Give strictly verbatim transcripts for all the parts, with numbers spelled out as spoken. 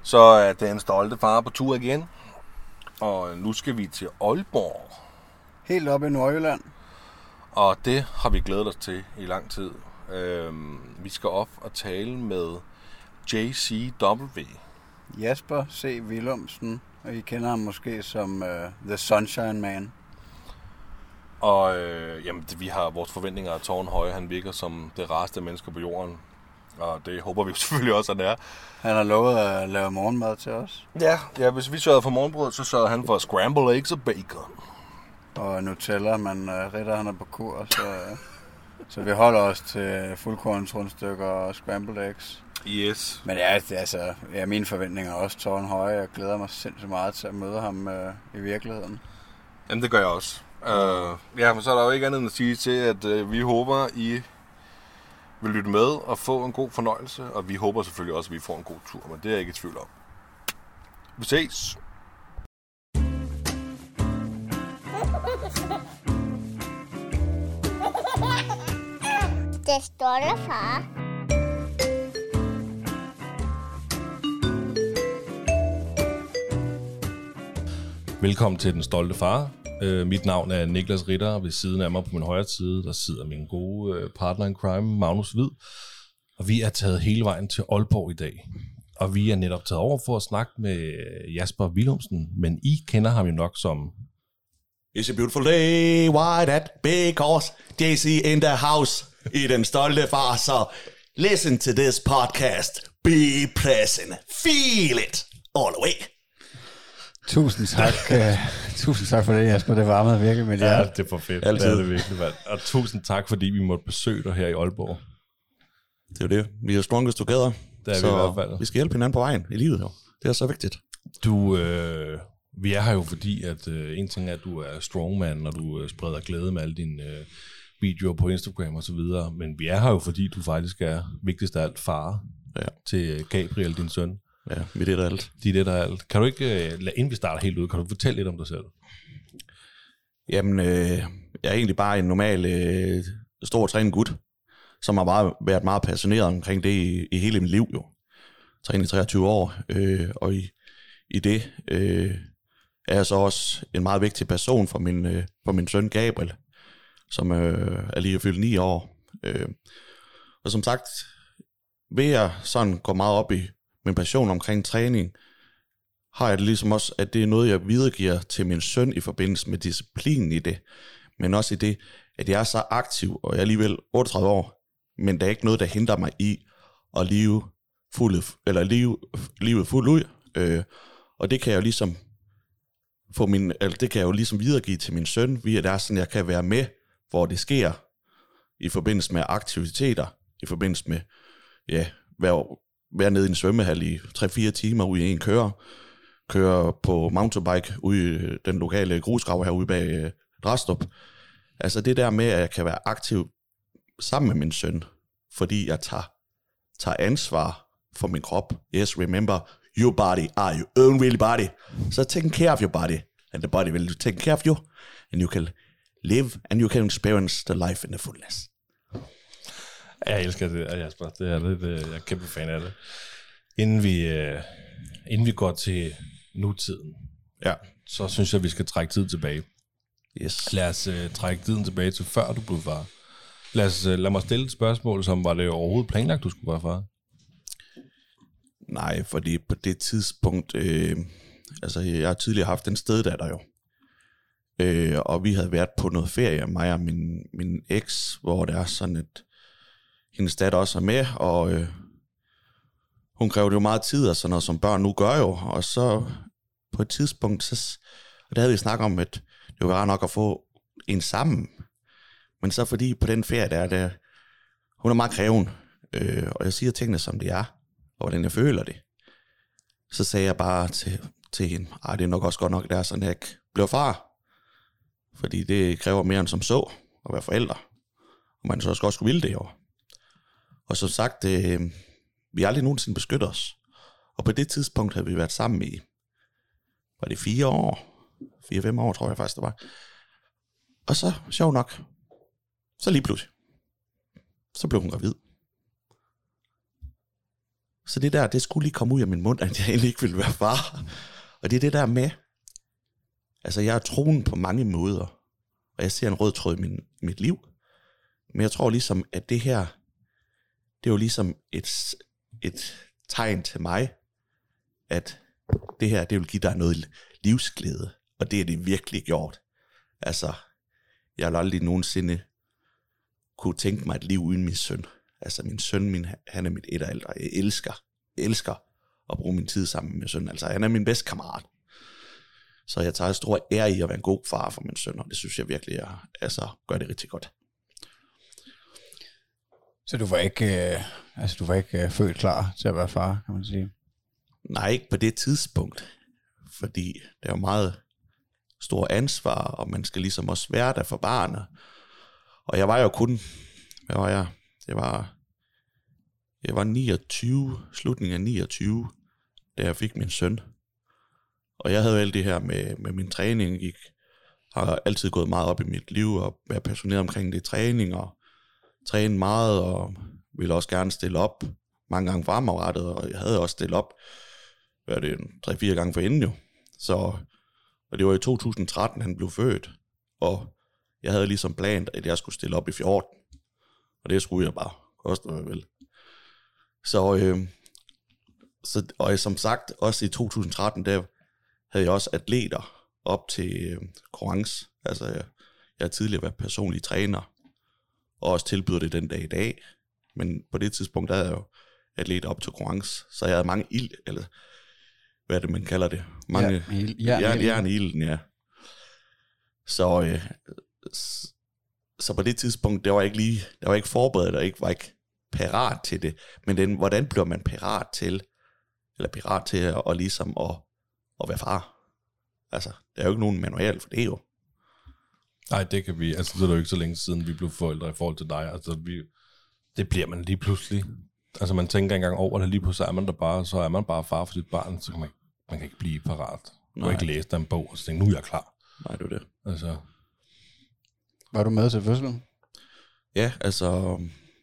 Så er den stolte far på tur igen, og nu skal vi til Aalborg. Helt op i Nordjylland. Og det har vi glædet os til i lang tid. Øhm, vi skal op og tale med J C W. Jasper C. Willumsen, og I kender ham måske som uh, The Sunshine Man. Og øh, jamen, det, vi har vores forventninger af tårnhøje. Han virker som det rareste menneske på jorden. Og det håber vi jo selvfølgelig også, at han er. Han har lovet at lave morgenmad til os. Ja, ja, hvis vi sørger for morgenbrød, så sørger han for scrambled eggs og bacon. Og Nutella, men uh, Ritter han er på kur, så, uh, så vi holder os til fuldkornsrundstykker og scrambled eggs. Yes. Men ja, det, altså, ja, mine forventninger er også tårnhøje. Jeg glæder mig sindssygt meget til at møde ham uh, i virkeligheden. Jamen, det gør jeg også. Uh, ja, men så er der jo ikke andet end at sige til, at uh, vi håber, I vil lytte med og få en god fornøjelse. Og vi håber selvfølgelig også, at vi får en god tur, men det er jeg ikke i tvivl om. Vi ses! Det står der, far. Velkommen til Den Stolte Far. Uh, mit navn er Niklas Ritter, og ved siden af mig på min højre side, der sidder min gode uh, partner in crime, Magnus Hvid. Og vi er taget hele vejen til Aalborg i dag. Og vi er netop taget over for at snakke med Jasper Willumsen, men I kender ham jo nok som... It's a beautiful day, why that? Because J C in the house, i Den Stolte Far, så listen to this podcast, be present, feel it all the way. Tusind tak. uh, tusind tak for det, Jasper. Det varmede virkelig med jer. Ja, det er for fedt. Altid. Det er det virkelig, mand. Og tusind tak, fordi vi måtte besøge dig her i Aalborg. Det er jo det. Vi er strongest together. Det er så vi i hvert fald. Vi skal hjælpe hinanden på vejen i livet, jo. Det er så vigtigt. Du, øh, vi er her jo fordi, at øh, en ting er, at du er strongman, og du øh, spreder glæde med alle dine øh, videoer på Instagram og så videre. Men vi er her jo fordi, du faktisk er vigtigst af alt far Ja. til Gabriel, din søn. Ja, vi det er alt. De er det, der er alt. Kan du ikke, øh, inden vi starter helt ud, kan du fortælle lidt om dig selv? Jamen, øh, jeg er egentlig bare en normal, øh, stor trænet gut, som har bare været meget passioneret omkring det i, i hele mit liv, jo. Trænet i treogtyve år, øh, og i, i det øh, er jeg så også en meget vigtig person for min, øh, for min søn Gabriel, som øh, er lige fyldt ni år. Øh, og som sagt, ved jeg sådan gå meget op i min passion omkring træning, har jeg det ligesom også, at det er noget, jeg videregiver til min søn i forbindelse med disciplinen i det, men også i det, at jeg er så aktiv, og jeg er alligevel otteogtredive år, men der er ikke noget, der hindrer mig i at leve, fuldt, eller leve livet fuldt ud, øh, og det kan jeg jo ligesom få min, eller det kan jeg jo ligesom videregive til min søn, via der sådan, jeg kan være med, hvor det sker, i forbindelse med aktiviteter, i forbindelse med, ja, være, være nede i en svømmehal i tre fire timer ude i en kører, kører på mountainbike ude i den lokale grusgrav herude bag øh, Drastrup. Altså det der med, at jeg kan være aktiv sammen med min søn, fordi jeg tager, tager ansvar for min krop. Yes, remember, your body are your own real body. So take care of your body, and the body will take care of you, and you can live, and you can experience the life in the fullness. Jeg elsker det, Jasper. Det er lidt, jeg er kæmpe fan af det. Inden vi, øh, inden vi går til nutiden, Ja. så synes jeg, vi skal trække tid tilbage. Yes. Lad os øh, trække tiden tilbage til før du blev far. Lad, os, øh, lad mig stille et spørgsmål, som var det overhovedet planlagt, du skulle være far? Nej, fordi på det tidspunkt, øh, altså jeg har tidligere haft en steddatter jo, øh, og vi havde været på noget ferie, mig og min, min eks, hvor det er sådan, at hendes datter også er med, og øh, hun krævede jo meget tid og sådan noget, som børn nu gør jo, og så på et tidspunkt, så, og der havde vi snakket om, at det var rart nok at få en sammen, men så fordi på den ferie der, der hun er meget kræven, øh, og jeg siger tingene som det er, og hvordan jeg føler det, så sagde jeg bare til, til hende, ej, det er nok også godt nok, der er sådan, at jeg ikke bliver far, fordi det kræver mere end som så, at være forældre, og man så også godt skulle ville det jo. Og som sagt, øh, vi har aldrig nogensinde beskyttet os, og på det tidspunkt havde vi været sammen i, var det fire år, fire-fem år, tror jeg faktisk det var, og så, sjov nok, så lige pludselig, så blev hun gravid. Så det der, det skulle lige komme ud af min mund, at jeg egentlig ikke ville være far. Og det er det der med, altså jeg er troen på mange måder, og jeg ser en rød tråd i min, mit liv. Men jeg tror ligesom, at det her, det er jo ligesom et, et tegn til mig, at det her, det vil give dig noget livsglæde. Og det er det virkelig gjort. Altså, jeg har aldrig nogensinde kunne tænke mig et liv uden min søn. Altså min søn, min, han er mit etterælder. Jeg elsker, jeg elsker at bruge min tid sammen med min søn. Altså han er min bedste kammerat. Så jeg tager stor ære i at være en god far for min søn, og det synes jeg virkelig, jeg altså, gør det rigtig godt. Så du var ikke, øh, altså du var ikke øh, født klar til at være far, kan man sige? Nej, ikke på det tidspunkt. Fordi det er jo meget stor ansvar, og man skal ligesom også være der for barnet. Og jeg var jo kun, hvad var jeg? Jeg var, jeg var niogtyve, slutningen af niogtyve, da jeg fik min søn. Og jeg havde jo alt det her med, med min træning, gik, har altid gået meget op i mit liv, og været passioneret omkring det træning, og træne meget, og ville også gerne stille op mange gange fremadrettet, og jeg havde også stillet op, hvad er det, tre-fire gange forinden jo. Så, og det var i to tusind tretten, han blev født, og jeg havde ligesom planet, at jeg skulle stille op i fjorten, og det skulle jeg bare, koste mig vel. Så, øh, så, og som sagt, også i to tusind tretten, der havde jeg også atleter op til øh, konkurrence. Altså, jeg, jeg har tidligere været personlig træner, og også tilbyder det den dag i dag. Men på det tidspunkt, der havde jeg jo atleter op til konkurrence, så jeg havde mange ild, eller hvad er det, man kalder det? Mange ja, ild, jern, jern, jern i ilden, ja. Så, øh, så på det tidspunkt, der var jeg ikke lige, der var ikke forberedt, og ikke var ikke parat til det. Men den, hvordan bliver man parat til, eller parat til at, og ligesom at, at være far? Altså, der er jo ikke nogen manual for det jo. Nej, det kan vi, altså det er jo ikke så længe siden, vi blev forældre i forhold til dig. Altså, vi, det bliver man lige pludselig. Altså, man tænker engang over det, lige pludselig er man der bare, så er man bare far for sit barn, så kan man, man kan ikke blive parat. Du kan ikke læse der en bog, og så tænke, nu er jeg klar. Nej, det er det. Altså. Var du med til fødslen? Ja, altså,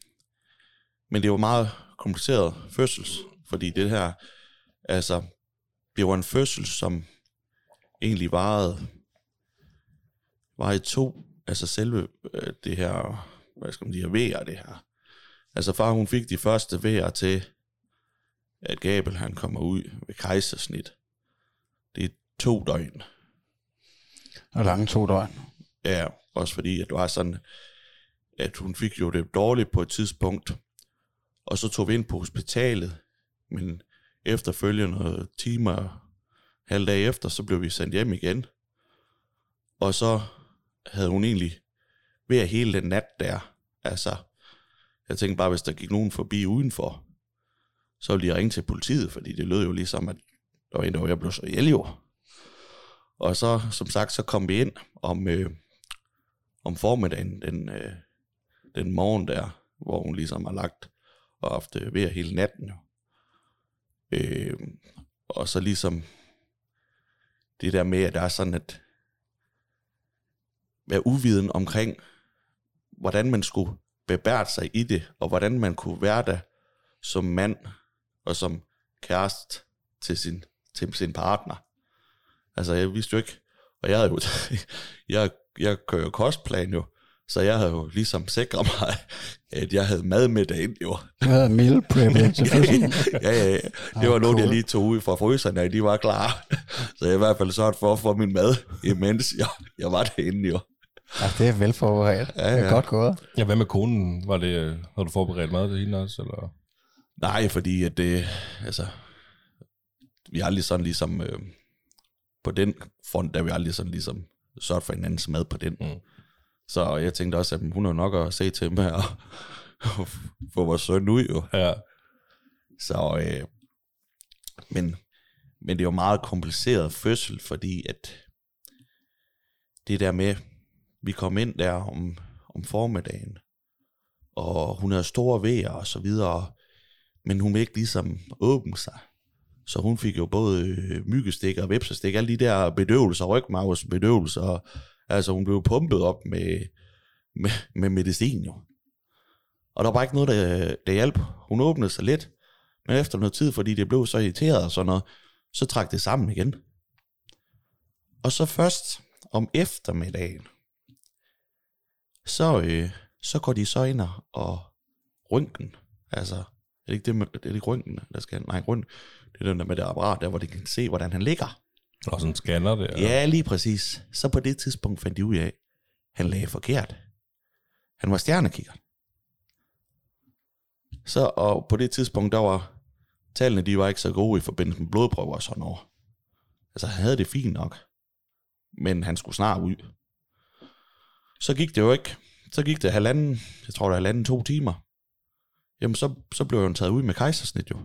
men det var meget kompliceret fødsels, fordi det her, altså, det var en fødsel, som egentlig varede, var i to, altså selve øh, det her, hvad skal man sige, vejer det her. Altså far, hun fik de første vejer til, at Gabel, han kommer ud ved kejsersnit. Det er to døgn. Og lange to døgn. Ja, også fordi, at det var sådan, at hun fik jo det dårligt på et tidspunkt, og så tog vi ind på hospitalet, men efterfølgende timer, halv dag efter, så blev vi sendt hjem igen. Og så havde hun egentlig ved hele den nat der, altså, jeg tænkte bare, hvis der gik nogen forbi udenfor, så ville de ringe til politiet, fordi det lød jo ligesom, at der var en, der var, jeg blev så ihjel jo. Og så, som sagt, så kom vi ind om, øh, om formiddagen, den, øh, den morgen der, hvor hun ligesom har lagt og haft øh, ved hele natten jo. Øh, og så ligesom det der med, at der er sådan at være uviden omkring, hvordan man skulle bebære sig i det, og hvordan man kunne være der som mand og som kæreste til sin, til sin partner. Altså jeg vidste jo ikke, og jeg havde jo, jeg, jeg kører kostplan jo, så jeg havde jo ligesom sikret mig, at jeg havde mad med derind jo. Du havde meal preppet til fødslen. ja, ja, ja. Det var noget, jeg lige tog ud fra fryserne, og de var klar. Så jeg i hvert fald sørget for at få min mad, imens jeg, jeg var derinde jo. Ja, det er velforberedt. Ja, ja. Det er godt gået. Ja, hvad med konen? Var det, har du forberedt mad til hende også? Eller? Nej, fordi at det, altså, vi har aldrig sådan ligesom, øh, på den front, der vi aldrig sådan ligesom sørget for hinandens mad på den. Mm. Så jeg tænkte også, at hun er nok at se til med at få vores søn ud jo. Ja. Så, øh, men, men det er jo meget kompliceret fødsel, fordi at det der med, vi kom ind der om, om formiddagen, og hun havde store vejer og så videre, men hun ville ikke ligesom åbne sig. Så hun fik jo både myggestik og vepsestik, alle de der bedøvelser, rygmarvs bedøvelser, altså hun blev pumpet op med, med, med medicin jo. Og der var bare ikke noget, der, der hjalp. Hun åbnede sig lidt, Men efter noget tid, fordi det blev så irriteret og sådan noget, så trak det sammen igen. Og så først om eftermiddagen, så, øh, så går de så ind og røntgen. Altså, er det ikke, det med, er det ikke røntgen, der skal? Nej, røntgen. Det er den der med det apparat, der hvor de kan se, hvordan han ligger. Og sådan scanner det. Eller? Ja, lige præcis. Så på det tidspunkt fandt de ud af, han lagde forkert. Han var stjernekigger. Så, og på det tidspunkt, der var tallene, de var ikke så gode i forbindelse med blodprøver og sådan noget. Altså, han havde det fint nok. Men han skulle snart ud. Så gik det jo ikke. Så gik det halvanden, jeg tror det er halvanden, to timer. Jamen, så, så blev hun taget ud med kejsersnit jo.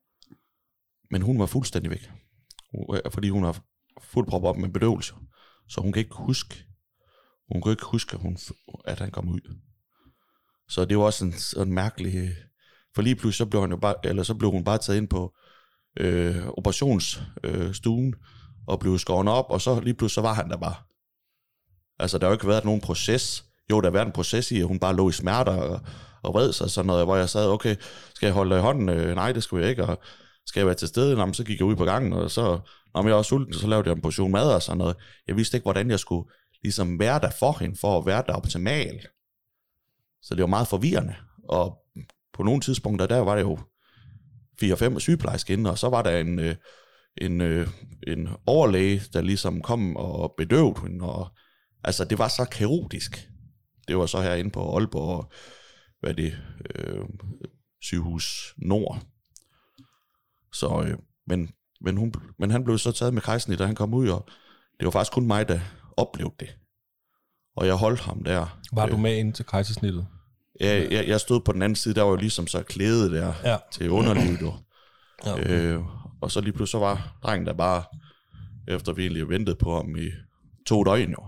Men hun var fuldstændig væk. Fordi hun har fuldt proppet op med bedøvelse. Så hun kan ikke huske, hun kan ikke huske, at, hun, at han kom ud. Så det var også en sådan mærkelig... For lige pludselig, så blev, han jo bare, eller så blev hun bare taget ind på øh, operationsstuen, øh, og blev skåret op, og så lige pludselig, så var han der bare. Altså, der har jo ikke været nogen proces. Jo, der har været en proces i, at hun bare lå i smerter og, og vred sig, sådan noget, hvor jeg sagde, okay, skal jeg holde i hånden? Øh, nej, det skulle jeg ikke, og skal jeg være til stede? Nå, så gik jeg ud på gangen, og så, når jeg var sulten, så lavede jeg en portion mad og sådan noget. Jeg vidste ikke, hvordan jeg skulle ligesom være der for hende, for at være der optimalt. Så det var meget forvirrende, og på nogle tidspunkter, der var det jo fire fem sygeplejersker inde, og så var der en, øh, en, øh, en overlæge, der ligesom kom og bedøvede hende, og altså, det var så kaotisk. Det var så herinde på Aalborg, hvad er det, øh, sygehus Nord. Så, øh, men, men, hun, men han blev så taget med kejsersnit, da han kom ud, og det var faktisk kun mig, der oplevede det. Og jeg holdt ham der. Var du med ind til kejsersnittet? Ja, jeg, jeg stod på den anden side, der var jo ligesom så klædet der ja. Til underlivet. Jo. Ja, okay. øh, og så lige pludselig så var drengen der bare, efter vi egentlig ventede på ham i to døgn jo.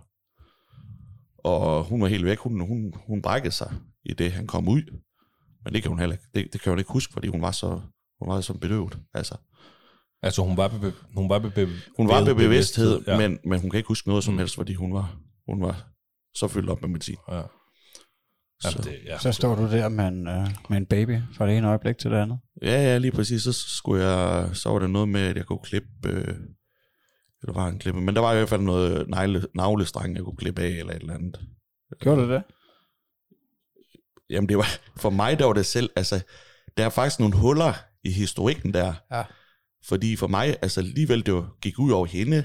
Og hun var helt væk, hun, hun, hun brækkede sig i det, han kom ud. Men det kan hun heller ikke, det, det kan hun ikke huske, fordi hun var så, hun var så bedøvet. Altså, altså hun var ved hun var ved hun var ved bevidsthed, ja. men, men hun kan ikke huske noget som mm. helst, fordi hun var, hun var så fyldt op med medicin. Ja. Så, det, ja. Så står du der med en, øh, med en baby fra det ene øjeblik til det andet? Ja, ja, lige præcis. Så, skulle jeg, så var der noget med, at jeg kunne klippe, øh, eller var en klippe, men der var i hvert fald noget negle, navlestreng, jeg kunne klippe af, eller et eller andet. Gjorde du det? Jamen det var, for mig der var det selv, altså, der er faktisk nogle huller i historikken der. Ja. Fordi for mig, altså alligevel det var, gik ud over hende.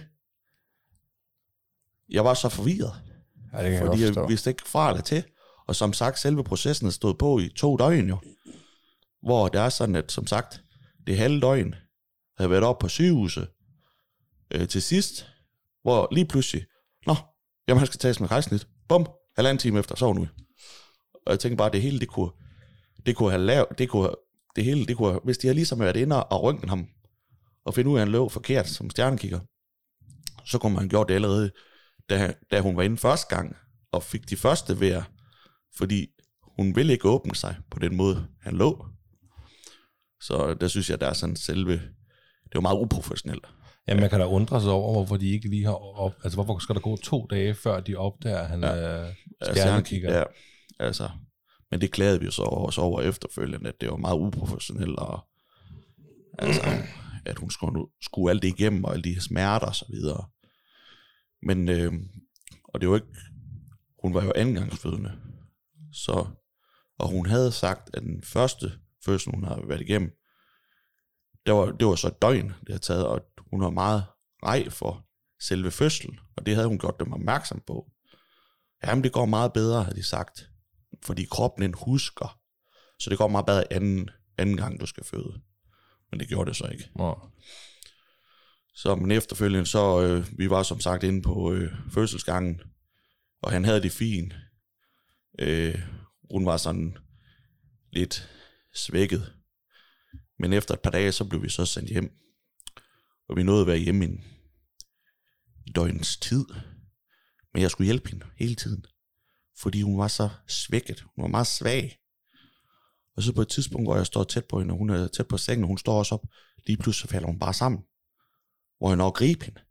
Jeg var så forvirret. Ja, det kan fordi jeg, jeg vidste ikke fra eller til. Og som sagt, selve processen er stået på i to døgn jo. Hvor det er sådan, at som sagt, det halve døgn havde været op på sygehuset øh, til sidst. Hvor lige pludselig, nå, jamen han skal tages med kejsersnit. Bum, halvanden time efter, så nu. Og jeg tænkte bare, det hele, det kunne, det kunne have lavet, det kunne, det hele, det kunne, hvis de havde ligesom været inde og røntgen ham, og finde ud af, at han løb forkert som stjernekigger, så kunne man have gjort det allerede, da, da hun var inde første gang, og fik de første vejr, fordi hun ville ikke åbne sig på den måde, han lå. Så der synes jeg, der er sådan selve, det var meget uprofessionelt. Ja, man kan da undre sig over, hvorfor de ikke lige har op, altså hvorfor skal der gå to dage, før de opdager, at han ja. er stjernekigger? Ja, altså, men det klagede vi jo så også over efterfølgende, at det var meget uprofessionelt, og altså, at hun skulle, skulle alt det igennem, og alle de her smerter og så videre. Men, øh, og det var ikke, hun var jo andengangsfødende, så, og hun havde sagt, at den første fødsel, hun havde været igennem, det var, det var så et døgn, det havde taget, og hun var meget rej for selve fødslen, og det havde hun gjort dem opmærksom på. Jamen, det går meget bedre, havde de sagt, fordi kroppen den husker, så det går meget bedre anden, anden gang, du skal føde. Men det gjorde det så ikke. Ja. Så men efterfølgende, så øh, vi var som sagt inde på øh, fødselsgangen, og han havde det fint. Øh, hun var sådan lidt svækket. Men efter et par dage, så blev vi så sendt hjem. Og vi nåede at være hjemme en døgnens tid. Men jeg skulle hjælpe hende hele tiden. Fordi hun var så svækket. Hun var meget svag. Og så på et tidspunkt, hvor jeg står tæt på hende, og hun er tæt på sengen, og hun står også op, lige pludselig falder hun bare sammen. Hvor jeg når at gribe hende.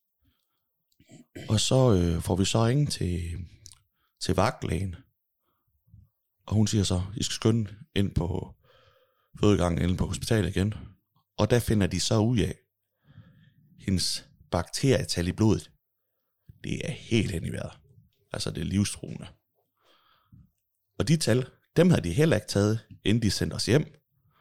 Og så øh, får vi så ringe til, til vagtlægen. Og hun siger så, I skal skynde ind på fødegangen inde på hospitalet igen. Og der finder de så ud af, hendes bakterietal i blodet, det er helt hen i vejret. Altså det er livstruende. Og de tal, dem havde de heller ikke taget, inden de sendte os hjem.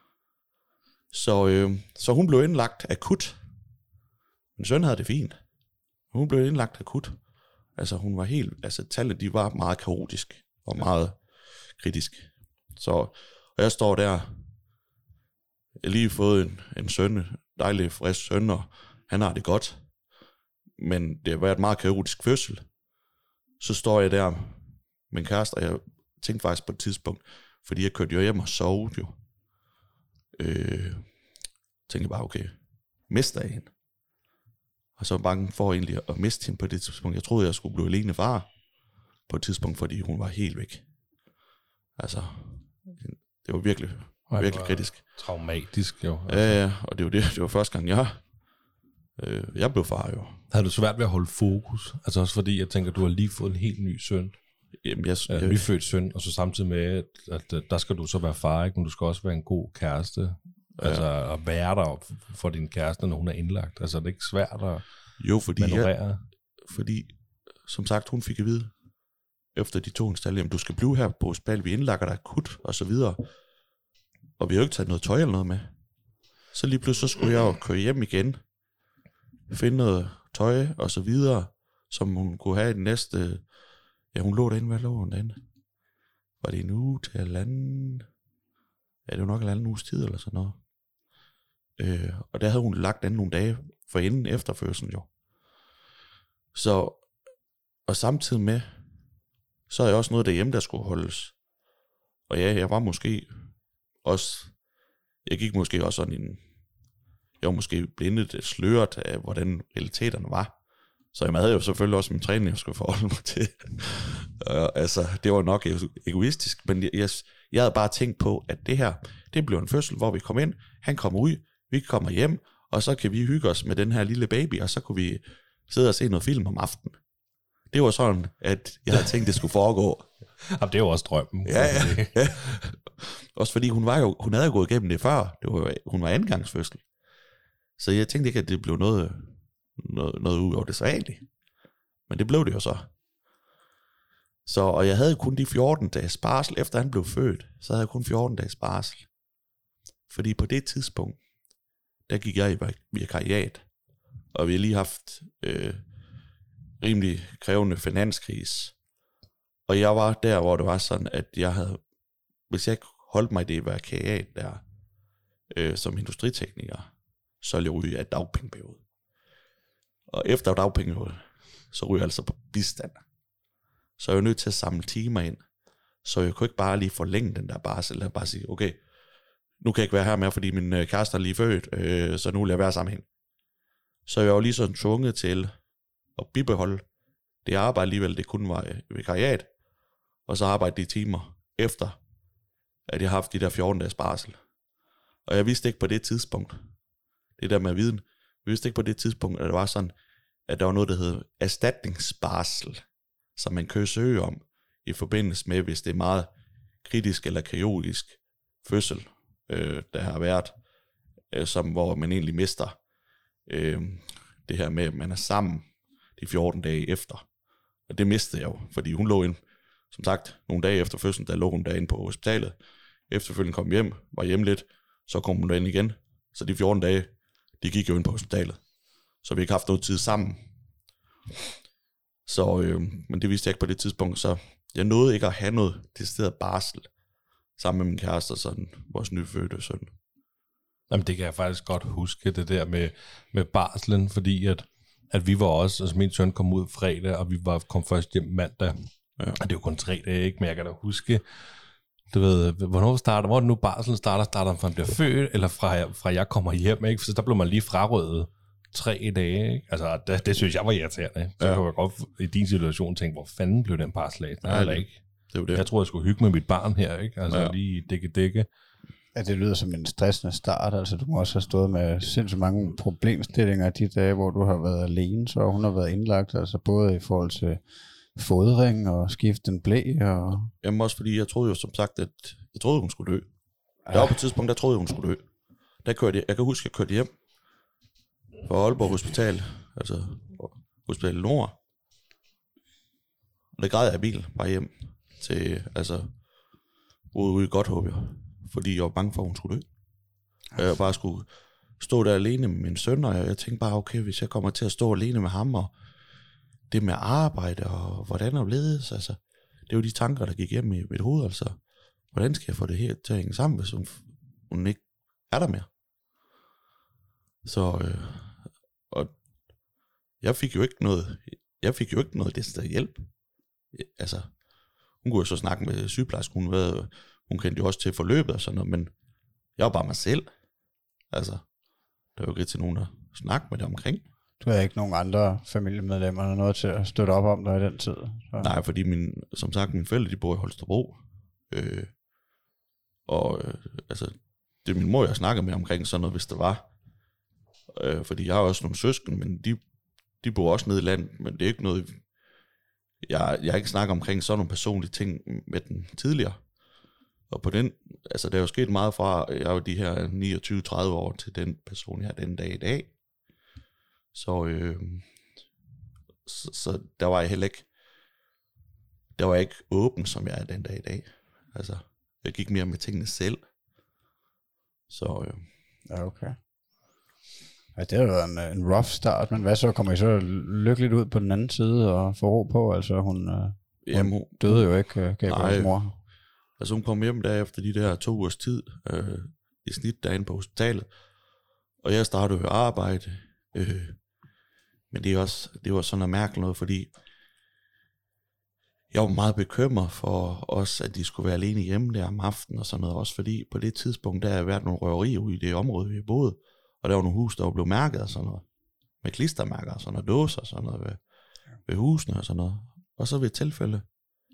Så, øh, så hun blev indlagt akut. Min søn havde det fint. Hun blev indlagt akut. Altså hun var helt, altså tallene de var meget kaotisk og meget kritisk. Så, og jeg står der, jeg har lige fået en, en søn, dejlig frisk søn, og han har det godt. Men det har været et meget kaotisk fødsel. Så står jeg der med min kæreste, og jeg tænkte faktisk på et tidspunkt, fordi jeg kørte jo hjem og sovede jo. Øh, tænkte bare, okay, mister jeg hende? Og så var jeg bange for egentlig at miste hende på det tidspunkt. Jeg troede, jeg skulle blive alene far på et tidspunkt, fordi hun var helt væk. Altså, det var virkelig, virkelig kritisk. Traumatisk jo. Altså. Ja, ja, og det var, det, det var første gang, jeg, øh, jeg blev far jo. Havde du svært ved at holde fokus? Altså også fordi, jeg tænker, du har lige fået en helt ny søn. Jamen, jeg, ja, nyfødt søn, og så samtidig med, at, at der skal du så være far, ikke? Men du skal også være en god kæreste. Ja. Altså at være der for din kæreste, når hun er indlagt. Altså er det ikke svært at jo, fordi manøvrere? Jeg, fordi, som sagt, hun fik at vide, efter de to installer, jamen du skal blive her på hospital, vi indlager dig akut, og så videre. Og vi har jo ikke taget noget tøj eller noget med. Så lige pludselig så skulle jeg jo køre hjem igen, finde noget tøj og så videre, som hun kunne have i den næste. Ja, hun lå derinde. Hvad lå hun derinde? Var det en uge til en anden? Ja, det var nok en anden uges tid eller sådan noget. Øh, og der havde hun lagt den nogle dage for inden efter fødslen jo. Så, og samtidig med, så er jeg også noget derhjemme, der skulle holdes. Og ja, jeg var måske også, jeg gik måske også sådan en, jeg var måske blindet, sløret af, hvordan realiteterne var. Så jeg havde jo selvfølgelig også min træning, jeg skulle forholde mig til. uh, altså, det var nok egoistisk, men jeg, jeg havde bare tænkt på, at det her, det blev en fødsel, hvor vi kom ind, han kommer ud, vi kommer hjem, og så kan vi hygge os med den her lille baby, og så kunne vi sidde og se noget film om aftenen. Det var sådan, at jeg havde tænkt, det skulle foregå. Jamen, det var også drømmen. Ja, ja, ja. Også fordi hun, var jo, hun havde jo gået igennem det før. Det var, hun var andengangsfødsel. Så jeg tænkte ikke, at det blev noget, noget, noget ud over det sædvanlige. Men det blev det jo så. Så, og jeg havde kun de fjorten dages barsel. Efter han blev født, så havde jeg kun fjorten dages barsel. Fordi på det tidspunkt, der gik jeg i vikariat. Og vi har lige haft øh, rimelig krævende finanskris. Og jeg var der, hvor det var sådan, at jeg havde, hvis jeg ikke holdt mig i det vikariat der, øh, som industritekniker, så ville jeg ryge af dagpengeperiode. Og efter dagpengeperiode, så ryger jeg altså på bistand. Så er jeg nødt til at samle timer ind. Så jeg kunne ikke bare lige forlænge den der barsel, eller bare sige, okay, nu kan jeg ikke være her mere, fordi min kæreste er lige født, øh, så nu vil jeg være sammen med hende. Så jeg var lige sådan tvunget til at bibeholde det arbejde alligevel, det kun var vikariat, og så arbejde de timer efter, at jeg har haft de der fjorten dages barsel. Og jeg vidste ikke på det tidspunkt, det der med viden, jeg vidste ikke på det tidspunkt, at det var sådan, at der var noget, der hed erstatningsbarsel, som man kan søge om, i forbindelse med, hvis det er meget kritisk eller kaotisk fødsel, øh, der har været, øh, som, hvor man egentlig mister øh, det her med, at man er sammen de fjorten dage efter. Og det mistede jeg jo, fordi hun lå ind, som sagt, nogle dage efter fødslen, der lå hun derinde på hospitalet. Efterfølgende kom hjem, var hjemme lidt, så kom hun derind igen. Så de fjorten dage, de gik jo ind på hospitalet. Så vi har ikke haft noget tid sammen. Så, øh, men det vidste jeg ikke på det tidspunkt, så jeg nåede ikke at have noget decideret barsel sammen med min kæreste og sådan, vores nyfødte søn. Jamen det kan jeg faktisk godt huske, det der med, med barslen, fordi at, at vi var også, altså min søn kom ud fredag, og vi var, kom først hjem mandag. Ja. Og det var kun tre dage, ikke? Men jeg kan da huske, du ved, hvornår starter, hvor er det nu barslen starter? Starter fra han bliver født, eller fra, fra jeg kommer hjem, ikke? Så der blev man lige frarøvet tre dage, ikke? Altså det, det synes jeg var irriterende. Så ja. Kunne jeg godt i din situation tænke, hvor fanden blev den barsel af? Nej, eller ikke. Det var det. Jeg tror jeg skulle hygge med mit barn her, ikke? Altså ja. Lige dække dække. Ja, det lyder som en stressende start. Altså, du må også have stået med sindssygt mange problemstillinger de dage, hvor du har været alene, så hun har været indlagt, altså både i forhold til fodring og skifte en blæ. Og... Jamen også fordi, jeg troede jo som sagt, at jeg troede, hun skulle dø. Jeg var på et tidspunkt, der troede jeg, hun skulle dø. Der kørte jeg, jeg kan huske, jeg kørte hjem fra Aalborg Hospital, altså Hospital Nord. Og der græd jeg i bil bare hjem til, altså, ude i Godthåb, fordi jeg var bange for, at hun skulle dø. Jeg bare skulle stå der alene med min søn, og jeg tænkte bare, okay, hvis jeg kommer til at stå alene med ham, og det med arbejde, og hvordan er ledes, altså, det er jo de tanker, der gik hjem i mit hoved, altså, hvordan skal jeg få det her til at hænge sammen, hvis hun, hun ikke er der mere? Så, øh, og jeg fik jo ikke noget, jeg fik jo ikke noget decideret hjælp. Altså, hun kunne jo så snakke med sygeplejersken, hun, ved, hun kendte jo også til forløbet og sådan noget, men jeg var bare mig selv. Altså, der var jo ikke til nogen at snakke med det omkring. Du havde ikke nogen andre familiemedlemmer eller noget til at støtte op om dig i den tid? Så. Nej, fordi min, som sagt, mine forældre, de bor i Holstebro. Øh, og øh, altså, det er min mor, jeg snakker med omkring sådan noget, hvis det var. Øh, fordi jeg har også nogle søsken, men de, de bor også nede i landet, men det er ikke noget, jeg, jeg har ikke snakket omkring sådan nogle personlige ting med den tidligere. Og på den, altså der er jo sket meget fra, jeg er jo de her niogtyve til tredive år til den person, jeg er den dag i dag. Så, øh, så, så der var jeg heller ikke, der var jeg ikke åben, som jeg er den dag i dag. Altså, jeg gik mere med tingene selv. Så, øh. Ja, okay. Ja, det har været en, en rough start, men hvad så? Kommer I så lykkeligt ud på den anden side og få ro på? Altså, hun, hun Jamen, døde jo ikke, Gabriels mor. Altså, hun kom hjem der efter de der to ugers tid, øh, i snit derinde på hospitalet. Og jeg startede jo at arbejde. Øh, men det, er også, det var sådan noget mærkeligt noget, fordi jeg var meget bekymret for os, at de skulle være alene hjemme der om aftenen og sådan noget. Også fordi på det tidspunkt, der havde været nogle røverier ude i det område, vi boede. Og der var nogle hus, der var blevet mærket og sådan noget. Med klistermærker og sådan noget, dåser og sådan noget ved, ved husene og sådan noget. Og så ved et tilfælde,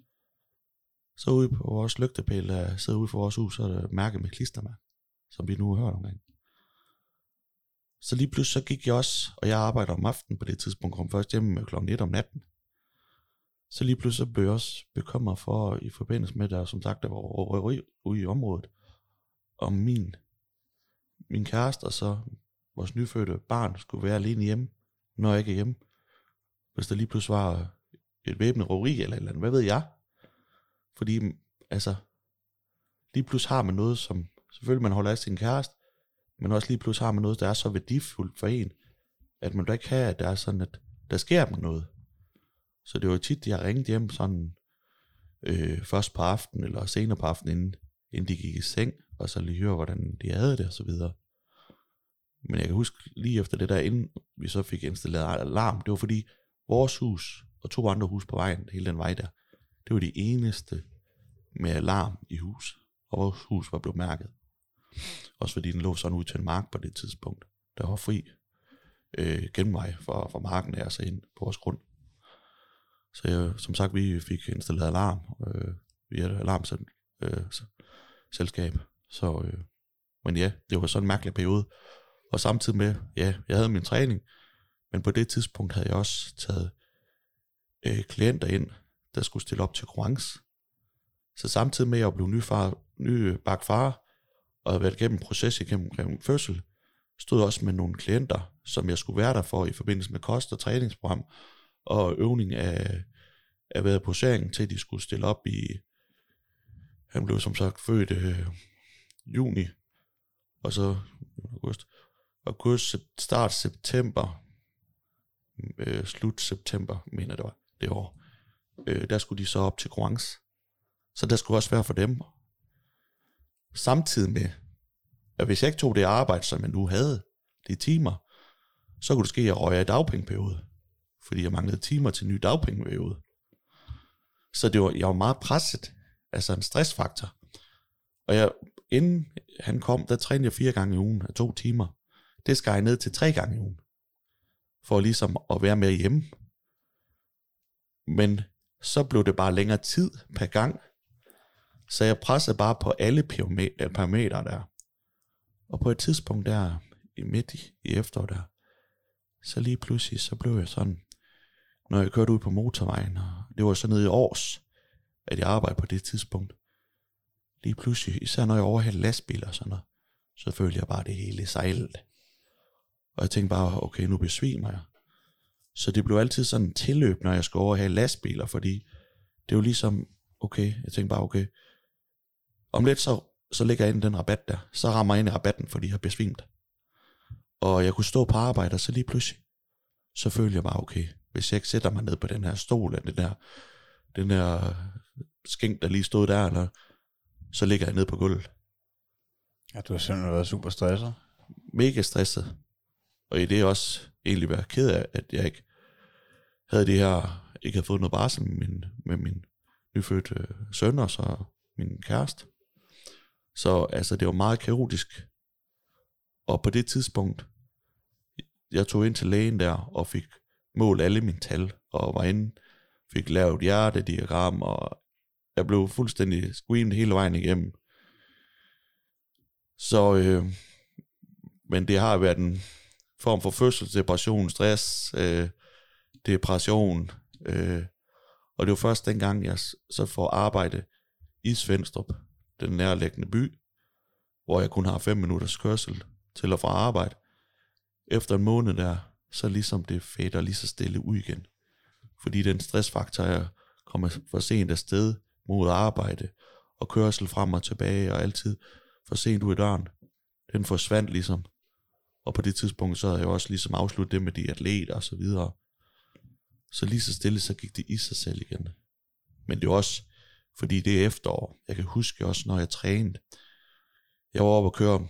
så ude på vores lygtepæl, der sidder ude for vores hus, så er der mærket med klistermærker, som vi nu har hørt omkring. Så lige pludselig så gik jeg også, og jeg arbejder om aftenen på det tidspunkt, kom først hjemme klokken et om natten. Så lige pludselig så blev jeg også bekymret for, i forbindelse med, at der som sagt, der var røveri ude i området, om min, min kæreste og så vores nyfødte barn skulle være alene hjemme, når jeg ikke er hjemme. Hvis der lige pludselig var et væbnet røveri eller et eller andet, hvad ved jeg? Fordi, altså, lige pludselig har man noget, som, selvfølgelig man holder af sin kæreste, men også lige pludselig har man noget, der er så værdifuldt for en, at man da ikke kan, at der er sådan, at der sker dem noget. Så det var tit, jeg ringede hjem sådan, øh, først på aftenen, eller senere på aftenen, inden, inden de gik i seng, og så lige høre, hvordan de havde det, og så videre. Men jeg kan huske, lige efter det der, inden vi så fik installeret alarm, det var fordi, vores hus, og to andre hus på vejen, hele den vej der, det var de eneste med alarm i hus, og vores hus var blevet mærket. Også fordi den lå sådan ud til en mark på det tidspunkt. Der var fri øh, genvej fra, fra marken af og så ind på vores grund. Så jeg, som sagt, vi fik installeret alarm. Øh, vi havde et alarmselskab. Øh, så, øh, men ja, det var sådan en mærkelig periode. Og samtidig med, ja, jeg havde min træning, men på det tidspunkt havde jeg også taget øh, klienter ind, der skulle stille op til konkurrence. Så samtidig med, at jeg blev ny, far, ny bagt far, og havde været igennem en proces igennem, igennem fødsel, stod også med nogle klienter, som jeg skulle være der for i forbindelse med kost- og træningsprogram, og øvning af, af været posering til, at de skulle stille op i, han blev som sagt født øh, juni, og så august, august, start september, øh, slut september, mener det var, det år, øh, der skulle de så op til konkurrence. Så der skulle også være for dem. Samtidig med, at hvis jeg ikke tog det arbejde, som jeg nu havde, de timer, så kunne det ske, at jeg røg i dagpengeperiode, fordi jeg manglede timer til en ny dagpengeperiode. Så det var, jeg var meget presset, altså en stressfaktor. Og jeg, inden han kom, der trænede jeg fire gange i ugen af to timer. Det skar jeg ned til tre gange i ugen, for ligesom at være med hjemme. Men så blev det bare længere tid per gang, så jeg pressede bare på alle parametre der. Og på et tidspunkt der, i midt i, i efteråret der, så lige pludselig, så blev jeg sådan, når jeg kørte ud på motorvejen, og det var så nede i Års, at jeg arbejdede på det tidspunkt, lige pludselig, især når jeg overhældte lastbiler og sådan noget, så følte jeg bare det hele sejlet. Og jeg tænkte bare, okay, nu besvimer jeg. Så det blev altid sådan en tilløb, når jeg skulle overhælde lastbiler, fordi det var ligesom, okay, jeg tænkte bare, okay, om lidt så, så ligger jeg ind i den rabat der, så rammer jeg ind i rabatten, fordi jeg har besvimt. Og jeg kunne stå på arbejde, og så lige pludselig, så følte jeg bare, okay, hvis jeg ikke sætter mig ned på den her stol, eller den der, den der skænk, der lige stod der, eller, så ligger jeg ned på gulvet. Ja, du har simpelthen været super stresset. Mega stresset. Og i det også egentlig været ked af, at jeg ikke havde det her, ikke havde fået noget barsel med min, med min nyfødte søn og så min kæreste. Så altså, det var meget kaotisk. Og på det tidspunkt, jeg tog ind til lægen der, og fik målt alle mine tal, og var inde, fik lavet hjertediagram, og jeg blev fuldstændig screenet hele vejen igennem. Så, øh, men det har været en form for fødsel, depression, stress, øh, depression, øh, og det var først dengang, jeg så får arbejde i Svenstrup, den nærliggende by, hvor jeg kun har fem minutters kørsel til og fra arbejde. Efter en måned der, så ligesom det fader lige så stille ud igen. Fordi den stressfaktor, jeg kommer for sent afsted mod arbejde, og kørsel frem og tilbage, og altid for sent ud af døren, den forsvandt ligesom. Og på det tidspunkt, så havde jeg også ligesom afsluttet det med de atleter og så videre. Så lige så stille, så gik det i sig selv igen. Men det er også, fordi det er efterår. Jeg kan huske også, når jeg trænede. Jeg var oppe og køre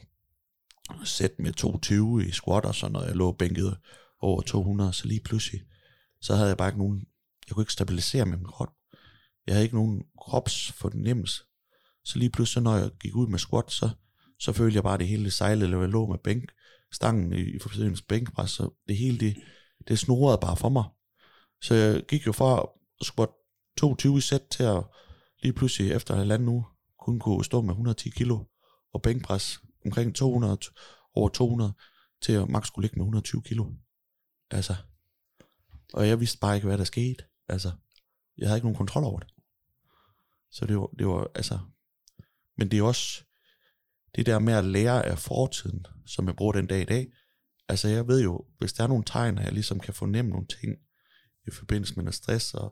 sæt med to tyve i squat og sådan noget. Jeg lå bænket over to hundrede, så lige pludselig, så havde jeg bare ikke nogen, jeg kunne ikke stabilisere med min krop. Jeg havde ikke nogen kropsfornemmelse. Så lige pludselig, når jeg gik ud med squat, så, så følte jeg bare det hele sejlede, eller jeg lå med bænk, stangen i, i forbindelse med bænkpres, så det hele, det, det snurrede bare for mig. Så jeg gik jo fra squat to tyve sæt til at lige pludselig efter en halvanden uge kun kunne stå med et hundrede og ti kilo og bænkpres omkring to hundrede, over to hundrede, til at max skulle ligge med et hundrede og tyve kilo. Altså, og jeg vidste bare ikke, hvad der skete. Altså, jeg havde ikke nogen kontrol over det. Så det var, det var altså, men det er også det der med at lære af fortiden, som jeg bruger den dag i dag. Altså, jeg ved jo, hvis der er nogle tegn, at jeg ligesom kan fornemme nogle ting i forbindelse med noget stress, og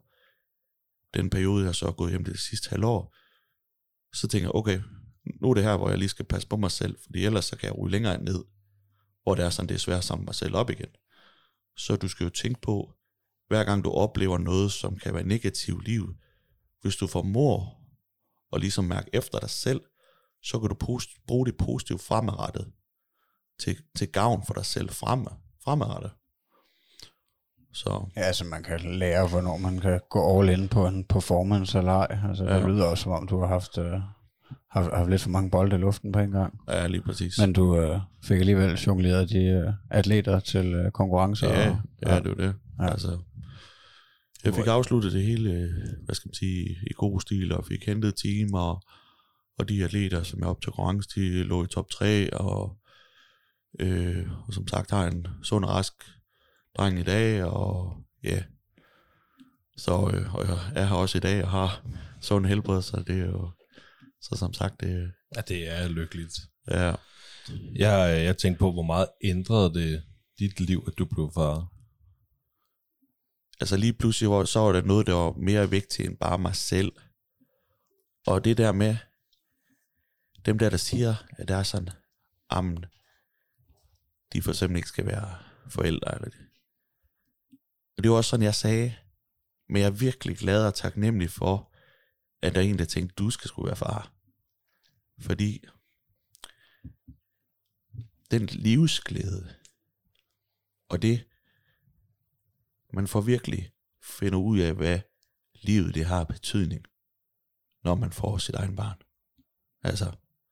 den periode, jeg så er gået hjem det sidste halvår, så tænker jeg, okay, nu er det her, hvor jeg lige skal passe på mig selv, fordi ellers så kan jeg ryge længere ned, hvor det er sådan, det er svært at samle mig selv op igen. Så du skal jo tænke på, hver gang du oplever noget, som kan være negativt i livet, hvis du formår at ligesom mærke efter dig selv, så kan du post- bruge det positivt fremadrettet til, til gavn for dig selv frem, fremadrettet. Så. Ja, altså man kan lære, hvornår man kan gå all in på en performance eller ej. Altså det Ja. lyder også, som om du har haft, øh, haft, haft lidt for mange bolde i luften på en gang. Ja, lige præcis. Men du øh, fik alligevel jongleret de øh, atleter til øh, konkurrencer. Ja, og, ja, det er det. Ja. Altså, jeg fik afsluttet det hele, hvad skal man sige, i god stil, og fik hentet team, og, og de atleter, som er op til konkurrence, de lå i top tre, og, øh, og som sagt har en sund og rask dreng i dag, og ja, så øh, og jeg er her også i dag, og har sund helbred, så det er jo, så som sagt, det Ja, det er lykkeligt. ja. Jeg, jeg tænkte på, hvor meget ændrede det dit liv, at du blev far? Altså lige pludselig var, så var der noget, der var mere vigtigt end bare mig selv. Og det der med, dem der, der siger, at der er sådan, amen, de for eksempel ikke skal være forældre. Eller det. Og det var også sådan, jeg sagde, men jeg er virkelig glad og taknemmelig for, at der er en, der tænkte, du skal sgu være far. Fordi den livsglæde, og det, man får virkelig finde ud af, hvad livet det har betydning, når man får sit egen barn. Altså,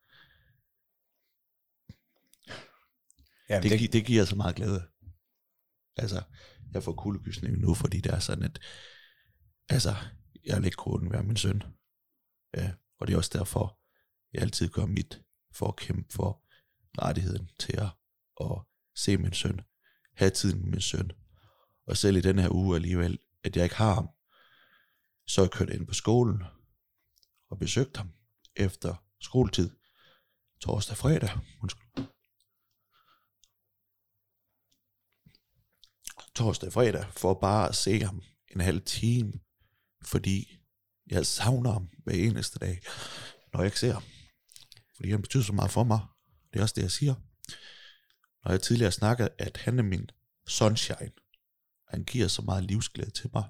Ja, det, det, det, det giver så meget glæde. Altså, jeg får kuldegysning nu, fordi det er sådan, at altså, jeg vil ikke kunne være min søn. Ja, og det er også derfor, jeg altid gør mit for at kæmpe for rettigheden til at, at se min søn, have tiden med min søn. Og selv i den her uge alligevel, at jeg ikke har ham, så er jeg kørt ind på skolen og besøgt ham efter skoletid. Torsdag, fredag, undskyld. Torsdag, fredag, for bare at se ham en halv time, fordi jeg savner ham hver eneste dag, når jeg ikke ser ham. Fordi han betyder så meget for mig. Det er også det, jeg siger. Når jeg tidligere snakkede, at han er min sunshine. Han giver så meget livsglæde til mig.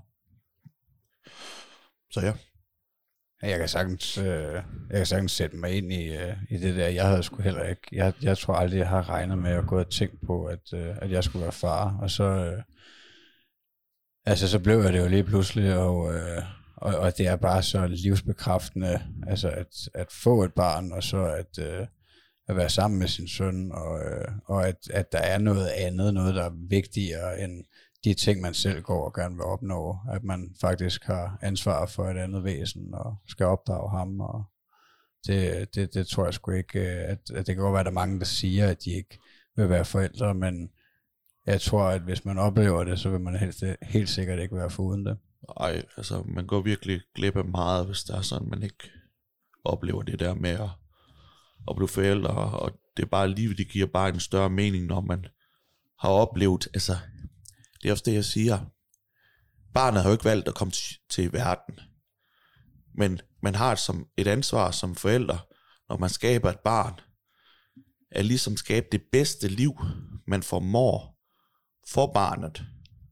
Så ja. Jeg kan sagtens, øh, jeg kan sagtens sætte mig ind i, øh, i det der. Jeg havde sgu heller ikke. Jeg, jeg tror aldrig, jeg har regnet med at gå og tænke på, at, øh, at jeg skulle være far. Og så, øh, altså, så blev jeg det jo lige pludselig, og, øh, og, og det er bare så livsbekræftende, altså at, at få et barn, og så at, øh, at være sammen med sin søn, og, øh, og at, at der er noget andet, noget der er vigtigere end de ting, man selv går og gerne vil opnå, at man faktisk har ansvar for et andet væsen, og skal opdrage ham, og det, det, det tror jeg sgu ikke, at, at det kan godt være, at der er mange, der siger, at de ikke vil være forældre, men jeg tror, at hvis man oplever det, så vil man helt, helt sikkert ikke være foruden det. Ej, altså man går virkelig glip af meget, hvis der er sådan, man ikke oplever det der med at, at blive forældre, og det er bare livet, det giver bare en større mening, når man har oplevet, altså det er også det, jeg siger. Barnet har jo ikke valgt at komme til, til verden. Men man har et, som et ansvar som forældre, når man skaber et barn, at ligesom skabe det bedste liv, man formår for barnet.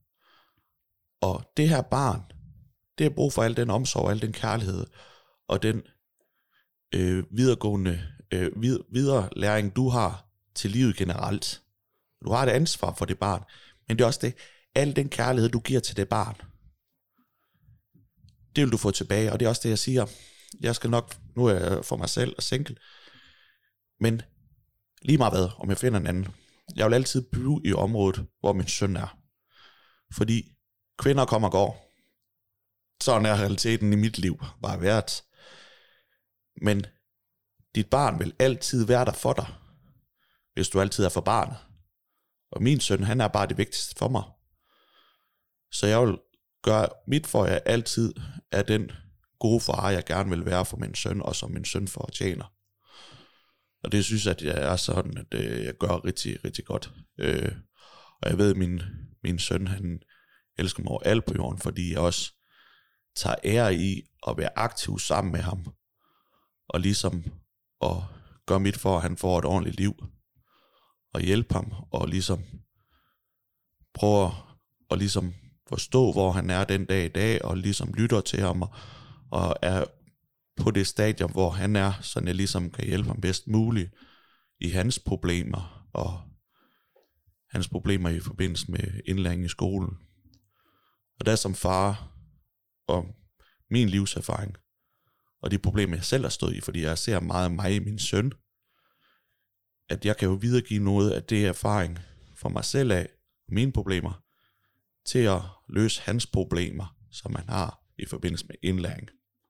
Og det her barn, det har brug for al den omsorg, al den kærlighed, og den øh, videregående øh, vid, videre læring, du har til livet generelt. Du har et ansvar for det barn, men det er også det, al den kærlighed, du giver til det barn, det vil du få tilbage, og det er også det, jeg siger. Jeg skal nok, nu er jeg for mig selv og single, men lige meget hvad, om jeg finder en anden. Jeg vil altid blive i området, hvor min søn er. Fordi kvinder kommer og går. Sådan er realiteten i mit liv bare været. Men dit barn vil altid være der for dig, hvis du altid er for barnet. Og min søn, han er bare det vigtigste for mig. Så jeg vil gøre mit for, at jeg altid er den gode far, jeg gerne vil være for min søn, og som min søn fortjener. Og det synes jeg, at jeg er sådan, at jeg gør rigtig, rigtig godt. Øh, og jeg ved, at min, min søn, han elsker mig over alt på jorden, fordi jeg også tager ære i at være aktiv sammen med ham. Og ligesom at gøre mit for, at han får et ordentligt liv. Og hjælpe ham, og ligesom prøve at ligesom forstå, hvor han er den dag i dag, og ligesom lytter til ham, og, og er på det stadium, hvor han er, så jeg ligesom kan hjælpe ham bedst muligt i hans problemer, og hans problemer i forbindelse med indlæring i skolen. Og der som far, og min livserfaring, og de problemer, jeg selv har stået i, fordi jeg ser meget af mig i min søn, at jeg kan jo videregive noget af det erfaring for mig selv af, mine problemer, til at løse hans problemer, som han har i forbindelse med indlæring.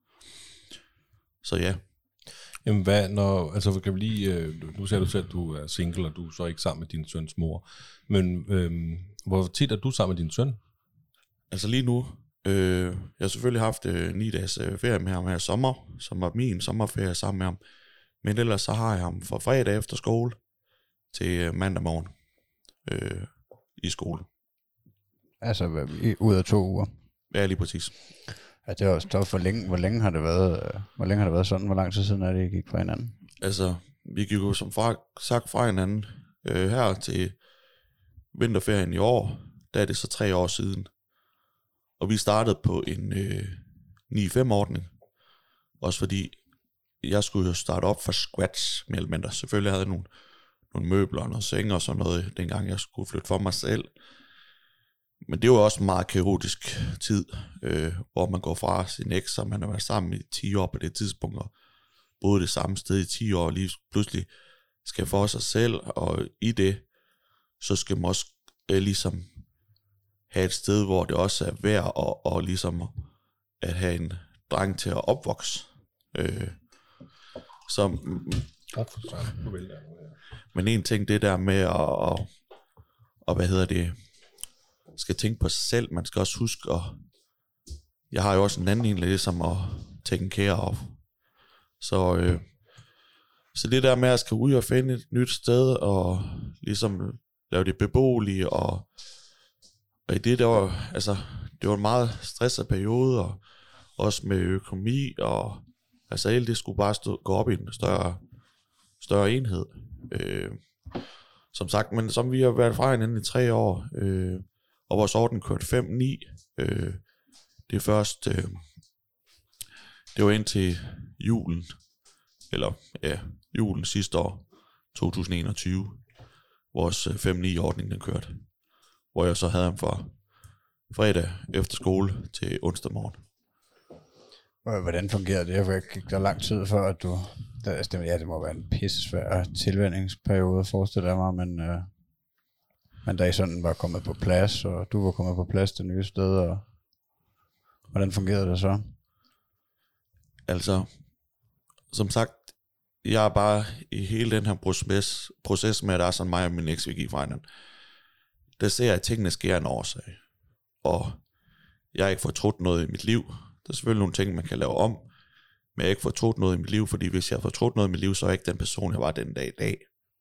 Så ja. Jamen hvad, når, altså kan vi lige, øh, nu siger du selv, at du er single, og du er så ikke sammen med din søns mor, men øh, hvor tit er du sammen med din søn? Altså lige nu, øh, jeg har selvfølgelig haft øh, ni dages øh, ferie med ham her i sommer, som var min sommerferie sammen med ham, men ellers så har jeg ham fra fredag efter skole til øh, mandag morgen øh, i skole. Altså ud af to uger? Ja, lige præcis. Ja, det er også tof. Hvor længe, hvor længe har det været, hvor længe har det været sådan? Hvor lang tid siden er det, I gik fra hinanden? Altså, vi gik jo som fra, sagt fra hinanden øh, her til vinterferien i år. Der er det så tre år siden. Og vi startede på en øh, ni fem ordning. Også fordi jeg skulle jo starte op fra scratch med elementer. Selvfølgelig havde jeg nogle, nogle møbler og noget senge og sådan noget, dengang jeg skulle flytte for mig selv. Men det var også en meget kaotisk tid, øh, hvor man går fra sin eks, som man har været sammen i ti år på det tidspunkt, og boede det samme sted i ti år, og lige pludselig skal for sig selv, og i det, så skal man også øh, ligesom have et sted, hvor det også er værd, og, og ligesom at have en dreng til at opvokse. Øh, så, men en ting, det der med at, og, og hvad hedder det, skal tænke på sig selv. Man skal også huske, og jeg har jo også en anden en, ligesom at take care of. Så øh, Så det der med at skal ud og finde et nyt sted, og ligesom lave det beboelige, og, og i det der var, altså, det var en meget stresset periode, og også med økonomi, og altså alt det skulle bare stå, gå op i en større, større enhed. Øh, som sagt, men som vi har været fra hinanden i tre år, øh, og vores orden kørte fem ni. Øh, det er først, øh, det var indtil julen, eller ja, julen sidste år, to tusind enogtyve, vores fem ni ordning den kørte, hvor jeg så havde ham fra fredag efter skole til onsdag morgen. Hvordan fungerede det? Jeg gik der lang tid før, at du... Der, altså, ja, det må være en pisse svær tilvændingsperiode, forestiller jeg mig, men, øh, men da I sådan var kommet på plads, og du var kommet på plads det nye sted, og hvordan fungerede det så? Altså, som sagt, jeg er bare i hele den her proces, proces med, at der er sådan mig og min eks, vi gik fra hinanden. Der ser jeg, at tingene sker en årsag. Og jeg har ikke fortrudt noget i mit liv. Der er selvfølgelig nogle ting, man kan lave om, men jeg har ikke fortrudt noget i mit liv, fordi hvis jeg har fortrudt noget i mit liv, så er jeg ikke den person, jeg var den dag i dag.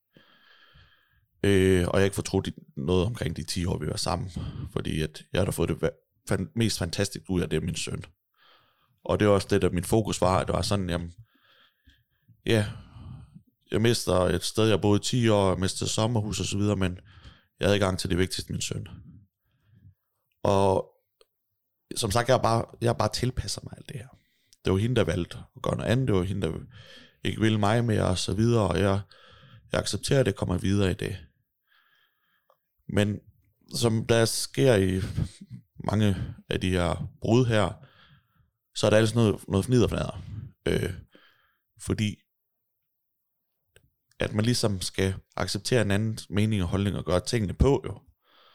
Øh, og jeg har ikke fortrudt noget omkring de ti år, vi var sammen, fordi at jeg har fået det fan- mest fantastisk ud af det, min søn. Og det er også det, der min fokus var, at det var sådan, jamen, ja, jeg mister et sted, jeg boede ti år, jeg mister sommerhus og så videre, men jeg havde gang til det vigtigste, min søn. Og som sagt, jeg har bare, jeg har bare tilpasset mig alt det her. Det var hende, der valgte at gøre noget andet, det var hende, der ikke ville mig mere og så videre, og jeg, jeg accepterer, at det kommer videre i det. Men som der sker i mange af de her brud her, så er der altså noget, noget fniderfnader. Øh, fordi at man ligesom skal acceptere en anden mening og holdning og gøre tingene på, jo.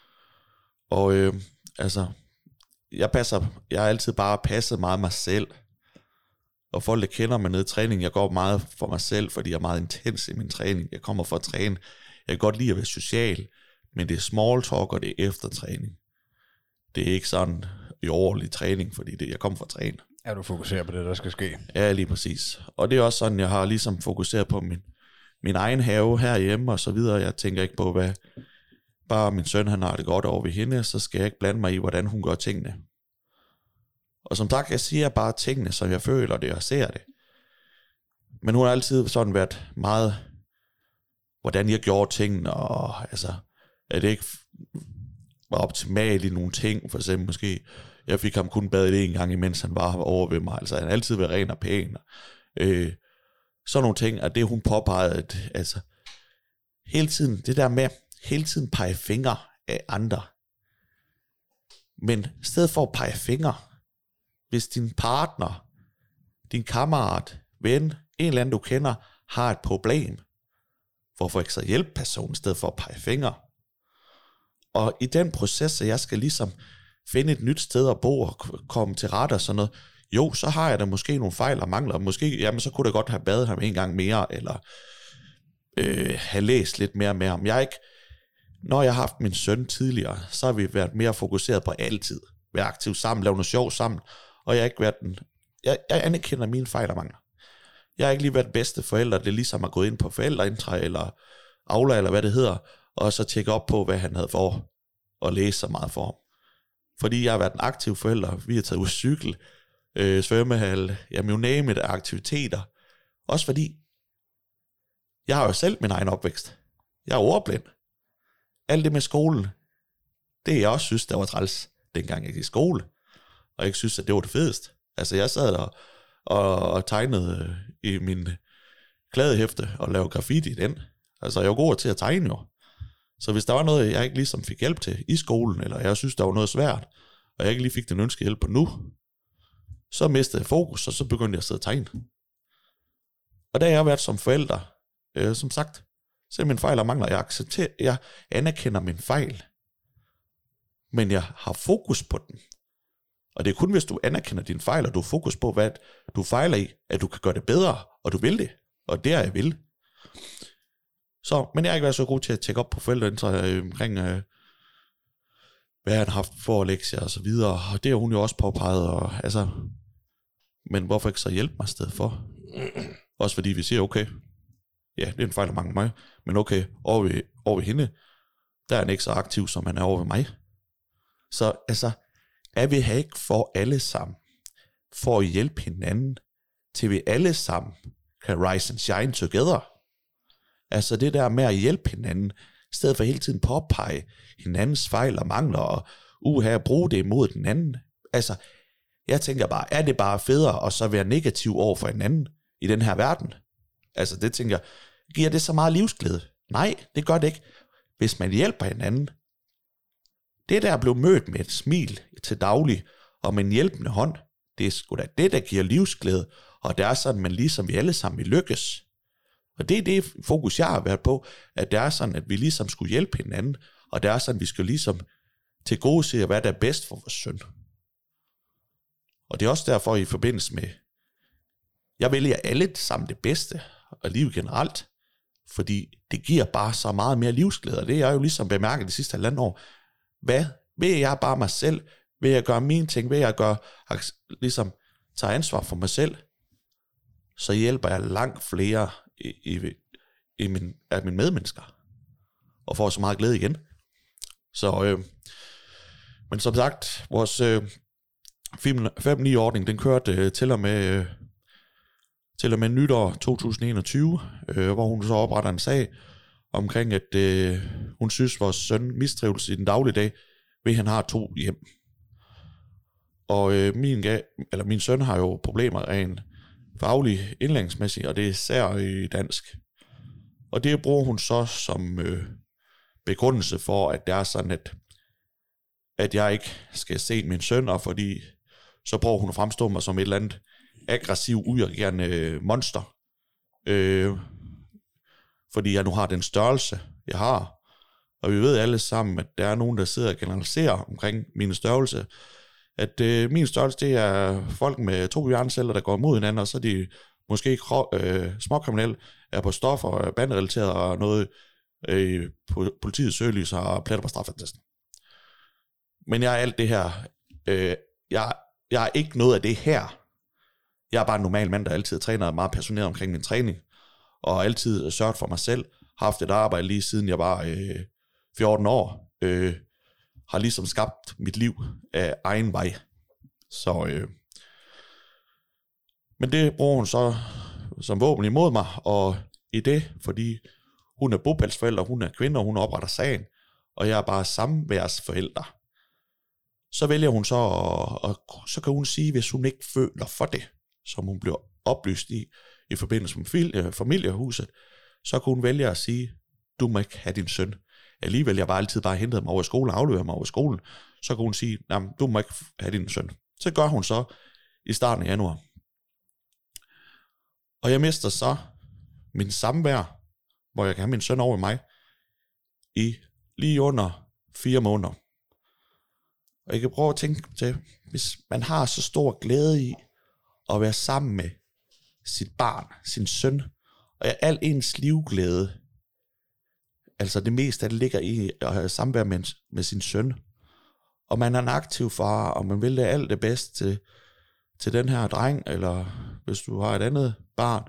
Og øh, altså, jeg passer, jeg har altid bare passet meget mig selv. Og folk, der kender mig nede i træning, jeg går meget for mig selv, fordi jeg er meget intens i min træning. Jeg kommer for at træne. Jeg kan godt lide at være social, men det er small talk, og det er eftertræning. Det er ikke sådan i overlig træning, fordi det, jeg kommer for at træne. Ja, du fokuserer på det, der skal ske. Ja, lige præcis. Og det er også sådan, jeg har ligesom fokuseret på min, min egen have herhjemme og så videre. Jeg tænker ikke på, hvad bare min søn, han har det godt over ved hende, så skal jeg ikke blande mig i, hvordan hun gør tingene. Og som sagt, jeg siger bare tingene, som jeg føler det og ser det. Men hun har altid sådan været meget, hvordan jeg gjorde tingene, og altså, at det ikke var optimalt i nogle ting, for eksempel måske, jeg fik ham kun badet en gang, imens han var over ved mig, altså han har altid været ren og pæn. Øh, sådan nogle ting, at det hun påpegede, at altså, hele tiden, det der med, hele tiden pege fingre af andre. Men i stedet for at pege fingre, hvis din partner, din kammerat, ven, en eller anden du kender, har et problem, hvorfor ikke så hjælpe personen i stedet for at pege fingre? Og i den proces, så jeg skal ligesom finde et nyt sted at bo og komme til rette og sådan noget, jo, så har jeg da måske nogle fejl og mangler, måske, jamen så kunne jeg godt have badet ham en gang mere, eller øh, have læst lidt mere med ham. Jeg er ikke, når jeg har haft min søn tidligere, så har vi været mere fokuseret på altid, være aktiv sammen, lave noget sjov sammen, og jeg har ikke været den, jeg, jeg anerkender mine fejl og mangler. Jeg har ikke lige været den bedste forælder, det ligesom har gået ind på forældreindtræ, eller Aula, eller hvad det hedder, og så tjekke op på, hvad han havde for, og læse så meget for ham. Fordi jeg har været en aktiv forælder, vi har taget ud cykel, øh, svømmehal, jamen jo name it, aktiviteter. Også fordi, jeg har jo selv min egen opvækst. Jeg er ordblind. Alt det med skolen, det jeg også synes, der var træls, dengang jeg gik i skole. Og jeg synes, at det var det fedeste. Altså jeg sad der og, og tegnede i min kladehæfte og lavede graffiti i den. Altså jeg var god til at tegne jo. Så hvis der var noget, jeg ikke ligesom fik hjælp til i skolen, eller jeg synes, der var noget svært, og jeg ikke lige fik den ønskede hjælp på nu, så mistede jeg fokus, og så begyndte jeg at sidde og tegne. Og der har jeg været som forælder, øh, som sagt, se mine fejl og mangler, jeg accepterer, jeg anerkender min fejl, men jeg har fokus på den. Og det er kun, hvis du anerkender dine fejl, og du har fokus på, hvad du fejler i, at du kan gøre det bedre, og du vil det, og det er jeg vil. Så, men jeg har ikke været så god til at tjekke op på forældrene øh, omkring, øh, hvad han har haft for lektier og så videre, og det har hun jo også påpeget, og altså, men hvorfor ikke så hjælpe mig i stedet for? Også fordi vi siger, okay, Ja, det er en fejl af mange mig. Men okay, over ved, over ved hende, der er han ikke så aktiv, som han er over ved mig. Så altså, er vi her ikke for alle sammen, for at hjælpe hinanden, til vi alle sammen kan rise and shine together. Altså det der med at hjælpe hinanden, i stedet for hele tiden påpege hinandens fejl og mangler, og uha, at bruge det imod den anden. Altså, jeg tænker bare, er det bare federe at så være negativ over for hinanden i den her verden? Altså det tænker jeg, giver det så meget livsglæde? Nej, det gør det ikke. Hvis man hjælper hinanden, det der er blevet mødt med et smil til daglig, og med en hjælpende hånd, det er sgu da det, der giver livsglæde, og det er sådan, man ligesom vi alle sammen vil lykkes. Og det er det fokus, jeg har været på, at det er sådan, at vi ligesom skulle hjælpe hinanden, og det er sådan, at vi skal ligesom til gode se, hvad der er bedst for vores søn. Og det er også derfor i forbindelse med, jeg vælger alle sammen det bedste, og livet generelt, fordi det giver bare så meget mere livsglæde, og det er jeg jo ligesom bemærket de sidste halvandet år. Hvad? Vil jeg bare mig selv? Vil jeg gøre mine ting? Vil jeg gøre, ligesom tage ansvar for mig selv? Så hjælper jeg langt flere i, i, i min, af mine medmennesker, og får så meget glæde igen. Så, øh, men som sagt, vores øh, fem ni ordning, den kørte øh, til og med øh, til og med nytår to tusind enogtyve, øh, hvor hun så opretter en sag omkring, at øh, hun synes, vores søn mistrives i den daglige dag, ved at han har to hjem. Og øh, min, eller min søn har jo problemer af en faglig indlæringsmæssig, og det er især i dansk. Og det bruger hun så som øh, begrundelse for, at det er sådan, at, at jeg ikke skal se min søn, og fordi så prøver hun at fremstå mig som et eller andet aggressiv, udreagerende monster. Øh, fordi jeg nu har den størrelse, jeg har. Og vi ved alle sammen, at der er nogen, der sidder og generaliserer omkring min størrelse. At øh, min størrelse, det er folk med to hjerneceller, der går mod hinanden, og så er de måske ikke øh, småkriminelle, er på stoffer, banderelateret og noget øh, på politiets søgelys og pletter på straffeattesten. Men jeg er alt det her. Øh, jeg, jeg er ikke noget af det her. Jeg er bare en normal mand, der altid træner meget passioneret omkring min træning, og altid sørget for mig selv. Har haft et arbejde lige siden jeg var øh, fjorten år. Øh, har ligesom skabt mit liv af egen vej. Så, øh, men det bruger hun så som våben imod mig, og i det, fordi hun er bopælsforælder, hun er kvinde, og hun opretter sagen, og jeg er bare samværsforælder. Så vælger hun så, og, og så kan hun sige, hvis hun ikke føler for det, som hun bliver oplyst i, i forbindelse med familiehuset, så kan hun vælge at sige, du må ikke have din søn. Alligevel jeg bare altid bare hentet mig over i skolen, afleveret mig over i skolen, så kan hun sige, du må ikke have din søn. Så gør hun så i starten af januar. Og jeg mister så min samvær, hvor jeg kan have min søn over i mig, i lige under fire måneder. Og jeg kan prøve at tænke til, hvis man har så stor glæde i at være sammen med sit barn, sin søn, og al ens livglæde, altså det meste af det ligger i at have samvær med, med sin søn, og man er en aktiv far, og man vil det alt det bedste til, til den her dreng, eller hvis du har et andet barn.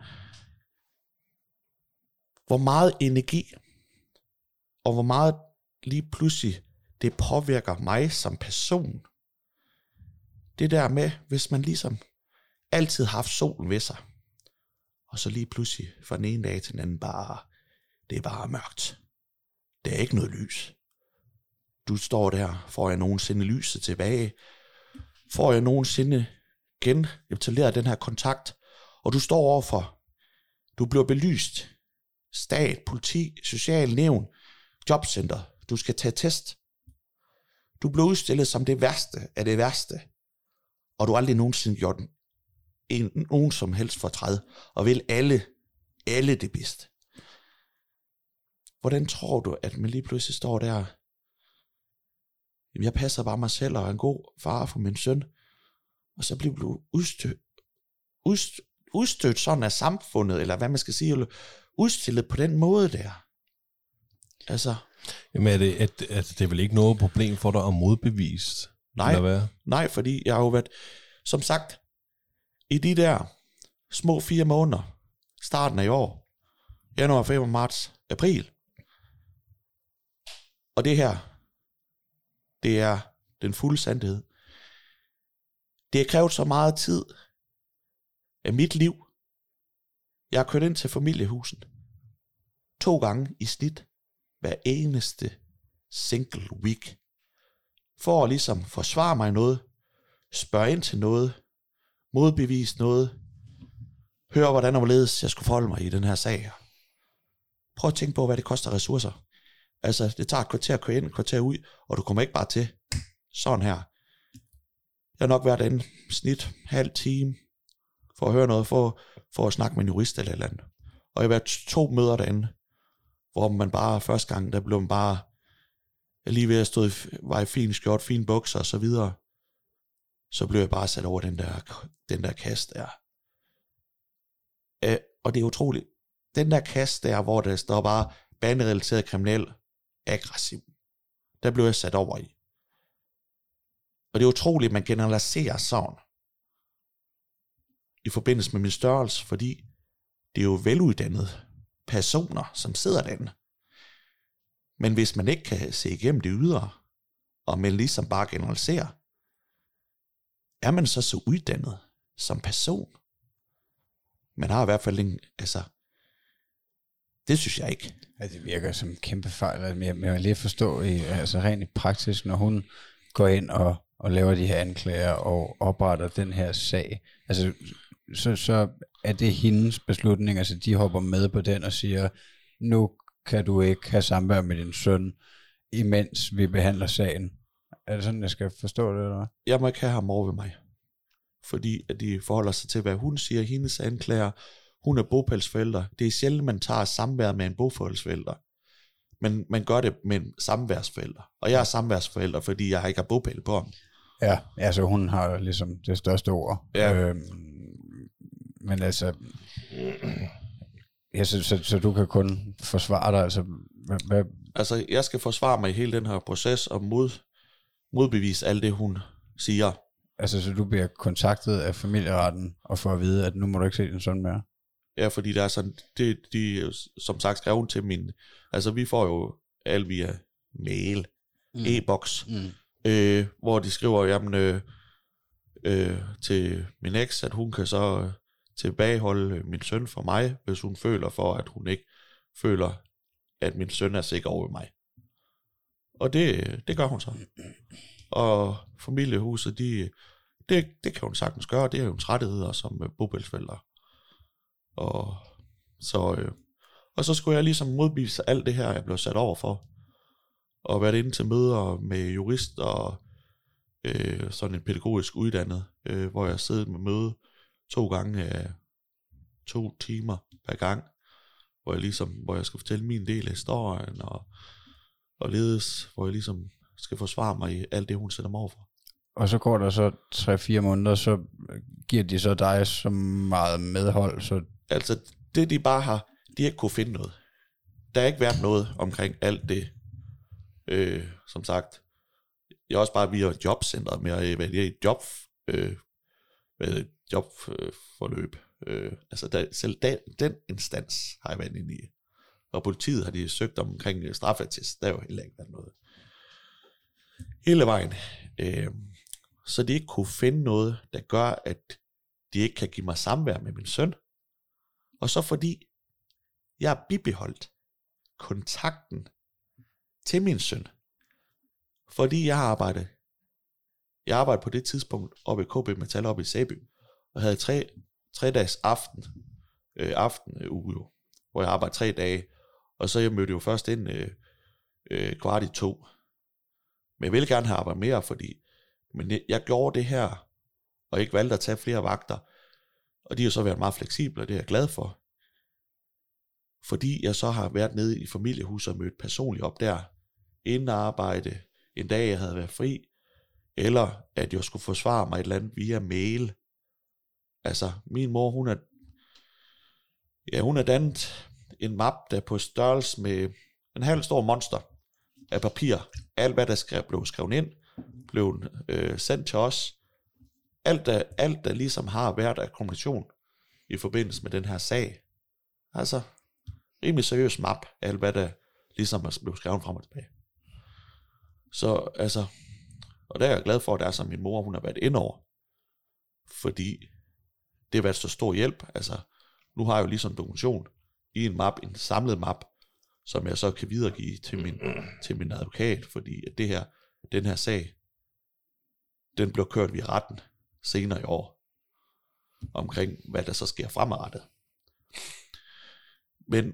Hvor meget energi, og hvor meget lige pludselig det påvirker mig som person. Det der med, hvis man ligesom altid har haft solen ved sig, og så lige pludselig fra den ene dag til den anden bare, det er bare mørkt. Der er ikke noget lys. Du står der, får jeg nogensinde lyset tilbage? Får jeg nogensinde genetableret den her kontakt? Og du står overfor, du bliver belyst. Stat, politi, social nævn, jobcenter. Du skal tage test. Du bliver udstillet som det værste af det værste. Og du har aldrig nogensinde gjort en, nogen som helst fortræd. Og vil alle, alle det bedste. Hvordan tror du, at man lige pludselig står der? Jamen, jeg passer bare mig selv og er en god far for min søn. Og så bliver du udstødt, udstødt, udstødt sådan af samfundet, eller hvad man skal sige, eller udstillet på den måde der. Altså. Jamen er det, at, at det er vel ikke noget problem for dig at modbevise? Nej, eller hvad? nej, fordi jeg har jo været, som sagt, i de der små fire måneder, starten af i år, januar, februar, marts, april. Og det her, det er den fulde sandhed. Det har krævet så meget tid af mit liv. Jeg har kørt ind til familiehusen to gange i snit hver eneste single week. For at ligesom forsvare mig noget, spørge ind til noget, modbevise noget, høre hvordan og hvorledes jeg skulle forholde mig i den her sag. Prøv at tænke på, hvad det koster ressourcer. Altså, det tager et kvarter at køre ind, et kvarter ud, og du kommer ikke bare til sådan her. Jeg har nok været inde snit halv time for at høre noget, for, for at snakke med en jurist eller et eller andet. Og jeg har været to møder derinde, hvor man bare første gang, der blev man bare jeg lige ved at stå i, var i fin skjort, fin bukser og så videre. Så blev jeg bare sat over den der, den der kast der. Æ, og det er utroligt. Den der kast der, hvor der står bare banderelateret kriminel, aggressiv. Der blev jeg sat over i. Og det er utroligt, at man generaliserer sådan. I forbindelse med min størrelse, fordi det er jo veluddannede personer, som sidder derinde. Men hvis man ikke kan se igennem det ydre, og man ligesom bare generaliserer, er man så så uddannet som person? Man har i hvert fald en, altså, det synes jeg ikke. Ja, det virker som en kæmpe fejl, men jeg vil lige forstå, i, altså rent i praksis, når hun går ind og, og laver de her anklager og opretter den her sag, altså så, så er det hendes beslutning, altså de hopper med på den og siger, nu kan du ikke have samvær med din søn, imens vi behandler sagen. Er det sådan, jeg skal forstå det, eller? Jeg må ikke have ham over ved mig. Fordi at de forholder sig til, hvad hun siger, hendes anklager. Hun er bopælsforælder. Det er sjældent, man tager samvær med en bopælsforælder. Men man gør det med en samværsforælder. Og jeg er samværsforælder, fordi jeg ikke har bopæl på ham. Ja, altså hun har ligesom det største ord. Ja. Øhm, men altså... Ja, så, så, så du kan kun forsvare dig, altså... Hvad, hvad? Altså, jeg skal forsvare mig i hele den her proces og mod, modbevise alt det, hun siger. Altså, så du bliver kontaktet af familieretten og får at vide, at nu må du ikke se din søn mere? Ja, fordi der er sådan, det, de som sagt skrevet til min, altså vi får jo alt via mail, mm. e-boks, mm. øh, hvor de skriver, jamen, øh, øh, til min eks, at hun kan så øh, tilbageholde min søn for mig, hvis hun føler for, at hun ikke føler, at min søn er sikker over mig. Og det, det gør hun så. Og familiehuset, de, det, det kan hun sagtens gøre, det er jo en rettigheder som bopælsforældre. Og så, øh, og så skulle jeg ligesom modbevise alt det her, jeg blev sat over for. Og været inde til møder med jurist og øh, sådan en pædagogisk uddannet, øh, hvor jeg sidder med møde to gange af øh, to timer per gang, hvor jeg ligesom, hvor jeg skal fortælle min del af historien og, og ledes, hvor jeg ligesom skal forsvare mig i alt det, hun sætter mig over for. Og så går der så tre-fire måneder, så giver de så dig så meget medhold, så... Altså, det de bare har, de har ikke kunne finde noget. Der har ikke været noget omkring alt det, øh, som sagt. Jeg er også bare via jobcentret med at være i job, øh, med jobforløb. Øh, altså, der, selv den, den instans har jeg været inde i. Og politiet har de søgt omkring straffeattest. Der er jo heller ikke været noget. Hele vejen. Øh, så de ikke kunne finde noget, der gør, at de ikke kan give mig samvær med min søn. Og så fordi jeg har bibeholdt kontakten til min søn. Fordi jeg har arbejdet. Jeg arbejdede på det tidspunkt oppe i K B Metal oppe i Sæby. Og havde tre, tre dages aften, øh, aften øh, uge jo, hvor jeg arbejdede tre dage. Og så jeg mødte jo først ind øh, øh, kvart i to. Men jeg ville gerne have arbejdet mere, fordi men jeg, jeg gjorde det her, og ikke valgte at tage flere vagter. Og de har så været meget fleksible, og det er jeg glad for. Fordi jeg så har været nede i familiehuset og mødt personligt op der, inden arbejde, en dag jeg havde været fri, eller at jeg skulle forsvare mig et eller andet via mail. Altså, min mor, hun er, ja, hun er dannet en map, der på størrelse med en halv stor monster af papir. Alt, hvad der skrev, blev skrevet ind, blev øh, sendt til os. Alt der, alt, der ligesom har været af kommunikation i forbindelse med den her sag. Altså, rimelig seriøs map af alt, hvad der ligesom er blevet skrevet frem og tilbage. Så altså, og der er jeg glad for, at der er så min mor, hun har været ind over, fordi det har været så stor hjælp. Altså, nu har jeg jo ligesom dokumentation i en map, en samlet map, som jeg så kan videregive til min, til min advokat, fordi at det her, den her sag, den blev kørt via retten senere i år, omkring hvad der så sker fremadrettet. Men,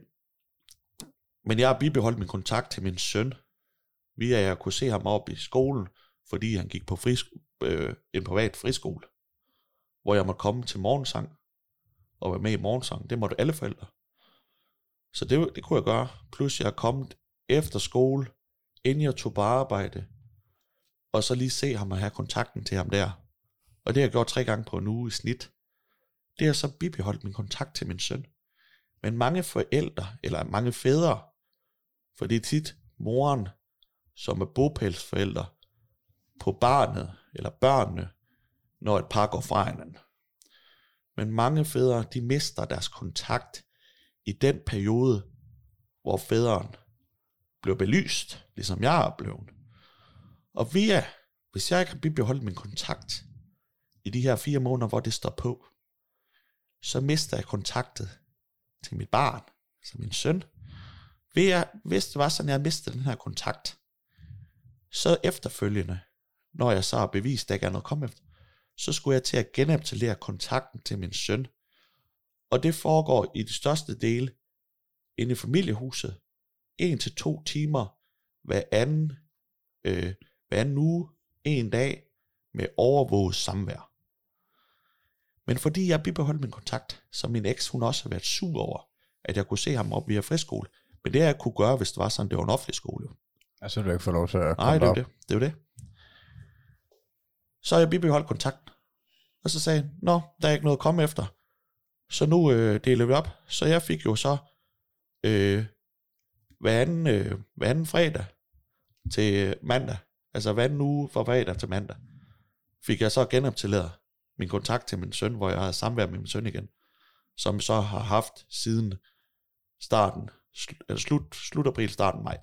men jeg har bibeholdt min kontakt til min søn, via jeg kunne se ham op i skolen, fordi han gik på frisk- øh, en privat friskole, hvor jeg måtte komme til morgensang, og være med i morgensang. Det måtte alle forældre. Så det, det kunne jeg gøre. Plus jeg er kommet efter skole, inden jeg tog på arbejde, og så lige se ham og have kontakten til ham der. Og det har jeg gjort tre gange på en uge i snit. Det har så bibeholdt min kontakt til min søn. Men mange forældre, eller mange fædre, for det er tit moren, som er bopælsforældre, på barnet, eller børnene, når et par går fra hinanden. Men mange fædre, de mister deres kontakt i den periode, hvor fædren blev belyst, ligesom jeg er blevet. Og via, hvis jeg ikke har bibeholdt min kontakt i de her fire måneder, hvor det står på, så mister jeg kontaktet til mit barn, som min søn. Ved jeg, hvis det var sådan, jeg mistede den her kontakt, så efterfølgende, når jeg så har bevist, at der ikke er noget at komme efter, så skulle jeg til at genetablere kontakten til min søn. Og det foregår i de største dele inde i familiehuset, en til to timer hver anden, øh, hver anden uge, en dag, med overvåget samvær. Men fordi jeg bibeholdt min kontakt, så min eks, hun også har været sur over, at jeg kunne se ham op via friskole. Men det jeg kunne gøre, hvis det var sådan, det var en offentlig skole. Altså du ikke får lov til at komme Nej, det er op. det. Det er det. Så har jeg bibeholdt kontakten. Og så sagde jeg, nå, der er ikke noget at komme efter. Så nu øh, deler vi op. Så jeg fik jo så øh, hver, anden, øh, hver anden fredag til mandag, altså hver anden uge fra fredag til mandag, fik jeg så genoptilleret min kontakt til min søn, hvor jeg havde samvær med min søn igen, som så har haft siden starten, sl- eller slut, slut april, starten maj.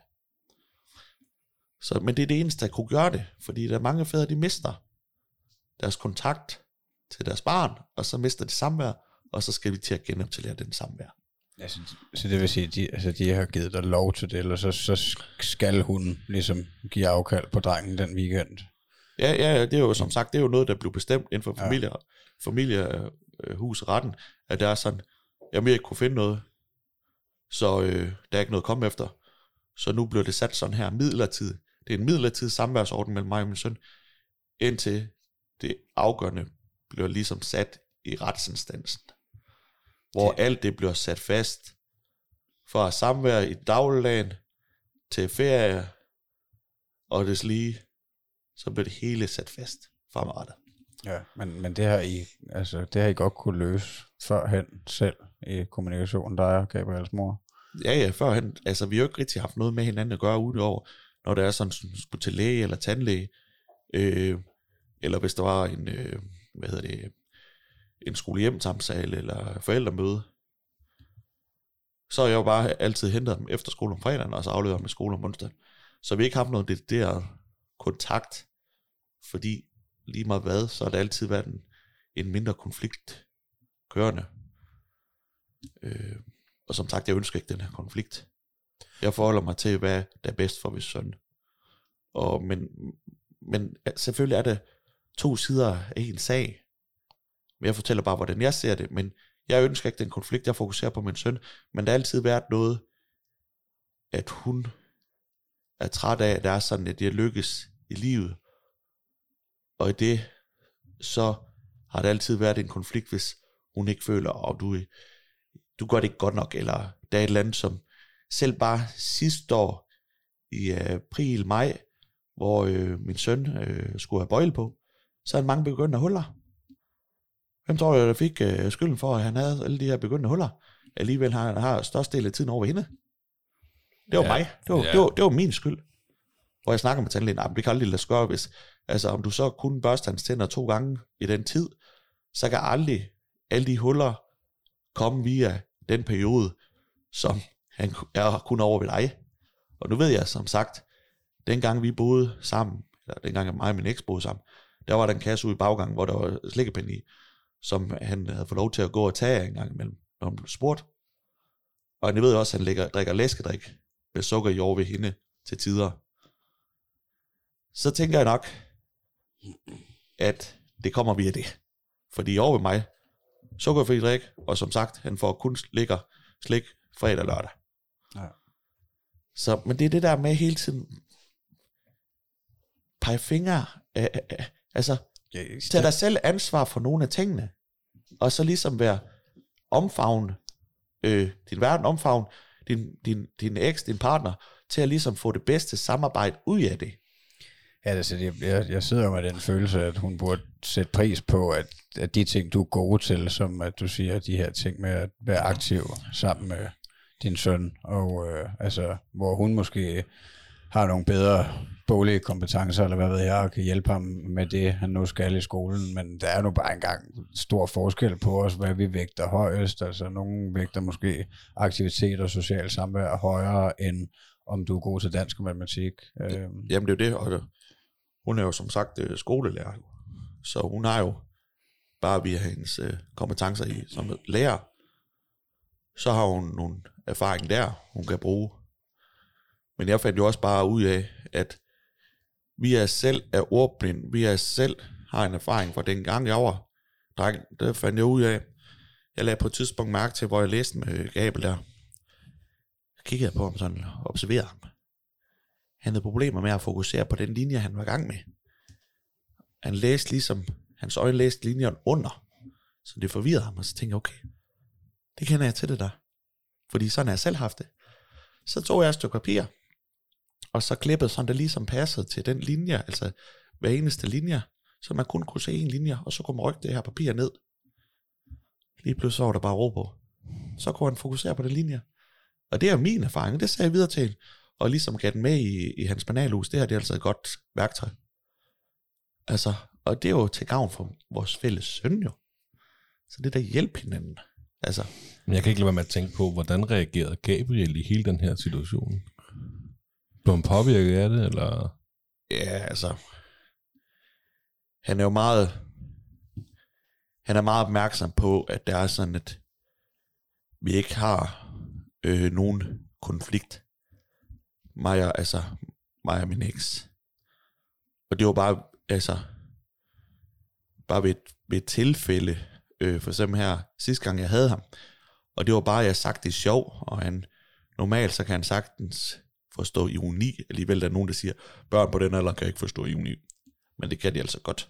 Så, men det er det eneste, der kunne gøre det, fordi der er mange fædre, de mister deres kontakt til deres barn, og så mister de samvær, og så skal vi til at genoptillere den samvær. Ja, så, så det vil sige, at de, altså, de har givet dig lov til det, eller så, så skal hun ligesom give afkald på drengen den weekend. Ja, ja, det er jo som sagt, det er jo noget, der blev bestemt inden for familie, ja. familiehusretten, at der er sådan, jeg vil ikke kunne finde noget, så øh, der er ikke noget at komme efter. Så nu bliver det sat sådan her midlertidigt. Det er en midlertidig samværsorden mellem mig og min søn, indtil det afgørende bliver ligesom sat i retsinstansen, hvor ja. alt det bliver sat fast, fra samvær i dagligdagen til ferie, og det lige, så bliver det hele sat fast fremadrettet. Ja, men, men det har I, altså det har I godt kunne løse førhen selv i kommunikationen, der er Gabriels mor. Ja, ja, førhen, altså vi har jo ikke rigtig haft noget med hinanden at gøre udover, når der er sådan, skulle til læge eller tandlæge, øh, eller hvis der var en, øh, hvad hedder det, en skolehjemsamtale eller forældremøde, så har jeg jo bare altid hentet dem efter skole om fredagen, og så afleveret dem i skole om onsdagen. Så vi har ikke haft noget dedikeret kontakt, fordi lige meget hvad, så har der altid været en, en mindre konflikt kørende. Øh, og som sagt, jeg ønsker ikke den her konflikt. Jeg forholder mig til, hvad der er bedst for min søn. Og, men, men selvfølgelig er det to sider af en sag. Men jeg fortæller bare, hvordan jeg ser det. Men jeg ønsker ikke den konflikt, jeg fokuserer på min søn. Men der har altid været noget, at hun er træt af, at der er sådan, at det lykkes i livet. Og i det, så har det altid været en konflikt, hvis hun ikke føler, at du, du gør det ikke godt nok, eller der er et eller andet, som selv bare sidste år i april, maj, hvor øh, min søn øh, skulle have bøjle på, så er mange begyndende huller. Hvem tror jeg, der fik øh, skylden for, at han havde alle de her begyndende huller? Alligevel har han har største del af tiden over hende. Det var ja, mig. Det var, ja. det, var, det var min skyld. Hvor jeg snakker med tandlægen, nah, det kan aldrig lade sig gøre, hvis, altså om du så kun børster hans tænder to gange i den tid, så kan aldrig alle de huller komme via den periode, som han er kun over ved dig. Og nu ved jeg som sagt, dengang vi boede sammen, eller dengang mig og min eks boede sammen, der var der en kasse ude i baggangen, hvor der var slikkepinde i, som han havde fået lov til at gå og tage en gang imellem, når han blev spurgt. Og jeg ved også, at han lægger, drikker læskedrik med sukker i år ved hende til tider. Så tænker jeg nok, at det kommer via det. Fordi over ved mig, sukkerfri drik, og som sagt, han får kun lækker slik fredag og lørdag. Ja. Så, men det er det der med hele tiden, pege fingre, øh, øh, altså, tag dig selv ansvar for nogle af tingene, og så ligesom være omfavne, øh, din verden omfavne, din, din, din eks, din partner, til at ligesom få det bedste samarbejde ud af det. Ja, altså, jeg, jeg sidder jo med den følelse, at hun burde sætte pris på, at, at de ting, du er gode til, som at du siger, de her ting med at være aktiv sammen med din søn, og øh, altså, hvor hun måske har nogle bedre boglige kompetencer, eller hvad ved jeg, og kan hjælpe ham med det, han nu skal i skolen, men der er nu bare engang stor forskel på os, hvad vi vægter højest, altså nogle vægter måske aktivitet og social samvær højere, end om du er god til dansk og matematik. Jamen det er jo det, og hun er jo som sagt skolelærer, så hun har jo bare via hendes kompetencer i, som lærer, så har hun nogle erfaring der, hun kan bruge. Men jeg fandt jo også bare ud af, at vi er selv er ordblind, vi er selv har en erfaring fra den gang, jeg var dreng. Der fandt jeg ud af, jeg lagde på et tidspunkt mærke til, hvor jeg læste med Gabel der. Jeg kiggede på ham sådan og observerede ham. Han havde problemer med at fokusere på den linje, han var i gang med. Han læste ligesom, hans øjne læste linjerne under, så det forvirrede ham, og så tænkte jeg, okay, det kender jeg til det der. Fordi sådan har jeg selv haft det. Så tog jeg et stykke papir, og så klippede sådan, det ligesom passede til den linje, altså hver eneste linje, så man kun kunne se en linje, og så kunne man rykke det her papir ned. Lige pludselig så var der bare ro på. Så kunne han fokusere på den linje. Og det er min erfaring, det sagde jeg videre til hende, og ligesom gav den med i, i hans banalhus, det her det er altså et godt værktøj. Altså, og det er jo til gavn for vores fælles søn jo. Så det der hjælper hinanden. Altså. Men jeg kan ikke lade være med at tænke på, hvordan reagerede Gabriel i hele den her situation? Blev han påvirket af det, eller? Ja, altså. Han er jo meget, han er meget opmærksom på, at der er sådan, at vi ikke har øh, nogen konflikt. Mig og, altså, mig og min eks. Og det var bare, altså, bare ved et, ved et tilfælde, øh, for eksempel her, sidste gang jeg havde ham, og det var bare, jeg sagt det er sjov, og han, normalt så kan han sagtens forstå ironi, alligevel der er nogen, der siger, børn på den alder kan ikke forstå ironi, men det kan de altså godt.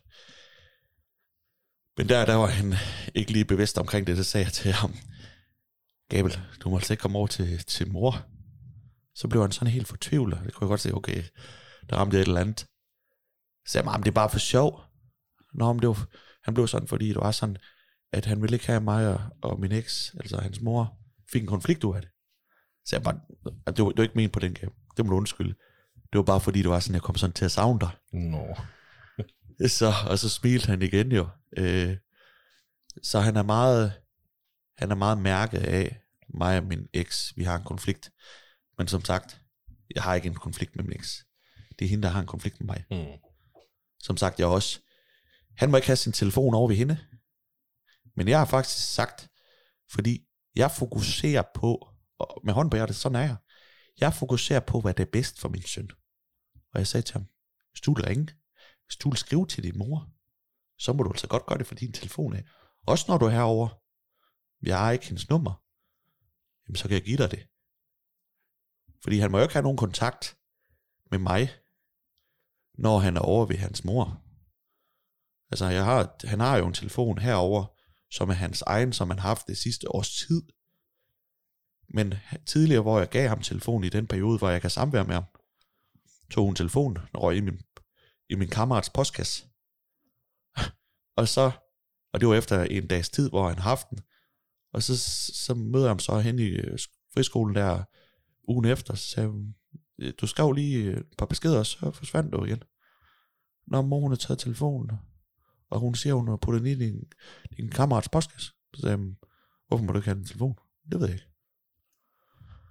Men der, der var han ikke lige bevidst omkring det, så sagde jeg til ham, Gabel, du må altså ikke komme over til, til mor. Så blev han sådan helt fortvivlet, det kunne jeg godt se, okay, der ramte et eller andet. Så sagde jeg, det er bare for sjov. Nå, men det var, han blev sådan, fordi det var sådan, at han ville ikke have mig og, og min eks, altså hans mor, fik en konflikt ud af det. Så jeg bare, det var, det var ikke ment på den game, det må du undskylde. Det var bare fordi, det var sådan, jeg kom sådan til at savne dig. Nå. Så, og så smilte han igen jo. Øh, så han er meget, han er meget mærket af mig og min eks, vi har en konflikt. Men som sagt, jeg har ikke en konflikt med min eks. Det er hende, der har en konflikt med mig. Mm. Som sagt, jeg også, han må ikke have sin telefon over ved hende. Men jeg har faktisk sagt, fordi jeg fokuserer på, og med hånden på hjertet, sådan er jeg. Jeg fokuserer på, hvad der er bedst for min søn. Og jeg sagde til ham, hvis du vil ringe, hvis du vil skrive til din mor, så må du altså godt gøre det for din telefon af. Også når du er herovre, jeg har ikke hendes nummer, jamen så kan jeg give dig det. Fordi han må jo ikke have nogen kontakt med mig, når han er over ved hans mor. Altså jeg har, han har jo en telefon herover, som er hans egen, som han har haft det sidste års tid. Men tidligere, hvor jeg gav ham telefonen i den periode, hvor jeg kan samvære med ham, tog hun telefonen og røg i min, i min kammerats postkasse. Og så, og det var efter en dags tid, hvor han haft den, og så, så møder jeg ham så hen i friskolen der ugen efter, så sagde hun, du skrev lige et par beskeder, og så forsvandt du igen. Når mor hun har taget telefonen, og hun siger, hun har puttet den i din, din kammerats postkasse. Så sagde jeg, hvorfor må du ikke have en telefon? Det ved jeg ikke.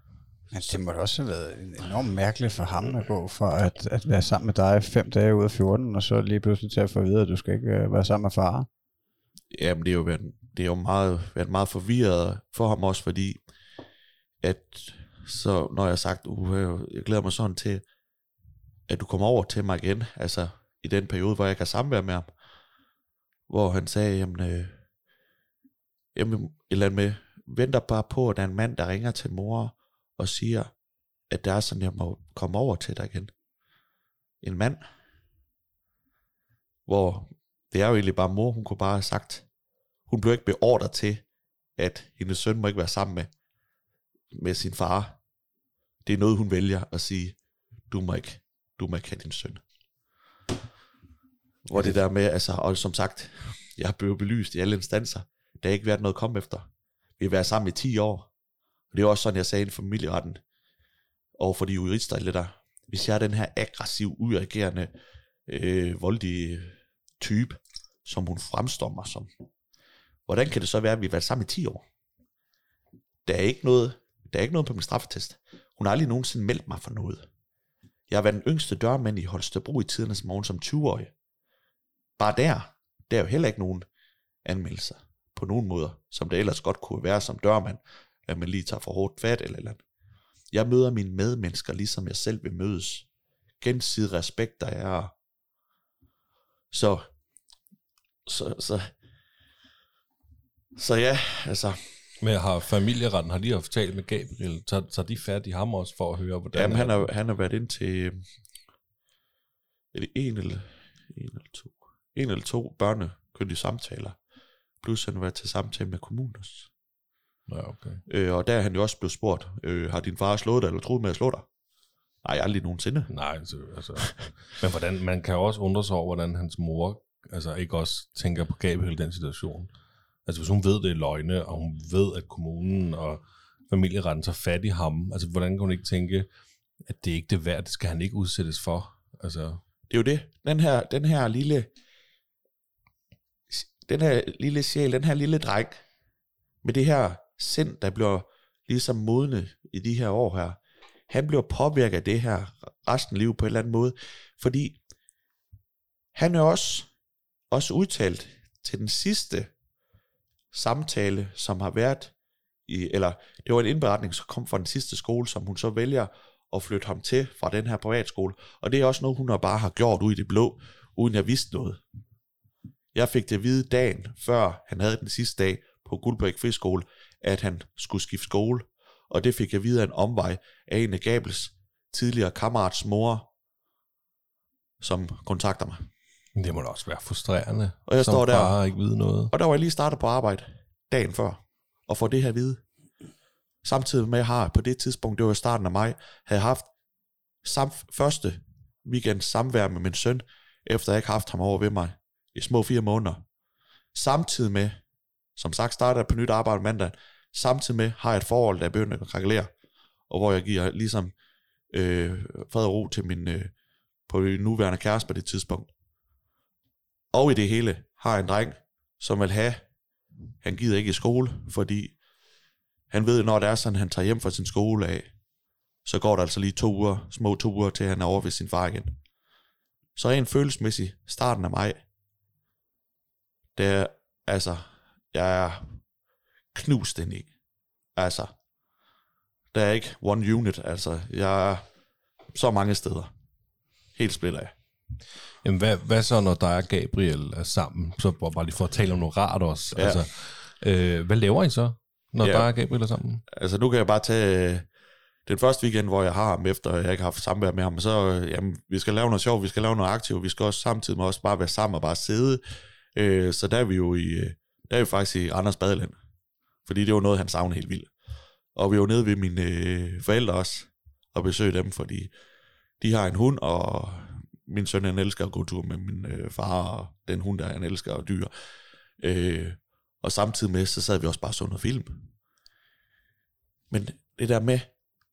Men det må da også have været enormt mærkeligt for ham at gå for at, at være sammen med dig fem dage ud af fjorten, og så lige pludselig til at få at vide, at du skal ikke være sammen med far. Jamen, det er jo, været, det er jo meget, været meget forvirret for ham også, fordi at så når jeg har sagt, uh, jeg glæder mig sådan til, at du kommer over til mig igen, altså i den periode, hvor jeg kan samvære med ham, hvor han sagde, jamen, øh, jamen et eller andet med, venter bare på, at der er en mand, der ringer til mor og siger, at det er sådan, jeg må komme over til dig igen. En mand, hvor det er jo egentlig bare mor, hun kunne bare have sagt, hun blev ikke beordret til, at hendes søn må ikke være sammen med, med sin far. Det er noget, hun vælger at sige, du må ikke, du må ikke have din søn. Hvor det der med, altså, og som sagt, jeg har blevet belyst i alle instanser, der har ikke været noget at komme efter. Vi har været sammen i ti år, og det er også sådan, jeg sagde i familieretten, og for de jurister, eller der, hvis jeg er den her aggressiv, udreagerende, øh, voldige type, som hun fremstår mig som, hvordan kan det så være, at vi har været sammen i ti år? Der er ikke noget, der er ikke noget på min straffetest. Hun har aldrig nogensinde meldt mig for noget. Jeg har været den yngste dørmand i Holstebro i tidernes morgen som tyve-årig. Bare der, der er jo heller ikke nogen anmeldelser på nogen måder, som det ellers godt kunne være som dørmand, at man lige tager for hårdt fat eller eller andet. Jeg møder mine medmennesker, ligesom jeg selv vil mødes. Gensidig respekt, der er. Så, så, så, så ja, altså. Men har familieretten, har de jo talt med Gabriel, tager, tager de fat i ham også for at høre, hvordan... Jamen, han har, han har været ind til, er det en eller, en eller to, en eller to børnekyndige samtaler, plus han har været til samtale med kommunen også. Ja, okay. Øh, og der er han jo også blevet spurgt, øh, har din far slået dig, eller troet med at slå dig? Nej, aldrig nogensinde. Nej, altså, altså men hvordan, man kan jo også undre sig over, hvordan hans mor altså ikke også tænker på Gabriel i den situation. Altså hvis hun ved, det er løgne, og hun ved, at kommunen og familieretten tager fat i ham, altså hvordan kan hun ikke tænke, at det ikke er det værd, det skal han ikke udsættes for? Altså. Det er jo det. Den her, den her lille, den her lille sjæl, den her lille dreng, med det her sind, der bliver ligesom modne i de her år her, han bliver påvirket af det her resten af livet på en eller anden måde, fordi han er også, også udtalt til den sidste samtale, som har været i, eller det var en indberetning, som kom fra den sidste skole, som hun så vælger at flytte ham til fra den her privatskole, og det er også noget, hun bare har gjort ud i det blå, uden jeg vidste noget. Jeg fik det at vide dagen, før han havde den sidste dag på Guldbæk Friskole, at han skulle skifte skole, og det fik jeg videre en omvej af en af Gabels tidligere kammerats mor, som kontakter mig. Det må da også være frustrerende, og jeg som står der, far ikke vide noget. Og der var jeg lige startet på arbejde dagen før, og får det her at vide. Samtidig med, at jeg har på det tidspunkt, det var i starten af maj, havde jeg haft sam- første weekend samvær med min søn, efter jeg ikke haft ham over ved mig i små fire måneder. Samtidig med, som sagt starter jeg på nyt arbejde mandag, samtidig med har jeg et forhold, der er begyndt at krakelere, og hvor jeg giver ligesom øh, fred og ro til min øh, på min nuværende kæreste på det tidspunkt. Og i det hele har jeg en dreng, som vil have, han gider ikke i skole, fordi han ved, når det er sådan, han tager hjem fra sin skole af, så går der altså lige to uger, små to uger, til han er over ved sin far igen. Så rent følelsesmæssigt, starten af maj, der, altså, jeg er knust ind i. Altså, der er ikke one unit, altså, jeg er så mange steder. Helt splitter jeg. Jamen, hvad, hvad så, når dig og Gabriel er sammen? Så bare lige for at tale om noget rart også. Ja. Altså, øh, hvad laver I så, når Ja. dig og Gabriel er sammen? Altså, nu kan jeg bare tage øh, den første weekend, hvor jeg har ham, efter jeg ikke har haft samvær med ham, så, øh, jamen, vi skal lave noget sjovt, vi skal lave noget aktivt, vi skal også samtidig med også bare være sammen og bare sidde. Øh, så der er vi jo i, øh, der er vi faktisk i Randers Badeland, fordi det var noget, han savnede helt vildt. Og vi var nede ved mine øh, forældre også, og besøgte dem, fordi de har en hund, og min søn, han elsker at gå tur med min øh, far, og den hund, der han elsker at dyr. Øh, og samtidig med, så sad vi også bare og så noget film. Men det der med,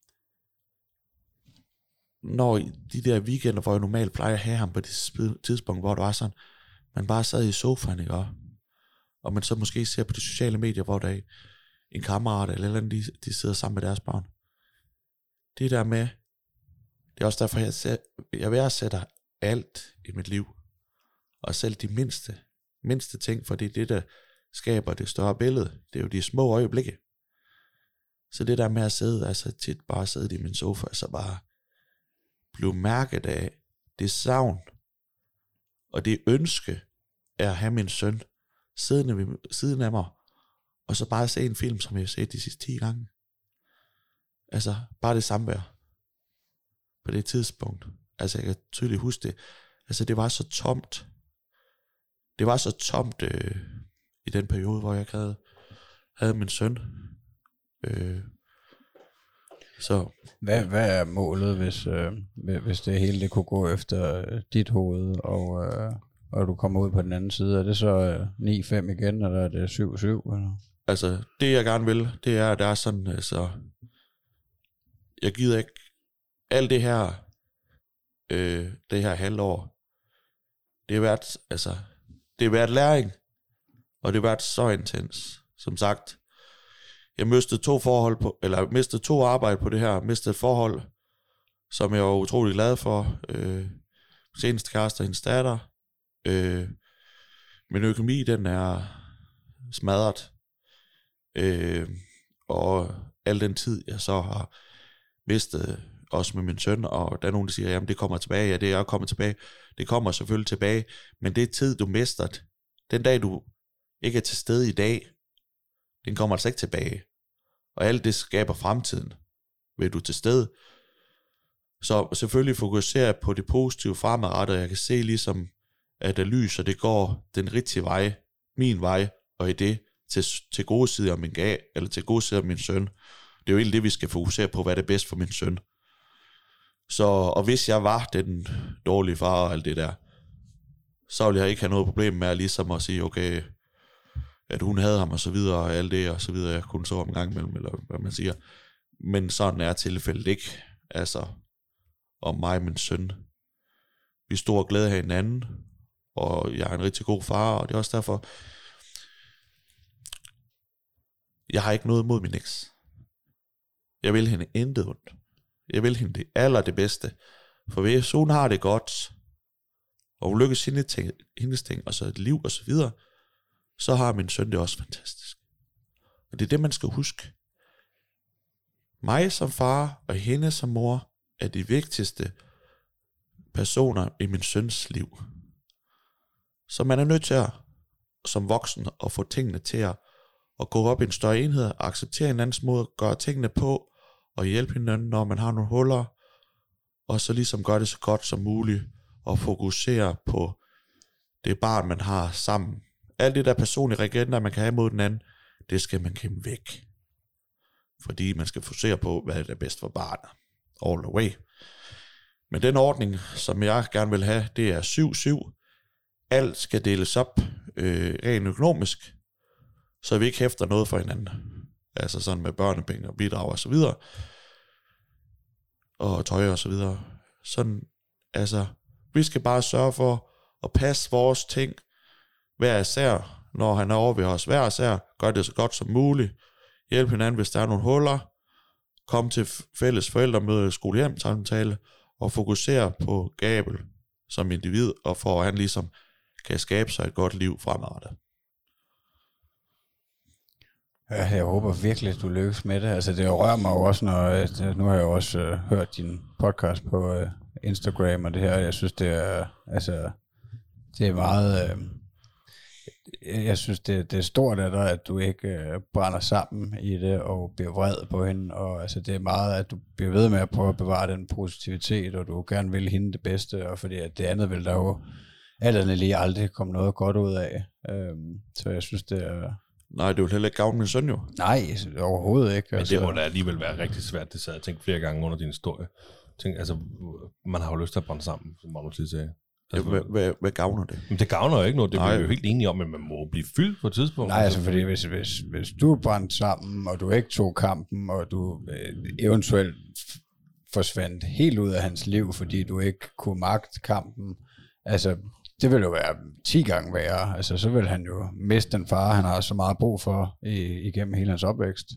når de der weekender, hvor jeg normalt plejer at have ham på det tidspunkt, hvor det var sådan, man bare sad i sofaen, ikke? Og man så måske ser på de sociale medier, hvor der er en kammerat eller eller andet, de, de sidder sammen med deres børn. det der med, det er også derfor, jeg, ser, jeg værdsætter alt i mit liv. Og selv de mindste, mindste ting, for det er det, der skaber det større billede. Det er jo de små øjeblikke. Så det der med at sidde, altså tit bare sidde i min sofa, så bare blive mærket af det savn, og det ønske er at have min søn siddende ved siden af mig, og så bare se en film, som jeg har set de sidste ti gange. Altså, bare det samvær på det tidspunkt. Altså, jeg kan tydeligt huske det. Altså, det var så tomt. Det var så tomt øh, i den periode, hvor jeg havde, havde min søn. Øh, så Hvad, hvad er målet, hvis, øh, hvis det hele det kunne gå efter øh, dit hoved, og, øh, og du kommer ud på den anden side? Er det så øh, ni fem igen, eller er det syv syv? Eller? Altså, det jeg gerne vil, det er, at der er sådan, altså, jeg gider ikke, alt det her, øh, det her halvår, det har været, altså, det har været læring, og det har været så intens. Som sagt, jeg mistede to forhold på, eller mistede to arbejde på det her, mistede et forhold, som jeg var utrolig glad for, øh, seneste kæreste og hendes datter, øh, min økonomi, den er smadret, øh, og al den tid, jeg så har mistet, også med min søn, og der er nogen, der siger, jamen det kommer tilbage, ja det er kommet tilbage, det kommer selvfølgelig tilbage, men det er tid, du mister, den dag, du ikke er til stede i dag, den kommer altså ikke tilbage, og alt det skaber fremtiden, ved du til stede, så selvfølgelig fokuserer jeg på det positive fremadrettet, og jeg kan se ligesom, at det lys, og det går den rigtige vej, min vej, og i det, til, til gode sider af min gav, eller til gode sider af min søn. Det er jo egentlig det, vi skal fokusere på, hvad er det bedst for min søn. Så, og hvis jeg var den dårlige far og alt det der, så ville jeg ikke have noget problem med at ligesom at sige, okay, at hun havde ham og så videre, og alt det og så videre, jeg kunne så om gang imellem, eller hvad man siger. Men sådan er tilfældet ikke. Altså, om mig og min søn. Vi er stor glæde af hinanden, og jeg er en rigtig god far, og det er også derfor, jeg har ikke noget mod min eks. Jeg vil hende intet ondt. Jeg vil hende det aller det bedste. For hvis hun har det godt, og hun lykkes hendes ting, hendes ting, og så et liv og så videre, så har min søn det også fantastisk. Og det er det, man skal huske. Mig som far og hende som mor er de vigtigste personer i min søns liv. Så man er nødt til at, som voksen, at få tingene til at, at gå op i en større enhed, acceptere hinandens måde, at gøre tingene på, og hjælpe hinanden, når man har nogle huller, og så ligesom gøre det så godt som muligt, og fokusere på det barn, man har sammen. Alt det der personlige regenter, man kan have mod den anden, det skal man kæmpe væk. Fordi man skal fokusere på, hvad der er bedst for barnet. All the way. Men den ordning, som jeg gerne vil have, det er syv syv. Alt skal deles op øh, rent økonomisk, så vi ikke hæfter noget for hinanden. Altså sådan med børnepenge og bidrag og så videre. Og tøj og så videre. Sådan, altså, vi skal bare sørge for at passe vores ting hver især, når han er over ved os hver især. Gør det så godt som muligt. Hjælp hinanden, hvis der er nogle huller. Kom til fælles forældremøde, skole-hjem samtale og fokusere på Gabel som individ, og for at han ligesom kan skabe sig et godt liv fremadrettet. Ja, jeg håber virkelig, at du lykkes med det. Altså, det rører mig jo også, når nu har jeg jo også øh, hørt din podcast på øh, Instagram og det her. Jeg synes, det er, altså, det er meget... Øh, jeg synes, det, det er stort af dig, at du ikke øh, brænder sammen i det og bliver vred på hende. Og altså, det er meget, at du bliver ved med at prøve at bevare den positivitet, og du gerne vil hende det bedste, og fordi at det andet vil der jo alt andet lige aldrig komme noget godt ud af. Øhm, så jeg synes, det er... Nej, det vil heller ikke gavne min søn jo. Nej, overhovedet ikke. Men altså. det må da alligevel være rigtig svært, det sad jeg tænkt flere gange under din historie. Tænk, altså, man har jo lyst til at brænde sammen, som Magnus lige sagde. Altså, hvad, hvad, hvad gavner det? Men det gavner jo ikke noget, det er vi jo helt enige om, at man må blive fyldt på et tidspunkt. Nej, altså fordi hvis, hvis, hvis du er brændt sammen, og du ikke tog kampen, og du øh, eventuelt forsvandt helt ud af hans liv, fordi du ikke kunne magte kampen, altså det vil jo være ti gange værre. Altså så vil han jo miste den far, han har så meget brug for i, igennem hele hans opvækst.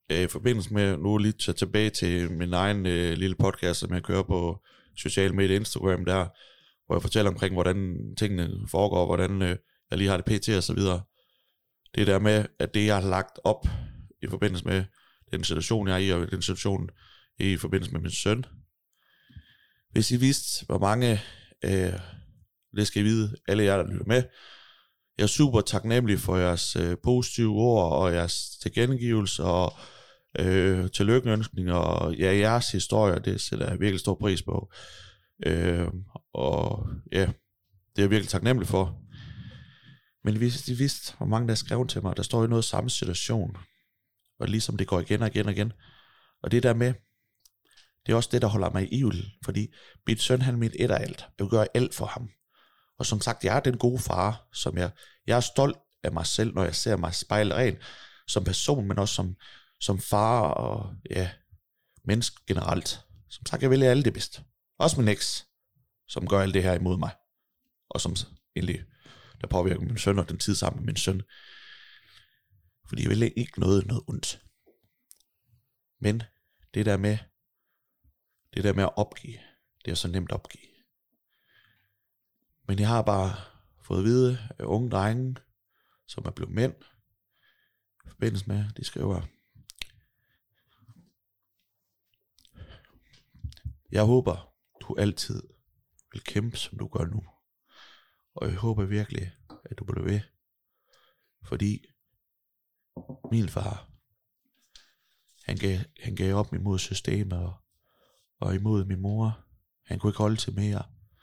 øh, i forbindelse med, nu lige tage tilbage til min egen øh, lille podcast, som jeg kører på sociale medier, Instagram der, hvor jeg fortæller omkring, hvordan tingene foregår, hvordan øh, jeg lige har det pt. Og så videre. Det der med, at det jeg har lagt op i forbindelse med den situation, jeg er i, og den situation i forbindelse med min søn. Hvis I vidste, hvor mange, øh, det skal I vide, alle jer, der lytter med, jeg er super taknemmelig for jeres øh, positive ord, og jeres tilkendegivelse, og øh, tillykkeønskninger, og ja, jeres historier, det sætter jeg virkelig stor pris på. Øh, og ja, det er jeg virkelig taknemmelig for. Men hvis I vidste, hvor mange der er skrevet til mig, der står i noget samme situation, og ligesom det går igen og igen og igen, og det der med, det er også det, der holder mig i ivl, fordi mit søn, han er mit et og alt. Jeg vil gøre alt for ham. Og som sagt, jeg er den gode far, som jeg, jeg er stolt af mig selv, når jeg ser mig spejle ren som person, men også som, som far og ja, menneske generelt. Som sagt, jeg vælger alle det bedste. Også min eks, som gør alt det her imod mig. Og som egentlig, der påvirker min søn og den tid sammen med min søn. Fordi jeg vælger ikke noget, noget ondt. Men det der med, det der med at opgive, det er så nemt at opgive. Men jeg har bare fået at vide af unge drenge, som er blevet mænd, i forbindelse med, de skriver, jeg håber, du altid vil kæmpe, som du gør nu. Og jeg håber virkelig, at du bliver ved. Fordi min far, han gav, han gav op imod systemet og, og imod min mor. Han kunne ikke holde til mere.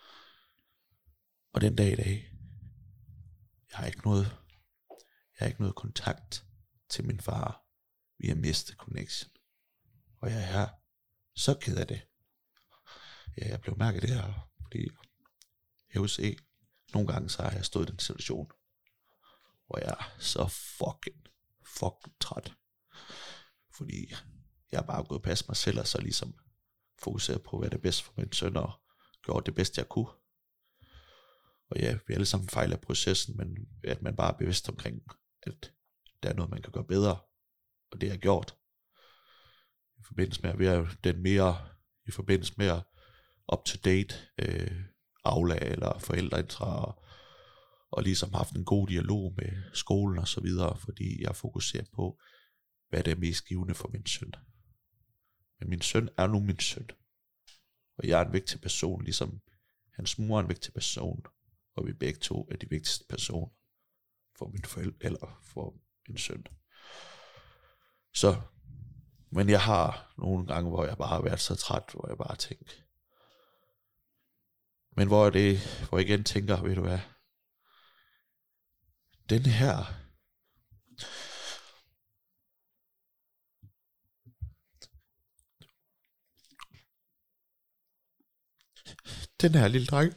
Og den dag i dag, jeg har ikke noget, jeg har ikke noget kontakt til min far. Vi har mistet connection. Og jeg er så ked af det. Ja, jeg blev mærket det her, fordi jeg vil se, nogle gange så har jeg stået i den situation, hvor jeg er så fucking, fucking træt. Fordi jeg har bare gået og passet mig selv, og så ligesom fokuseret på, hvad det er bedst for min søn, og gjort det bedste, jeg kunne. Og ja, vi alle sammen fejler processen, men at man bare er bevidst omkring, at der er noget, man kan gøre bedre, og det er gjort. I forbindelse med at være den mere, i forbindelse med at up-to-date øh, Aula eller forældreintra, og, og ligesom haft en god dialog med skolen og så videre, fordi jeg fokuserer på, hvad der er mest givende for min søn. Men min søn er nu min søn, og jeg er en vigtig person, ligesom hans mor er en vigtig person, og vi begge to er de vigtigste personer for min forældre, eller for min søn. Så, men jeg har nogle gange, hvor jeg bare har været så træt, hvor jeg bare tænker, men hvor det, hvor jeg igen tænker, ved du hvad, den her, den her lille dreng,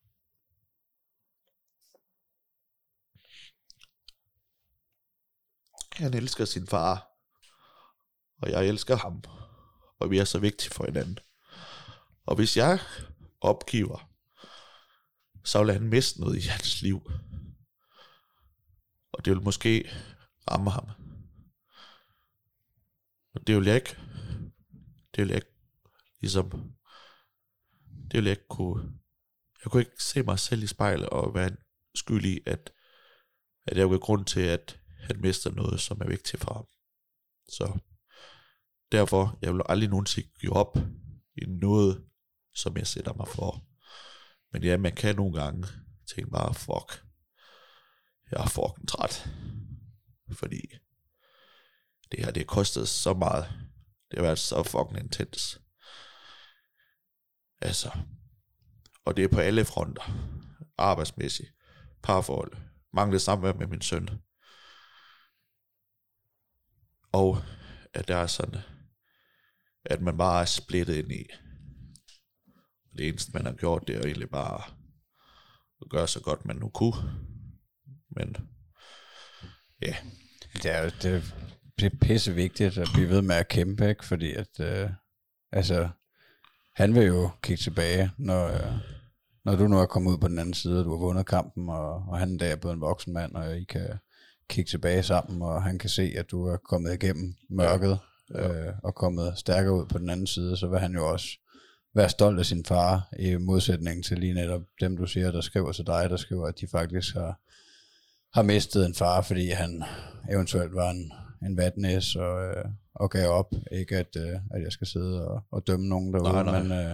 han elsker sin far, og jeg elsker ham, og vi er så vigtige for hinanden. Og hvis jeg opgiver, så vil han miste noget i hans liv. Og det vil måske ramme ham. Og det vil jeg ikke, det vil jeg ikke, ligesom, det vil jeg ikke kunne, jeg kunne ikke se mig selv i spejlet og være skyld i, at, at jeg vil grund til, at han mister noget, som er vigtigt for ham. Så derfor, jeg vil aldrig nogensinde give op i noget, som jeg sætter mig for. Men ja, man kan nogle gange tænke bare, fuck, jeg er fucking træt. Fordi det her, det kostede så meget. Det har været så fucking intens. Altså, og det er på alle fronter. Arbejdsmæssigt, parforhold, manglet samvær med min søn. Og at der er sådan, at man bare er splittet ind i. Det eneste, man har gjort, det er egentlig bare at gøre så godt, man nu kunne. Men, ja. Yeah. Det er jo det, det er pisse vigtigt at blive ved med at kæmpe, ikke? Fordi at, øh, altså, han vil jo kigge tilbage, når, øh, når du nu er kommet ud på den anden side, og du har vundet kampen, og, og han der er blevet en voksen mand, og I kan kigge tilbage sammen, og han kan se, at du er kommet igennem mørket, ja. øh, og kommet stærkere ud på den anden side, så vil han jo også være stolt af sin far, i modsætning til lige netop dem, du siger, der skriver til dig, der skriver, at de faktisk har, har mistet en far, fordi han eventuelt var en, en vatnæs og, øh, og gav op. Ikke at, øh, at jeg skal sidde og, og dømme nogen derude, nej, nej. men, øh,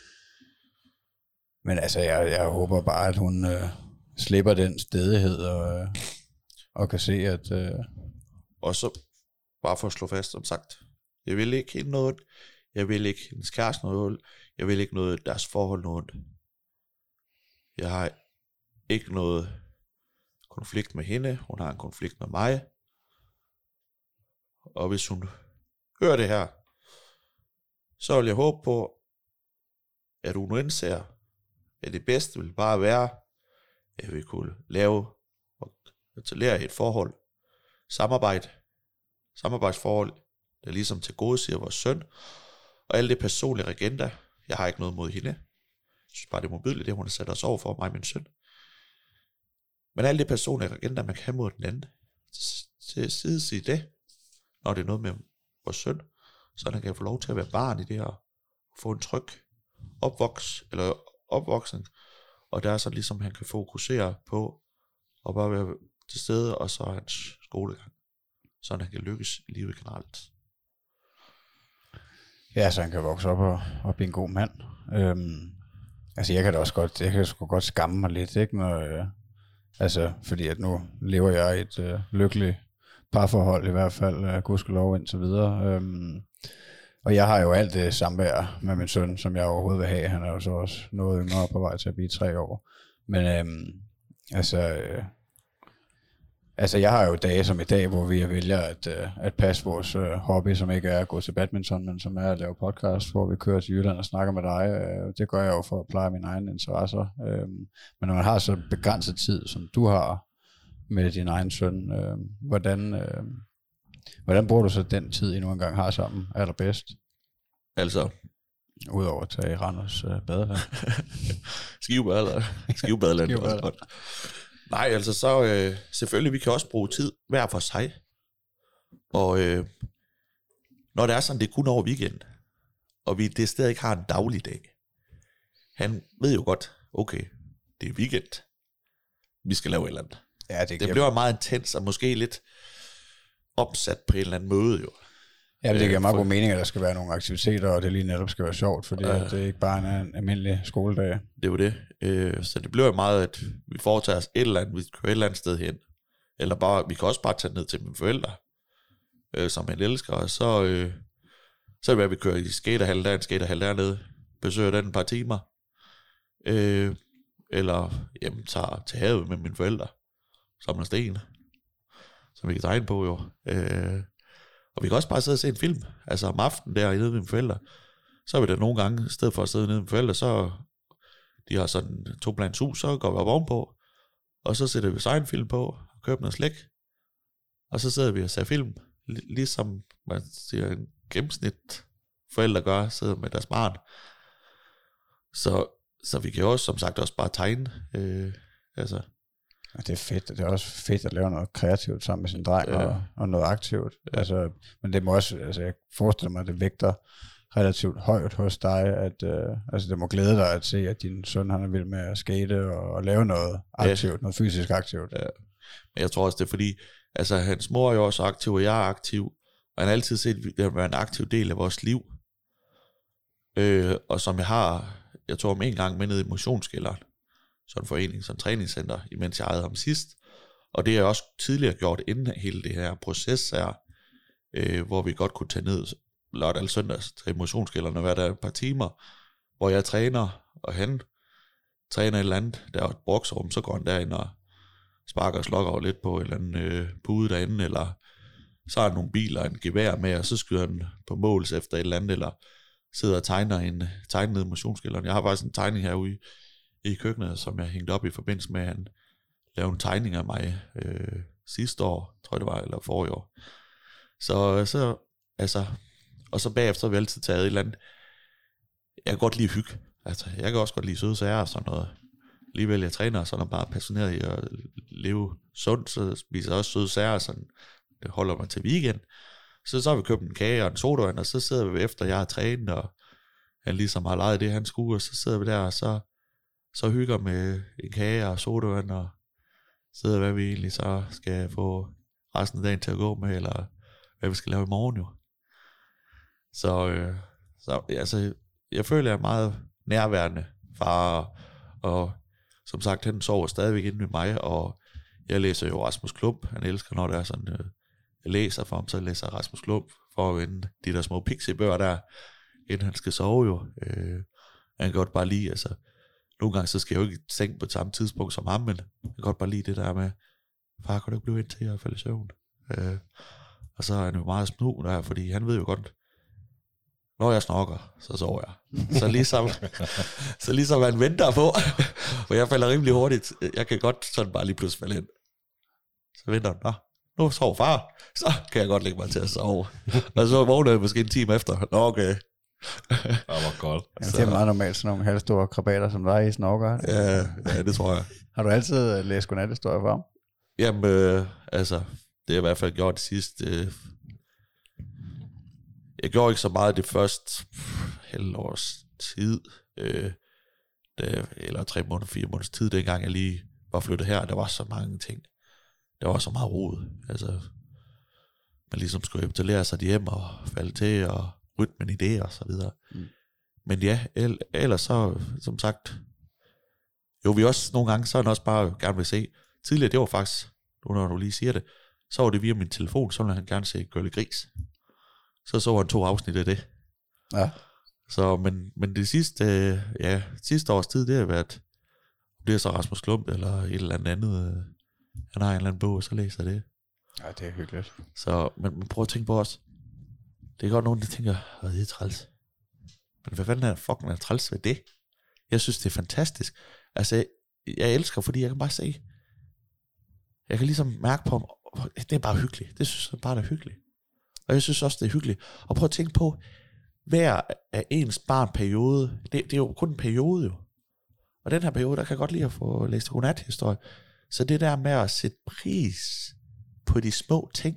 men altså, jeg, jeg håber bare, at hun øh, slipper den stedighed og, øh, og kan se, at... Øh, og så bare for at slå fast, som sagt, jeg vil ikke hende noget, jeg vil ikke hendes kæreste noget, jeg vil ikke noget deres forhold noget. Jeg har ikke noget konflikt med hende, hun har en konflikt med mig. Og hvis hun hører det her, så vil jeg håbe på, at hun indser, at det bedste vil bare være, at vi kunne lave og etablere et forhold, samarbejde, samarbejdsforhold, der ligesom til gode siger vores søn, og alle det personlige agenda. Jeg har ikke noget mod hende. Jeg synes bare, det er modbydeligt, det hun har sat os over for, mig og min søn. Men alle det personlige agenda, man kan have mod den anden, til side sige det, når det er noget med vores søn, så han kan få lov til at være barn i det her, få en tryg opvoks, eller opvoksning, og der er så ligesom, han kan fokusere på, og bare være til stede, og så hans skolegang, så han kan lykkes i livet generelt. Ja, så han kan vokse op og, og blive en god mand. Øhm, altså jeg kan da også godt, jeg kan sgu godt skamme mig lidt, ikke, når, øh, altså fordi at nu lever jeg i et øh, lykkeligt parforhold i hvert fald, øh, gudskelov indtil videre. Øhm, og jeg har jo alt det samvær med min søn, som jeg overhovedet vil have. Han er jo så også noget yngre på vej til at blive tre år. Men øhm, altså... Øh, Altså, jeg har jo dage som i dag, hvor vi vælger at, uh, at passe vores uh, hobby, som ikke er at gå til badminton, men som er at lave podcast, hvor vi kører til Jylland og snakker med dig. Uh, det gør jeg jo for at pleje mine egne interesser. Uh, men når man har så begrænset tid, som du har med din egen søn, uh, hvordan, uh, hvordan bruger du så den tid, I nu engang har sammen allerbedst? Altså? Udover at tage i Randers uh, badeland. Skivebadeland. Skivebadeland. Skivebadeland. Nej, altså så øh, selvfølgelig, vi kan også bruge tid hver for sig. Og øh, når det er sådan, det er kun over weekend, og vi det sted ikke har en daglig dag. Han ved jo godt, okay, det er weekend, vi skal lave et eller andet. Ja, det, det bliver meget intens, og måske lidt opsat på en eller anden måde jo. Ja, det giver meget god mening, at der skal være nogle aktiviteter, og det lige netop skal være sjovt, fordi øh, det er ikke bare en, en almindelig skoledag. Det er jo det. Øh, så det bliver jo meget, at vi foretager os et eller andet, vi kører et eller andet sted hen. Eller bare, vi kan også bare tage ned til mine forældre, øh, som jeg elsker, og så, øh, så er det, at vi kører i skaterhal der, en skaterhal dernede, besøger den et par timer, øh, eller jamen, tager til havet med mine forældre, samler sten, som vi kan tegne på jo. Øh, Og vi kan også bare sidde og se en film. Altså om aftenen der nede med mine forældre. Så er vi der nogle gange, i stedet for at sidde nede med mine forældre, så de har sådan to plans hus, så går vi op ovenpå. Og så sætter vi så en film på, og køber noget slik. Og så sidder vi og ser film. Ligesom man siger, en gennemsnit forældre gør, sidder med deres barn. Så, så vi kan jo også, som sagt, også bare tegne. Øh, altså... Det er fedt. Det er også fedt at lave noget kreativt sammen med sin dreng, ja. og, og noget aktivt. Ja. Altså, men det må også, altså jeg forestiller mig, at det vægter relativt højt hos dig, at øh, altså det må glæde dig at se, at din søn han er vild med at skate og, og lave noget aktivt, ja. noget fysisk aktivt. Ja. Men jeg tror også, det er fordi, altså hans mor er jo også aktiv, og jeg er aktiv, og han har altid set, at det har været en aktiv del af vores liv. Øh, og som jeg har, jeg tror om en gang med ned i motionskælderen, sådan en forening, sådan en træningscenter, imens jeg ejede ham sidst. Og det har jeg også tidligere gjort inden hele det her proces her, øh, hvor vi godt kunne tage ned lørdag eller søndag til motionskælderen og være der et par timer, hvor jeg træner, og han træner et eller andet, der er et brokserum, så går han derind og sparker og slokker over lidt på en eller anden øh, pude derinde, eller så har han nogle biler og en gevær med, og så skyder han på måls efter et eller andet, eller sidder og tegner en tegner ned i motionskælderen. Jeg har faktisk en tegning herude i i køkkenet, som jeg hængte op i forbindelse med, at han lavede en tegning af mig øh, sidste år, tror jeg det var, eller forrige år. Så, så, altså, og så bagefter har vi altid taget et eller andet. Jeg kan godt lide hygge. Altså, jeg kan også godt lide søde sager og sådan noget. Alligevel jeg træner, så er bare passioneret i at leve sundt, så spiser jeg også søde sager, sådan det holder mig til weekend. Så så har vi købt en kage og en sodavand, og så sidder vi efter, jeg har trænet, og han ligesom har lejet det, han skulle, og så sidder vi der, og så, så hygger med en kage og sodavand, og sidder, hvad vi egentlig så skal få resten af dagen til at gå med, eller hvad vi skal lave i morgen jo. Så, øh, så altså, jeg føler, jeg er meget nærværende far, og, og som sagt, han sover stadigvæk inde med mig, og jeg læser jo Rasmus Klump. Han elsker, når det er sådan, øh, jeg læser for ham, så læser jeg Rasmus Klump, for at vinde de der små pixiebøger der, inden han skal sove jo. Øh, han kan godt bare lide, altså, nogle gange så skal jeg jo ikke seng på samme tidspunkt som ham, men jeg kan godt bare lide det der med, far, kan du ikke blive indtil jeg falder i søvn? Øh, og så er han jo meget snu der, fordi han ved jo godt, når jeg snorker, så sover jeg. Så ligesom, så ligesom man venter på, for jeg falder rimelig hurtigt. Jeg kan godt sådan bare lige pludselig falde ind. Så venter han, nå, nu sover far, så kan jeg godt lægge mig til at sove. Og så vågner jeg måske en time efter. Nå, okay. Det var godt. Ja, det er meget normalt, sådan nogle halvstore krabater, som der er i snorker. Ja, ja, det tror jeg. Har du altid læst godnathistorier for ham? Jamen, øh, altså, det har jeg i hvert fald gjort det sidste... Øh, jeg gjorde ikke så meget det første halvt års tid, øh, det, eller tre måneder, fire måneders tid, dengang jeg lige var flyttet her. Der var så mange ting. Der var så meget rod. Altså, man ligesom skulle til at lære sig hjem og falde til, og rytmen i det, og så videre. Mm. Men ja, ellers så, som sagt, jo, vi også nogle gange, så er den også bare gerne vil se. Tidligere, det var faktisk, nu når du lige siger det, så var det via min telefon, så ville han gerne se Gølle Gris. Så så han to afsnit af det. Ja. Så, men, men det sidste, ja, sidste års tid, det har været, det er så Rasmus Klump, eller et eller andet, han har en eller anden bog, og så læser det. Ja, det er hyggeligt. Så, men, men prøv at tænke på os. Det er godt nogen, der tænker, åh, det er træls. Men hvad fanden er fucking er træls ved det? Jeg synes, det er fantastisk. Altså, jeg, jeg elsker, fordi jeg kan bare se, jeg kan ligesom mærke på, det er bare hyggeligt. Det synes jeg bare, det er hyggeligt. Og jeg synes også, det er hyggeligt. Og prøv at tænke på, hver af ens barn periode, det, det er jo kun en periode jo. Og den her periode, der kan jeg godt lide at få læst godnathistorie. Så det der med at sætte pris på de små ting,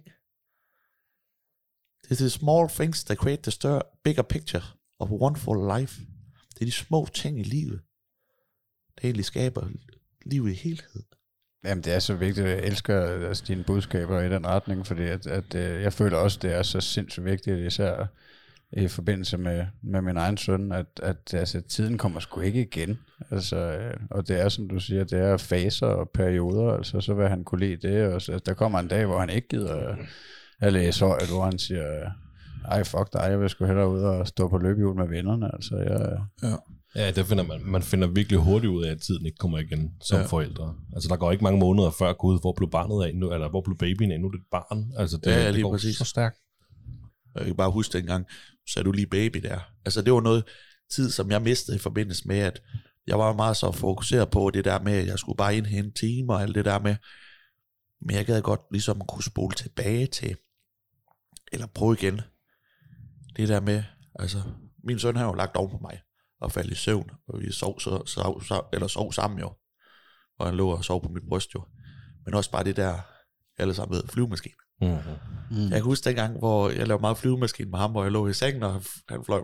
det er the small things that create the større, bigger picture of a wonderful life. Det er de små ting i livet, der egentlig skaber livet i helhed. Jamen, det er så vigtigt. Jeg elsker altså, dine budskaber i den retning, fordi at, at, at jeg føler også, det er så sindssygt vigtigt, især i forbindelse med, med min egen søn, at, at altså, tiden kommer sgu ikke igen. Altså, og det er, som du siger, det er faser og perioder, altså så vil han kunne lide det, og så, der kommer en dag, hvor han ikke gider at læse højt, hvor han siger, ej fuck dig, jeg vil sgu hellere ud og stå på løbehjul med vennerne. Altså, jeg, ja. Ja, det finder man, man finder virkelig hurtigt ud af, at tiden ikke kommer igen som ja. forældre. Altså, der går ikke mange måneder før, gud, hvor blev barnet af nu, eller hvor blev babyen af nu, det er et barn. Altså, det, ja, ja, det går præcis. Så stærkt. Jeg kan bare huske dengang, så er du lige baby der. Altså, det var noget tid, som jeg mistede i forbindelse med, at jeg var meget så fokuseret på det der med, at jeg skulle bare indhente timer og alt det der med. Men jeg gad godt ligesom kunne spole tilbage til, eller prøve igen. Det der med, altså, min søn har jo lagt oven på mig og faldt i søvn, og vi sov, så, sov, sov, eller sov sammen jo, og han lå og sov på mit bryst jo, men også bare det der, alle sammen ved, flyvemaskine. Mm-hmm. Mm. Jeg kan huske dengang, hvor jeg lavede meget flyvemaskine med ham, hvor jeg lå i sengen, og han fløj,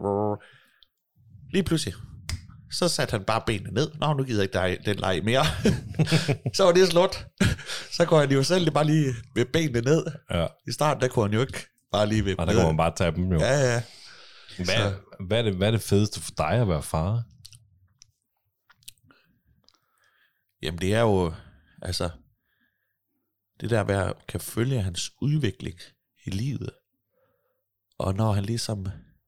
lige pludselig, så satte han bare benene ned, nå, nu gider jeg ikke dig, den leg mere, så var det slut, så går han jo selv bare lige ved benene ned, ja. I starten, der kunne han jo ikke bare lige ved og der kunne man bare tage dem jo. Ja, ja. Hvad, hvad, er det, hvad er det fedeste for dig at være far? Jamen det er jo, altså, det der med at kan følge hans udvikling i livet. Og når han ligesom,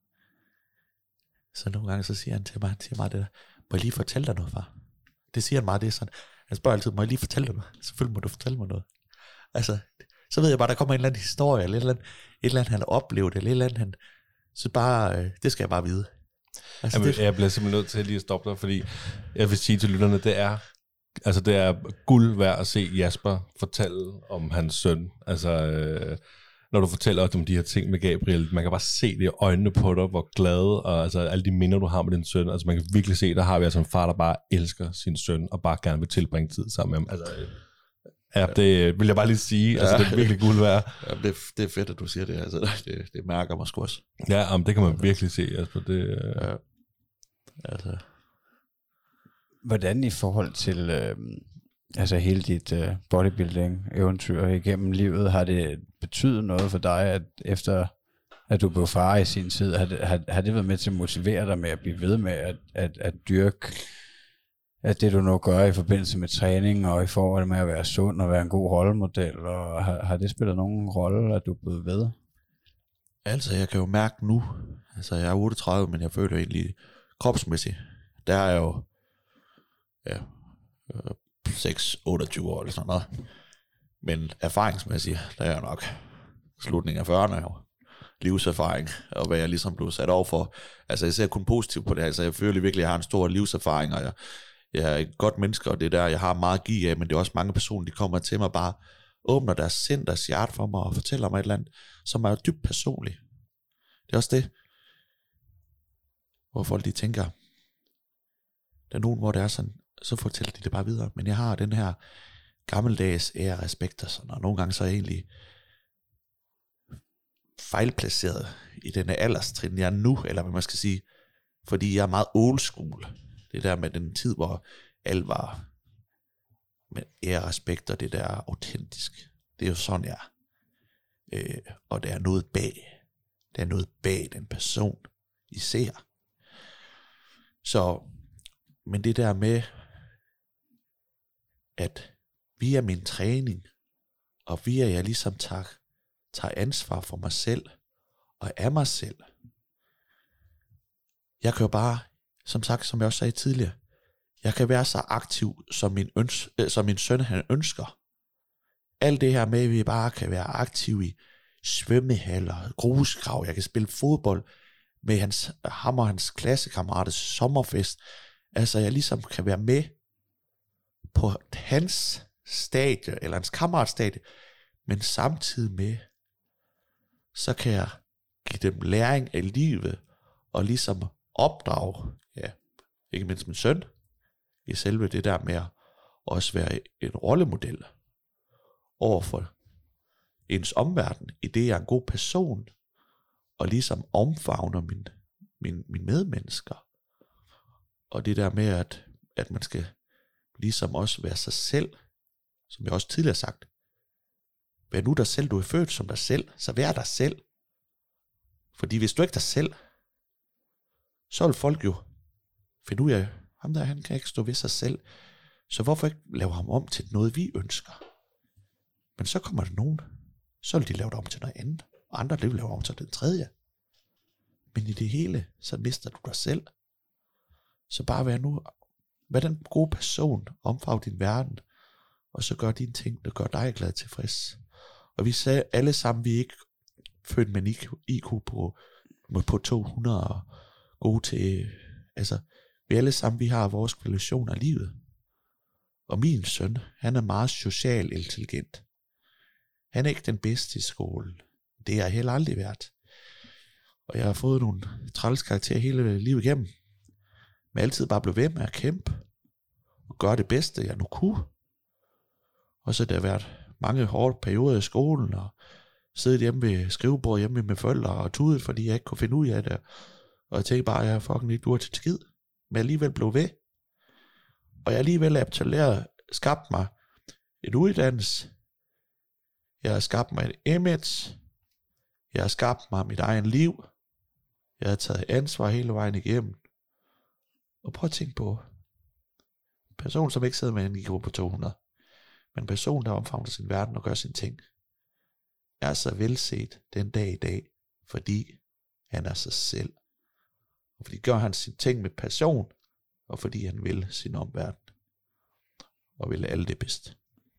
så nogle gange så siger han til mig, han siger mig det der, må jeg lige fortælle dig noget, far? Det siger han meget, det er sådan, han spørger altid, må jeg lige fortælle dig noget? Selvfølgelig må du fortælle mig noget. Altså, så ved jeg bare, der kommer en eller anden historie, eller et eller andet, et eller andet han har oplevet, eller et eller andet han, så bare, øh, det skal jeg bare vide. Altså, Jamen, det... Jeg bliver simpelthen nødt til lige at stoppe dig, fordi jeg vil sige til lytterne, det er, altså det er guld værd at se Jasper fortælle om hans søn. Altså, øh, når du fortæller om de her ting med Gabriel, man kan bare se det i øjnene på dig, hvor glad, og altså alle de minder, du har med din søn. Altså man kan virkelig se, der har vi altså en far, der bare elsker sin søn, og bare gerne vil tilbringe tid sammen med ham. Altså, Ja, det vil jeg bare lige sige. Altså, det er virkelig guld værd. Ja, det, det er fedt, at du siger det. Altså, det, det mærker mig sgu også. Ja, jamen, det kan man virkelig se. Altså, det, ja. Altså. Hvordan i forhold til øh, altså hele dit øh, bodybuilding-eventyr igennem livet, har det betydet noget for dig, at efter at du blev far i sin tid, har det, har, har det været med til at motivere dig med at blive ved med at, at, at dyrke at det du nu gør i forbindelse med træning og i forhold med at være sund og være en god rollemodel, og har, har det spillet nogen rolle, at du er blevet ved? Altså, jeg kan jo mærke nu, altså jeg er otteogtredive, men jeg føler egentlig kropsmæssigt, der er jo ja, seks otteogtyve år eller sådan noget. Men erfaringsmæssigt, der er jeg nok slutningen af fyrrerne jo. Livserfaring, og hvad jeg ligesom blev sat over for. Altså jeg ser kun positivt på det. Altså jeg føler virkelig, at jeg har en stor livserfaring, og jeg, jeg er et godt menneske, og det der, jeg har meget at give af, men det er også mange personer, de kommer til mig bare, åbner deres sind, deres hjerte for mig, og fortæller mig et eller andet, som er jo dybt personligt. Det er også det, hvor folk de tænker, der er nogen, hvor det er sådan, så fortæller de det bare videre, men jeg har den her gammeldags ære, respekt og sådan, og nogle gange så er jeg egentlig fejlplaceret i denne alderstrin, jeg er nu, eller hvad man skal sige, fordi jeg er meget old school. Det der med den tid, hvor alt var med ære, respekt og det der autentisk. Det er jo sådan, jeg er. Øh, og der er noget bag. Der er noget bag den person, I ser. Så, men det der med, at via min træning, og via jeg ligesom tager, tager ansvar for mig selv, og af mig selv. Jeg kan jo bare, som sagt, som jeg også sagde tidligere, jeg kan være så aktiv, som min, øns- øh, som min søn han ønsker. Alt det her med, at vi bare kan være aktive i svømmehaller, grusgrav, jeg kan spille fodbold med hans, ham og hans klassekammerater sommerfest. Altså, jeg ligesom kan være med på hans stadie, eller hans kammeratstadie, men samtidig med, så kan jeg give dem læring af livet, og ligesom opdrage, ja, ikke mindst min søn, i selve det der med at også være en rollemodel overfor ens omverden, i det jeg er en god person, og ligesom omfavner min, min, min medmennesker. Og det der med, at, at man skal ligesom også være sig selv, som jeg også tidligere har sagt, vær nu dig selv, du er født som dig selv, så vær dig selv. Fordi hvis du ikke er dig selv, så vil folk jo finde ud af, ham der, han kan ikke stå ved sig selv, så hvorfor ikke lave ham om til noget, vi ønsker? Men så kommer der nogen, så vil de lave det om til noget andet, og andre vil lave det om til den tredje. Men i det hele, så mister du dig selv. Så bare vær nu, vær den gode person, omfavn din verden, og så gør dine ting, der gør dig glad og tilfreds. Og vi sagde alle sammen, vi er ikke født med en I Q på, på to hundrede og gode til, altså, vi alle sammen, vi har vores kvalifikation af livet. Og min søn, han er meget social intelligent. Han er ikke den bedste i skolen. Det har jeg heller aldrig været. Og jeg har fået nogle træls karakterer hele livet igennem. Men altid bare blev ved med at kæmpe. Og gøre det bedste, jeg nu kunne. Og så der har været mange hårde perioder i skolen. Og siddet hjemme ved skrivebordet hjemme med mine forældre og tudet, fordi jeg ikke kunne finde ud af det. Og jeg tænkte bare, at jeg fucking ikke duer til skid. Men jeg alligevel blev ved. Og jeg alligevel er til at lære, skabt mig en uddannelse. Jeg har skabt mig et image. Jeg har skabt mig mit egen liv. Jeg har taget ansvar hele vejen igennem. Og prøv at tænke på en person, som ikke sidder med en I Q på to hundrede. Men en person, der omfavner sin verden og gør sine ting. Er så velset den dag i dag, fordi han er sig selv. Og fordi gør han sine ting med passion, og fordi han vil sin omverden. Og vil alle det bedst.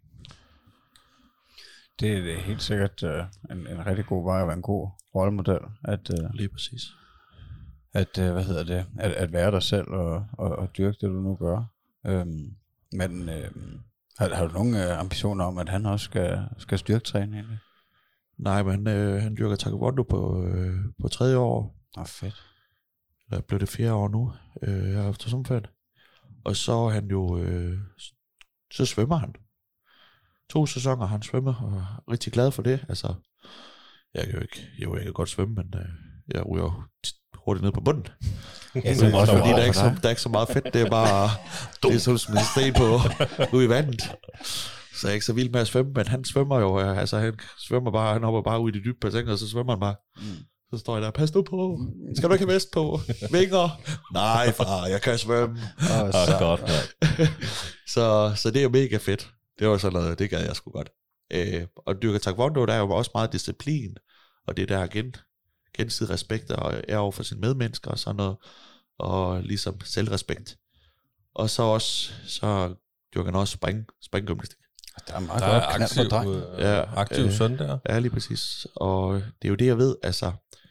Det er helt sikkert uh, en, en rigtig god vej at være en god rollemodel. At, uh, Lige præcis. At, uh, hvad hedder det? At, at være dig selv og, og, og dyrke det, du nu gør. Um, men uh, har, har du nogle uh, ambitioner om, at han også skal, skal styrketræne egentlig? Nej, men øh, han dyrker taekwondo på, øh, på tredje år. Åh, oh, fedt. Der blev det fjerde år nu. Øh, jeg har haft det sommerferie. Og så er han jo, øh, så svømmer han. To sæsoner har han svømmet, og er rigtig glad for det. Altså, jeg kan jo ikke, jo, jeg kan godt svømme, men øh, jeg ryger hurtigt ned på bunden. Ja, det er også også fordi, der er, ikke så, dig. der er ikke så meget fedt, det er bare, det er sådan som en sten på, ude i vandet. Så jeg er ikke så vild med at svømme, men han svømmer jo, altså han svømmer bare, han hopper bare ud i de dybe bassiner, og så svømmer han bare. Mm. Så står jeg der, pas nu på, skal du ikke have vest på, vinger? Nej far, jeg kan svømme. Og Så. så, Godt, ja. så, så det er jo mega fedt. Det var sådan noget, det gad jeg sgu godt. Øh, og dyrke taekwondo, der er jo også meget disciplin, og det der gen, gensidig respekt, og er over for sine medmennesker og sådan noget, og ligesom selvrespekt. Og så også, så dyrker han også spring, springgymnastik. der er meget Der godt er knald på aktiv, dreng. øh, Ja, aktiv øh, søn der. Ja, lige præcis. Og det er jo det, jeg ved, altså,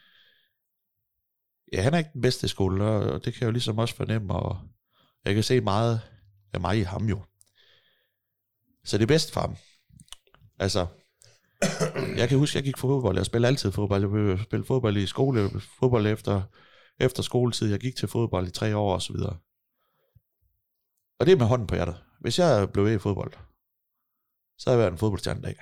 ja, han er ikke den bedste i skolen, og det kan jeg jo ligesom også fornemme, og jeg kan se meget af mig i ham jo. Så det er bedst for ham. Altså, jeg kan huske, jeg gik fodbold, jeg spillede altid fodbold, jeg spillede fodbold i skole, fodbold efter, efter skoletid, jeg gik til fodbold i tre år og så videre. Og det er med hånden på hjertet. Hvis jeg blev ved i fodbold, så har jeg været en fodboldstjerne i dag.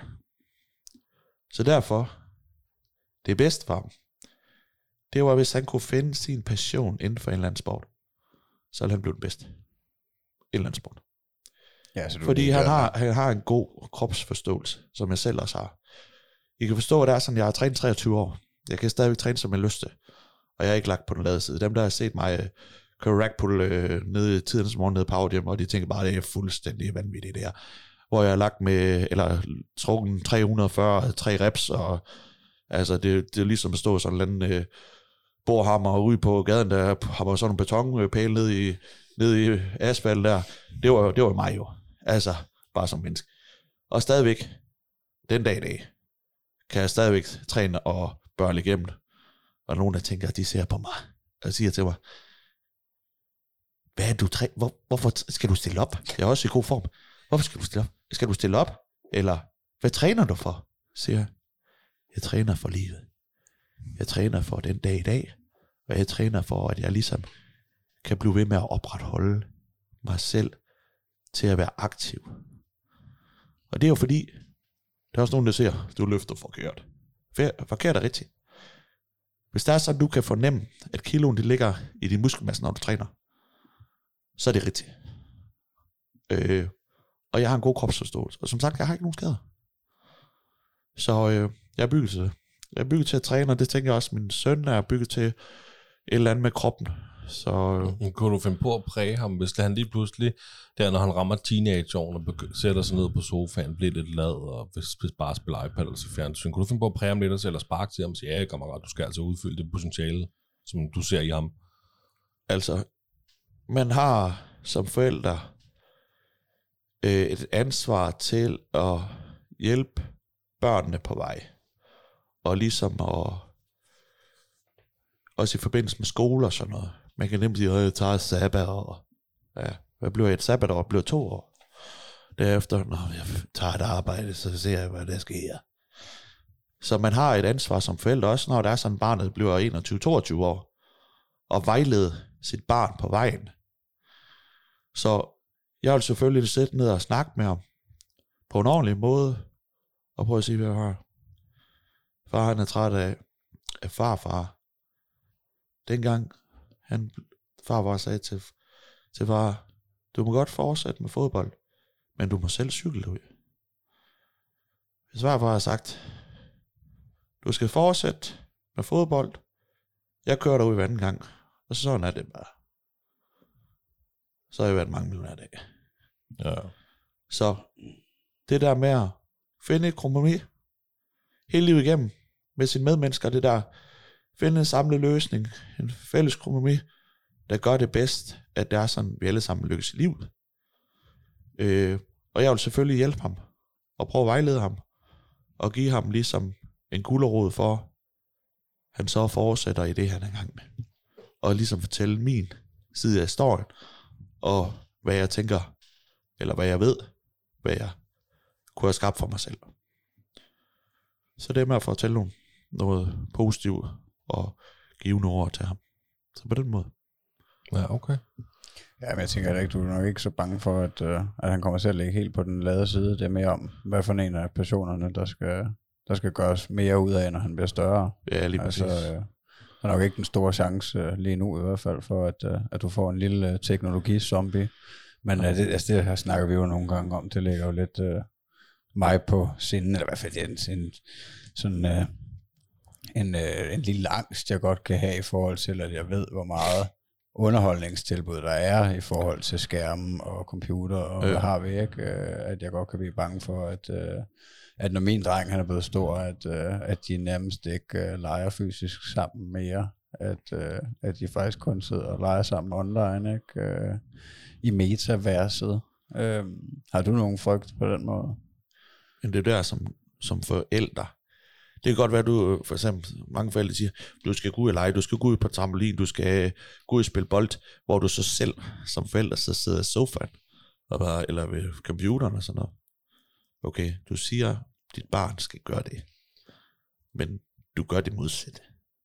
Så derfor, det er bedst for ham, det var, hvis han kunne finde sin passion inden for en eller anden sport, så ville han blive den bedste. En eller anden sport. Ja, så du Fordi lige han gør har, han har en god kropsforståelse, som jeg selv også har. I kan forstå, at det er sådan, jeg har trænet treogtyve år. Jeg kan stadigvæk træne, som jeg har lyst til. Og jeg er ikke lagt på den lade side. Dem, der har set mig uh, køre rackpull uh, nede i tidens morgen nede på Power Gym, og de tænker bare, det er fuldstændig vanvittigt det her. Hvor jeg har lagt med, eller trukken tre hundrede og fyrre, tre reps, og altså, det, det er ligesom at stå sådan en eller anden uh, borhammer ude på gaden, der har sådan en betonpæle ned i, ned i asfalt der. Det var, det var mig jo. Altså, bare som menneske. Og stadigvæk, den dag i dag, kan jeg stadigvæk træne og børne igennem. Og nogen, der tænker, at de ser på mig, og siger til mig, hvad er du træ? Hvor, hvorfor skal du stille op? Jeg er også i god form. Hvorfor skal du stille op? Skal du stille op? Eller, hvad træner du for? Siger jeg. Jeg træner for livet. Jeg træner for den dag i dag. Og jeg træner for, at jeg ligesom kan blive ved med at opretholde mig selv til at være aktiv. Og det er jo fordi, der er også nogen, der siger, du løfter forkert. Forkert er rigtigt. Hvis der er sådan, du kan fornemme, at kiloen det ligger i din muskelmasse, når du træner, så er det rigtigt. Øh, og jeg har en god kropsforståelse. Og som sagt, jeg har ikke nogen skader. Så øh, jeg er bygget til det. Jeg er bygget til at træne, og det tænker jeg også, min søn er bygget til et eller andet med kroppen. Så øh, Kunne du finde på at præge ham, hvis han lige pludselig, der når han rammer teenageårene, og begy- sætter sig ned på sofaen, bliver lidt lad, og hvis, hvis bare spiller iPad eller så fjernsyn, kunne du finde på at præge ham lidt, eller sparke til ham og sige, ja, kammerat, du skal altså udfylde det potentiale, som du ser i ham? altså, man har som forældre øh, et ansvar til at hjælpe børnene på vej. Og ligesom at, også i forbindelse med skole og sådan noget. Man kan nemt sige, at jeg tager et sabbatår. Ja, hvad bliver et sabbatår? Det bliver to år. Derefter, når jeg tager et arbejde, så ser jeg, hvad der sker. Så man har et ansvar som forældre, også når der er sådan, barnet bliver enogtyve til toogtyve år, og vejlede sit barn på vejen. Så jeg vil selvfølgelig sætte ned og snakke med ham på en ordentlig måde, og prøve at sige, hvad jeg har. Far, han er træt af, af farfar. Dengang han, farfar sagde til, til far, du må godt fortsætte med fodbold, men du må selv cykle ud. Hvis farfar har sagt, du skal fortsætte med fodbold, jeg kører dig ud hver anden gang, og sådan er det bare. Så har jeg været mange millioner dage. Ja. Så det der med at finde et kompromis hele livet igennem med sine medmennesker, det der finde en samlet løsning, en fælles kompromis, der gør det bedst, at det er sådan, vi alle sammen lykkes i livet. Øh, og jeg vil selvfølgelig hjælpe ham, og prøve at vejlede ham, og give ham ligesom en gulerod for, han så fortsætter i det, han er i gang med. Og ligesom fortælle min side af historien, og hvad jeg tænker, eller hvad jeg ved, hvad jeg kunne have skabt for mig selv. Så det er med at fortælle nogen noget positivt, og give nogle ord til ham. Så på den måde. Ja, okay. Ja, men jeg tænker ikke, du er nok ikke så bange for, at, uh, at han kommer til at ligge helt på den lade side. Det er mere om, hvad for en af personerne, der skal, der skal gøres mere ud af, når han bliver større. Ja, lige præcis. Altså, uh, der er nok ikke den store chance uh, lige nu i hvert fald, for at, uh, at du får en lille uh, teknologi-zombie. Men uh, det, altså, det her snakker vi jo nogle gange om. Det ligger jo lidt uh, mig på sinden, eller i hvert fald en, en, sådan uh, en, uh, en lille angst, jeg godt kan have i forhold til, at jeg ved, hvor meget underholdningstilbud der er i forhold til skærmen og computer og ja. Hvad har vi ikke, at jeg godt kan blive bange for, at, at når min dreng han er blevet stor, at, at de nærmest ikke leger fysisk sammen mere, at, at de faktisk kun sidder og leger sammen online, ikke? I metaverset. Har du nogen frygt på den måde? Men det er der som, som forældre. Det kan godt være, at du, for eksempel, mange forældre siger, du skal gå ud og lege, du skal gå ud på trampolin, du skal gå ud og spille bold, hvor du så selv som forælder så sidder i sofaen, eller ved computeren og sådan noget. Okay, du siger, at dit barn skal gøre det, men du gør det modsatte.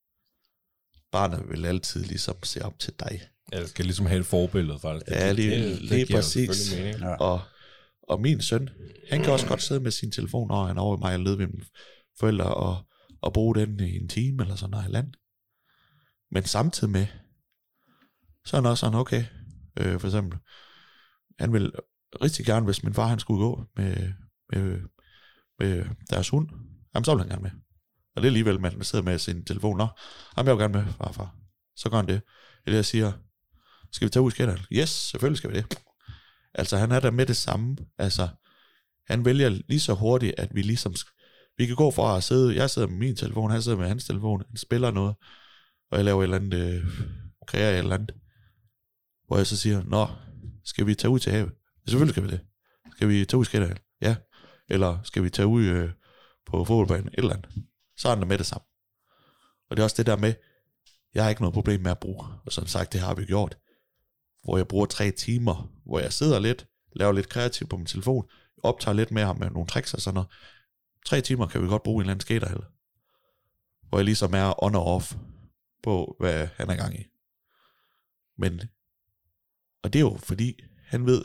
Barnet vil altid ligesom se op til dig. Ja, det skal ligesom have et forbillede, faktisk. Ja, lige, det, det, lige det præcis. Ja. Og, og min søn, han kan også godt sidde med sin telefon, når han er over i mig og lede ved mine forældre, og, og bruge den i en time, eller sådan noget i land. Men samtidig med, så er han også sådan, okay, øh, for eksempel, han vil rigtig gerne, hvis min far, han skulle gå med, med, med deres hund, jamen så vil han gerne med. Og det er alligevel, man sidder med sin telefon, nå, jamen jeg vil gerne med, farfar. Så gør han det. Eller jeg siger, skal vi tage ud i skætteren? Yes, selvfølgelig skal vi det. Altså han er der med det samme. Altså han vælger lige så hurtigt, at vi ligesom, vi kan gå fra at sidde, jeg sidder med min telefon, han sidder med hans telefon, han spiller noget, og jeg laver et eller andet, øh, kreerer et eller andet, hvor jeg så siger, nå, skal vi tage ud til havet? Ja, selvfølgelig skal vi det. Skal vi tage ud i skætteren? Ja. Eller skal vi tage ud øh, på fodboldbanen? Et eller andet. Så er han der med det samme. Og det er også det der med, jeg har ikke noget problem med at bruge, og som sagt, det har vi gjort, hvor jeg bruger tre timer, hvor jeg sidder lidt, laver lidt kreativt på min telefon, optager lidt med ham med nogle tricks og sådan noget. Tre timer kan vi godt bruge en eller anden skaterhal, hvor jeg ligesom er on og off på, hvad han er gang i. Men, og det er jo fordi, han ved,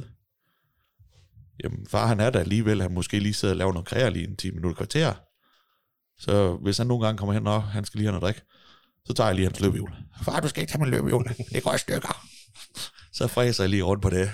jamen far han er der alligevel, han måske lige sidder og laver noget kreativt lige en ti minutter kvarter. Så hvis han nogle gange kommer hen, og han skal lige have noget drik, så tager jeg lige hans løbehjul. Far, du skal ikke tage min løbehjul, det går i stykker. Så fræser jeg lige rundt på det.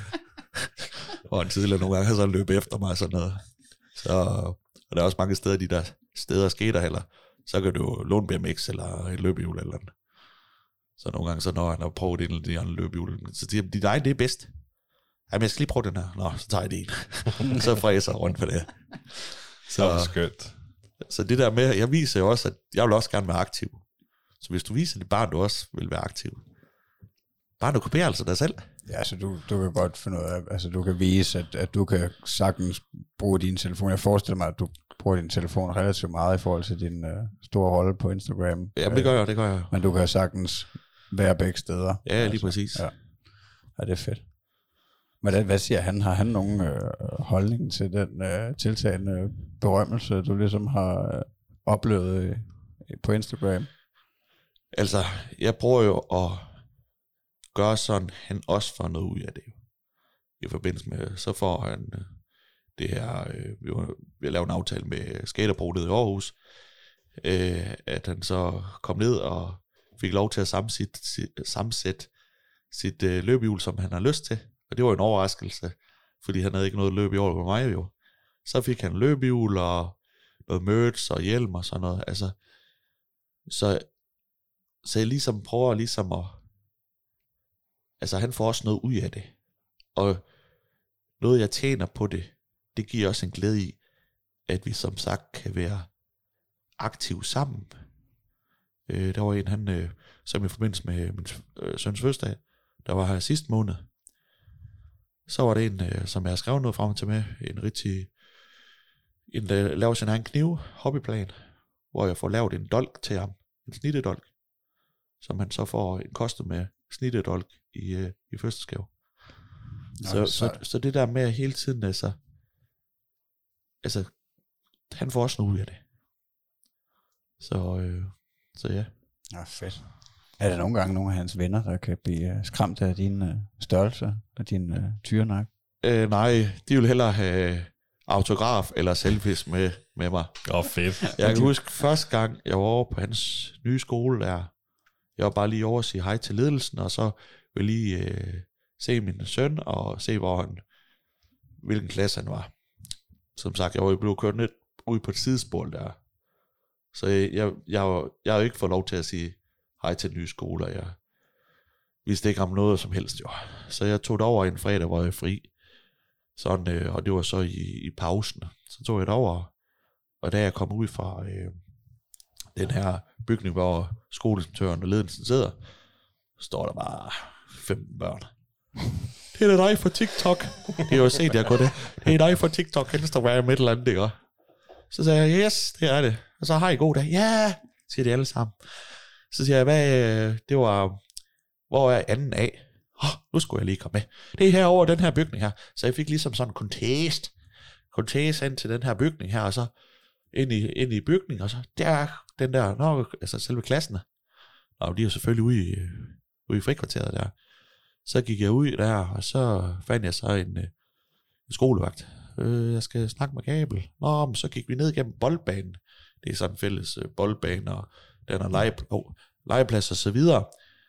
Og en tidligere nogle gange har så løbet efter mig og sådan noget. Så, og der er også mange steder, de der steder skater heller. Så kan du låne B M X eller et løbehjul eller andet. Så nogle gange, så når han har prøvet en eller de andre løbehjul, så siger de, nej, det er bedst. Jamen, jeg skal lige prøve den her. Nå, så tager jeg det en. Så fræser jeg rundt på det. Så det er skønt. Så det der med, jeg viser jo også, at jeg vil også gerne være aktiv. Så hvis du viser dit barn, du også vil være aktiv, bare du kopierer altså dig selv. Ja, altså du, du kan godt finde ud af, altså du kan vise, at, at du kan sagtens bruge din telefon. Jeg forestiller mig, at du bruger din telefon relativt meget i forhold til din uh, store rolle på Instagram. Ja, det gør jeg, det gør jeg. Men du kan sagtens være begge steder. Ja, lige altså, præcis. Ja. Ja, det er fedt. Men det, hvad siger han? Har han nogen øh, holdning til den øh, tiltagende berømmelse, du ligesom har øh, oplevet øh, på Instagram? Altså, jeg prøver jo at gøre sådan, han også får noget ud af det. I forbindelse med, så får han øh, det her, øh, vi har, vi har lavet en aftale med skaterbruget i Aarhus, øh, at han så kom ned og fik lov til at sammensætte sit, sammensætte sit øh, løbehjul, som han har lyst til. Og det var en overraskelse, fordi han havde ikke noget løb i år med mig jo. Så fik han løbehjul og noget merch og hjelm og sådan noget. Altså, så, så jeg ligesom prøver ligesom at, altså han får også noget ud af det. Og noget jeg tjener på det, det giver også en glæde i, at vi som sagt kan være aktive sammen. Øh, der var en, han, øh, som i forbindelse med min øh, søns fødselsdag, der var her sidste måned. Så var det en, øh, som jeg har skrevet noget frem til med, en rigtig, en der laver sin egen kniv, hobbyplan, hvor jeg får lavet en dolk til ham, en snittedolk, som han så får en koste med snittedolk i, øh, i fødselsgave. Så, så, så det der med hele tiden, altså, altså, han får også noget ud af det. Så, øh, så ja. Ja, fedt. Er der nogle gange nogle af hans venner, der kan blive skræmt af din øh, størrelse, af din øh, tyrenak? Øh, nej, de vil hellere have autograf eller selfies med, med mig. Åh, oh, fedt. Jeg kan huske første gang, jeg var over på hans nye skole, der jeg var bare lige over at sige hej til ledelsen, og så vil lige øh, se min søn, og se, hvor han, hvilken klasse han var. Som sagt, jeg var jo blevet kørt ned ud på et sidespor der. Så jeg, jeg, jeg, jeg har jo ikke fået lov til at sige hej til den nye skole, og jeg vidste ikke om noget som helst, jo. Så jeg tog det over en fredag, hvor jeg er fri. Sådan, øh, og det var så i, i pausen. Så tog jeg det over, og da jeg kom ud fra øh, den her bygning, hvor skoleinspektøren og ledelsen sidder, står der bare femten børn. Det er da dig fra TikTok. Det er jo set, jeg kunne det. Det er dig fra TikTok, Instagram, et eller andet, ikke? Så sagde jeg, yes, det er det. Og så har I god dag. Ja, siger de alle sammen. Så siger jeg, hvad, det var, hvor er anden A? Oh, nu skulle jeg lige komme med. Det er herovre, den her bygning her. Så jeg fik ligesom sådan en contest. Contest ind til den her bygning her, og så ind i, ind i bygningen, og så der, den der, nå, altså selve klassen. Og de er jo selvfølgelig ude i, ude i frikvarteret der. Så gik jeg ud der, og så fandt jeg så en, en skolevagt. Øh, jeg skal snakke med Gabel. Nå, men så gik vi ned gennem boldbanen. Det er sådan en fælles øh, boldbane, og den er lege, oh, legeplads og så videre.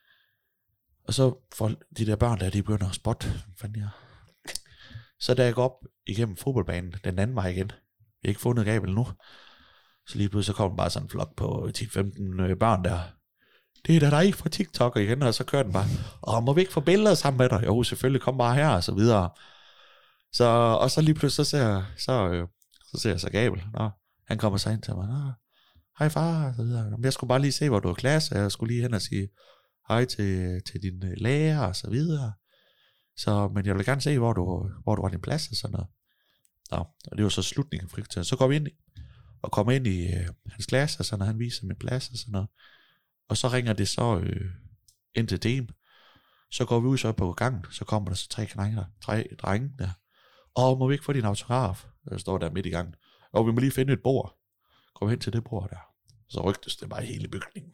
Og så får de der børn der, de begynder at spotte. Fandt jeg. Så da jeg går op igennem fodboldbanen, den anden vej igen. Vi har ikke fundet Gabel nu. Så lige pludselig så kom bare sådan en flok på ti femten øh, børn der. Det er da dig fra TikTok igen, og så kører den bare. Åh, må vi ikke få billeder sammen med dig? Jo, selvfølgelig, kom bare her, og så videre. Så, og så lige pludselig, så ser jeg så, øh, så, ser jeg så Gabel. Nå, han kommer så ind til mig. Nå, hej far, og så videre. Jeg skulle bare lige se, hvor du er i klasse. Jeg skulle lige hen og sige hej til, til din lærer, og så videre. Så, men jeg vil gerne se, hvor du, hvor du har din plads, og sådan noget. Nå, og det var så slutningen af frikvarteret. Så går vi ind i, og kommer ind i øh, hans klasse, og så når han viser min plads, og sådan noget. Og så ringer det så øh, ind til dem. Så går vi ud så på gangen, så kommer der så tre knænger, tre drenge der. Og må vi ikke få din autograf? Jeg står der midt i gangen. Og vi må lige finde et bord. Kom hen til det bord der. Så rygtes det bare i hele bygningen.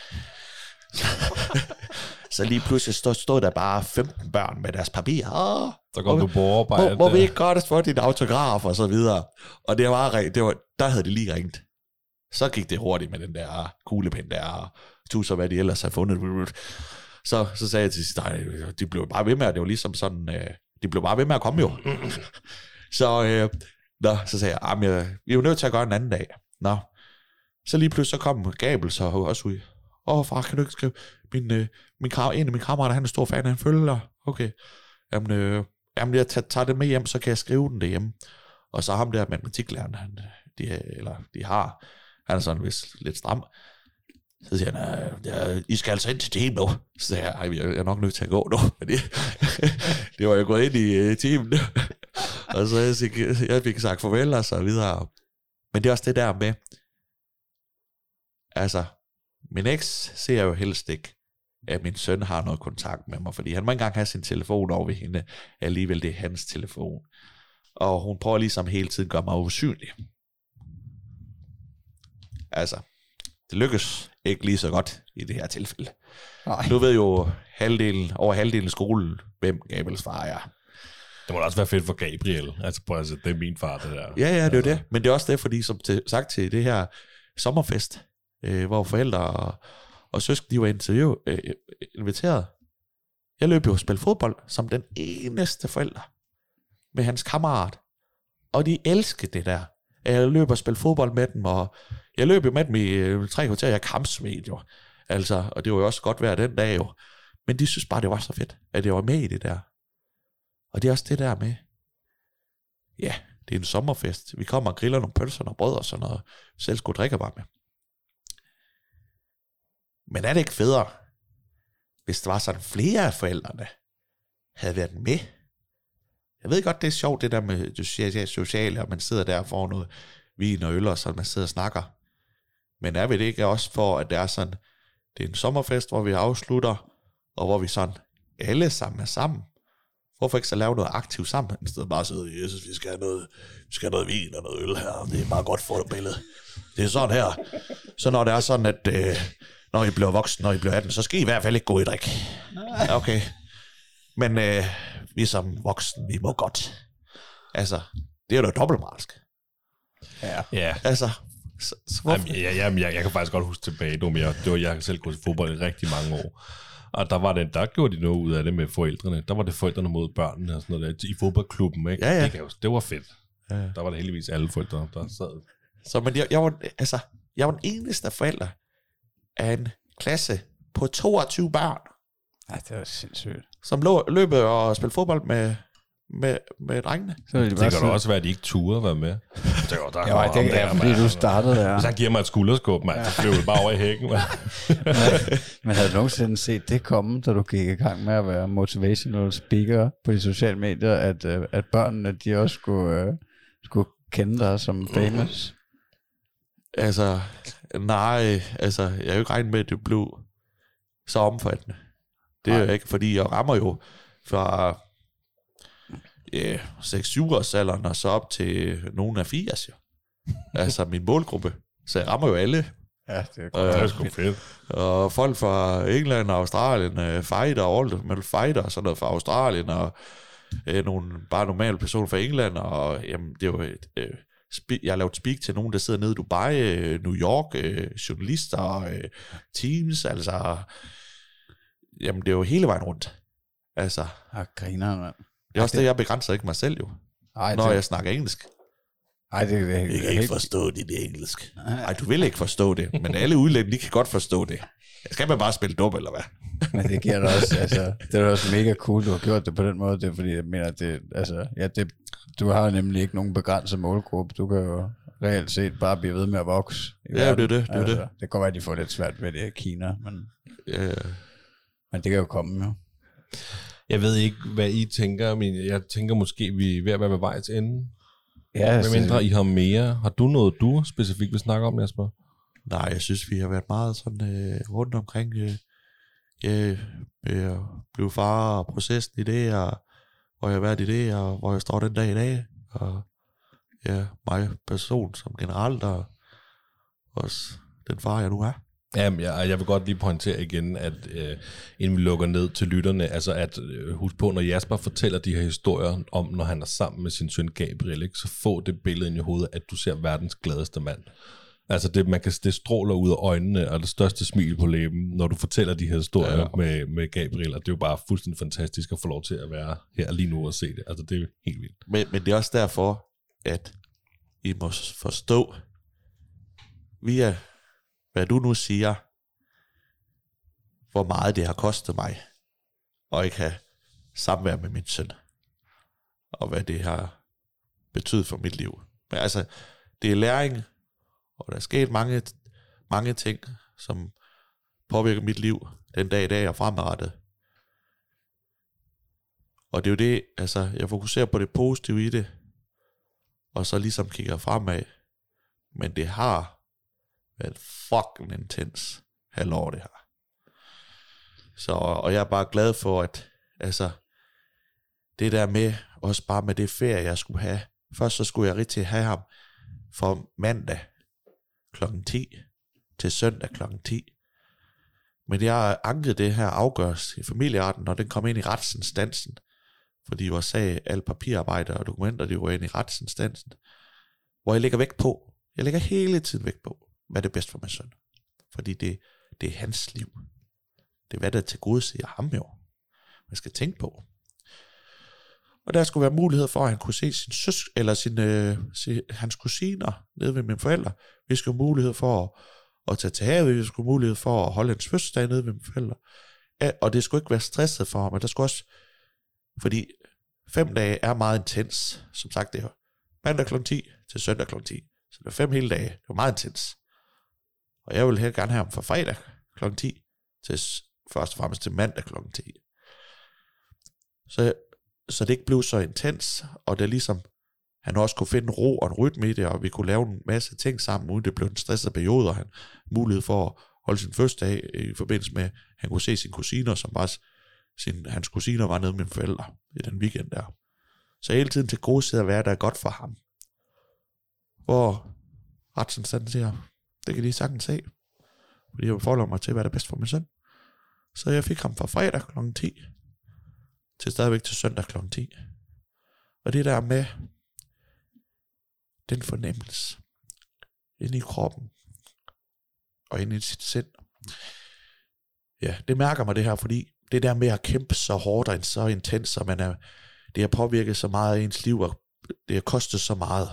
Så lige pludselig stod, stod der bare femten børn med deres papirer. Åh, så kom du på overarbejde. Må, må vi ikke godt få din autograf og så videre. Og det var, det var, der havde det lige ringt. Så gik det hurtigt med den der kuglepen der, og tusind hvad de ellers havde fundet. Så, så sagde jeg til sidst, nej, de blev bare ved med, at det var ligesom sådan, øh, de blev bare ved med at komme jo. så, øh, nå, så sagde jeg, jeg, vi er jo nødt til at gøre en anden dag. Nå. Så lige pludselig så kom Gabel så også ud. Åh far, kan du ikke skrive, min, øh, min, en af mine kammerater, han er stor fan, han følger. Okay, jamen, øh, jamen jeg tager, tager det med hjem, så kan jeg skrive den derhjemme. Og så ham der matematiklæreren, han, de, eller de har, han er sådan vist lidt stram. Så siger han, ja, I skal altså ind til team nu. Så siger jeg, jeg er nok nødt til at gå nu. Det, det var jo gået ind i uh, teamen. Og så jeg fik, jeg fik sagt farvel og så videre. Men det er også det der med, altså, min eks ser jo helst ikke, at min søn har noget kontakt med mig, fordi han må ikke engang have sin telefon over ved hende. Alligevel det er hans telefon. Og hun prøver ligesom hele tiden at gøre mig usynlig. Altså, det lykkes ikke lige så godt i det her tilfælde. Nej. Nu ved jo halvdelen, over halvdelen af skolen, hvem Gabriels far er. Det må da også være fedt for Gabriel. Altså, prøv at se, det er min far, det der. Ja, ja, det er jo det. Men det er også det, fordi som til, sagt til det her sommerfest, øh, hvor forældre og, og søskende, de var interview, øh, inviteret. Jeg løb jo og spille fodbold som den eneste forælder med hans kammerat. Og de elskede det der. Jeg løb og spille fodbold med dem, og jeg løb jo med dem i øh, tre kvarter, jeg kampsved jo. Altså, og det var jo også godt vejr den dag jo. Men de synes bare, det var så fedt, at jeg var med i det der. Og det er også det der med, ja, det er en sommerfest. Vi kommer og griller nogle pølser og brød og sådan noget. Selv skulle drikke bare med. Men er det ikke federe, hvis der var sådan flere af forældrene, havde været med? Jeg ved godt, det er sjovt, det der med det sociale, og man sidder der og får noget vin og øl, og så man sidder og snakker. Men er vi det ikke også for, at det er sådan, det er en sommerfest, hvor vi afslutter, og hvor vi sådan alle sammen er sammen? Hvorfor ikke så lave noget aktivt sammen, i stedet bare at sidde, jeg synes, vi skal have noget, vi skal have noget vin og noget øl her, det er bare godt for et billede. Det er sådan her. Så når det er sådan, at øh, når I bliver voksen, når I bliver atten, så skal I i hvert fald ikke gå i drik. Okay. Men øh, vi som voksne, vi må godt. Altså, det er jo da dobbeltmoralsk. Ja. Ja. Altså, så, så Jamen, ja, jamen, jeg, jeg kan faktisk godt huske tilbage, nu, men jeg, det var, jeg har selv gået til fodbold i rigtig mange år. Og der var det, der gjorde de noget ud af det med forældrene. Der var det forældrene mod børnene og sådan noget der, i fodboldklubben, ikke? Ja, ja. Det, kan jo, det var fedt. Ja. Der var det heldigvis alle forældre, der sad. Så men jeg, jeg, var, altså, jeg var den eneste forælder af en klasse på toogtyve børn, Ej, det var sindssygt. som lå, løb og spillede fodbold med, med, med drengene. Så det, Det kan da også være, at de ikke turde være med. Det var, der Ja, det er fordi, du startede der. Hvis han giver mig et skulderskub, man, så flyver det bare over i hækken. Man. Men havde du nogensinde set det komme, da du gik i gang med at være motivational speaker på de sociale medier, at, øh, at børnene, de også skulle, øh, skulle kende dig som famous? Altså, nej, altså, jeg har jo ikke regnet med, at det blev så omfattende. Det er jo ikke, fordi jeg rammer jo fra yeah, seks syv års alderen og så op til nogen af firs, jo. Altså min målgruppe. Så jeg rammer jo alle. Ja, det er Det er sgu fedt. Og folk fra England og Australien, uh, fighter og alt, med fighter og sådan noget fra Australien, og uh, nogle bare normale personer fra England, og jamen, det er jo et, uh, spe- jeg har lavet speak til nogen, der sidder nede i Dubai, uh, New York, uh, journalister, uh, teams, altså, jamen det er jo hele vejen rundt. Altså, Ah, griner, mand. det er også det, jeg begrænser ikke mig selv jo, Ej, når det, jeg snakker engelsk. ej, det, det, det, det, det, det, forstå dit engelsk. Nej, du vil ikke forstå det, men alle udlændinge, de kan godt forstå det. Skal man bare spille dum, eller hvad? men det giver dig også, altså, det er også mega cool, du har gjort det på den måde, det er fordi, jeg mener, det, altså, ja, det, du har nemlig ikke nogen begrænset målgruppe, du kan jo reelt set bare blive ved med at vokse. i Ja, verden. det er det, det er altså, det. Det kan godt være, at de får lidt svært ved det i Kina, men, Ja, men det kan jo komme, jo. Jeg ved ikke, hvad I tænker, men jeg tænker måske, vi er ved at være ved vejs ende. Ja, Hvad mindre I har mere? Har du noget, du specifikt vil snakke om, Jasper? nej, jeg synes, vi har været meget sådan øh, rundt omkring øh, ja, med at blive far og processen i det, og hvor jeg har været i det, og hvor jeg står den dag i dag, og ja, mig person som generelt, og også den far, jeg nu er. Jamen, jeg, jeg vil godt lige pointere igen, at øh, inden vi lukker ned til lytterne, altså at øh, husk på, når Jasper fortæller de her historier om, når han er sammen med sin søn Gabriel, ikke, så få det billede ind i hovedet, at du ser verdens gladeste mand. Altså det, man kan, det stråler ud af øjnene, og det største smil på læben, når du fortæller de her historier ja. med, med Gabriel, og det er jo bare fuldstændig fantastisk at få lov til at være her lige nu og se det. Altså det er jo helt vildt. Men, men det er også derfor, at I må forstå, via hvad du nu siger, hvor meget det har kostet mig, at ikke have samvær med min søn, og hvad det har betydet for mit liv. Men altså, det er læring, og der er sket mange, mange ting, som påvirker mit liv den dag i dag og fremadrettet. Og det er jo det, altså, jeg fokuserer på det positive i det, og så ligesom kigger fremad. Men det har været fucking intens halvår, det her. Så, og jeg er bare glad for, at altså, det der med, også bare med det ferie, jeg skulle have. Først så skulle jeg rigtig have ham fra mandag klokken ti til søndag klokken ti. Men jeg ankede det her afgørelse i familieretten, når den kom ind i retsinstansen. Fordi vores sag, alle papirarbejder og dokumenter, de var ind i retsinstansen. Hvor jeg lægger vægt på, jeg lægger hele tiden vægt på, hvad er det bedst for min søn. Fordi det, det er hans liv. Det er hvad der tilgodeser ham jo. Man skal tænke på. Og der skulle være mulighed for, at han kunne se sin søsk, eller sin, øh, se, hans kusiner nede ved mine forældre. Vi skulle have mulighed for at, at tage til havet. Vi skulle have mulighed for at holde hans fødselsdag nede ved mine forældre. Ja, og det skulle ikke være stresset for ham. Men der skulle også, fordi fem dage er meget intens. Som sagt, det er mandag klokken ti til søndag klokken ti. Så det er fem hele dage. Det var meget intens. Og jeg vil helt gerne have ham fra fredag klokken ti til først og fremmest til mandag klokken ti. Så, så det ikke blev så intens, og det er ligesom, han også kunne finde ro og en rytme i det, og vi kunne lave en masse ting sammen, uden det blev en stresset periode, og han mulighed for at holde sin fødselsdag i forbindelse med, han kunne se sine kusiner, som var sin, hans kusiner var nede med mine forældre i den weekend der. Så hele tiden til gode sidder at være, der er godt for ham. Hvor retsinstansen siger, det kan de sagtens se. fordi jeg forholder mig til, hvad der er bedst for min søn. Så jeg fik ham fra fredag klokken ti, til stadigvæk til søndag klokken ti. Og det der med den fornemmelse inde i kroppen, og inde i sit sind, ja, det mærker mig det her, fordi det der med at kæmpe så hårdt og så intens, og man er, det har påvirket så meget af ens liv, og det har kostet så meget,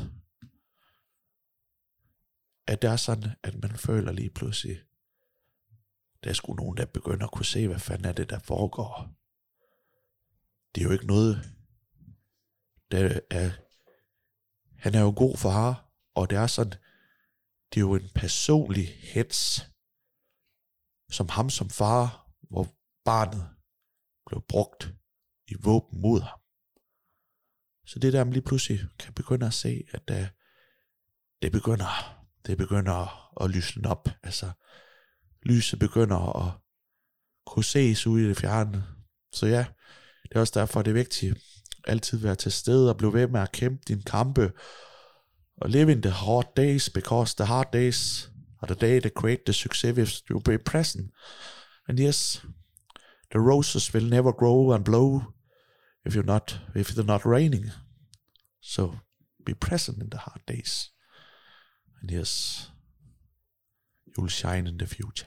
at det er sådan, at man føler lige pludselig, der er sgu nogen, der begynder at kunne se, hvad fanden er det, der foregår. Det er jo ikke noget, der er, han er jo en god far, og det er sådan, det er jo en personlig hets, som ham som far, hvor barnet blev brugt i våben mod ham. Så det der, man lige pludselig kan begynde at se, at det, det begynder, det begynder at lysne op. Altså, lyset begynder at kunne ses ude i det fjerne. Så ja, det er også derfor, det er vigtigt altid være til stede og blive ved med at kæmpe dine kampe og live in the hard days, because the hard days are the day that create the success if you be present. And yes, the roses will never grow and blow if you're not, if they're not raining. So be present in the hard days. And yes, you will shine in the future.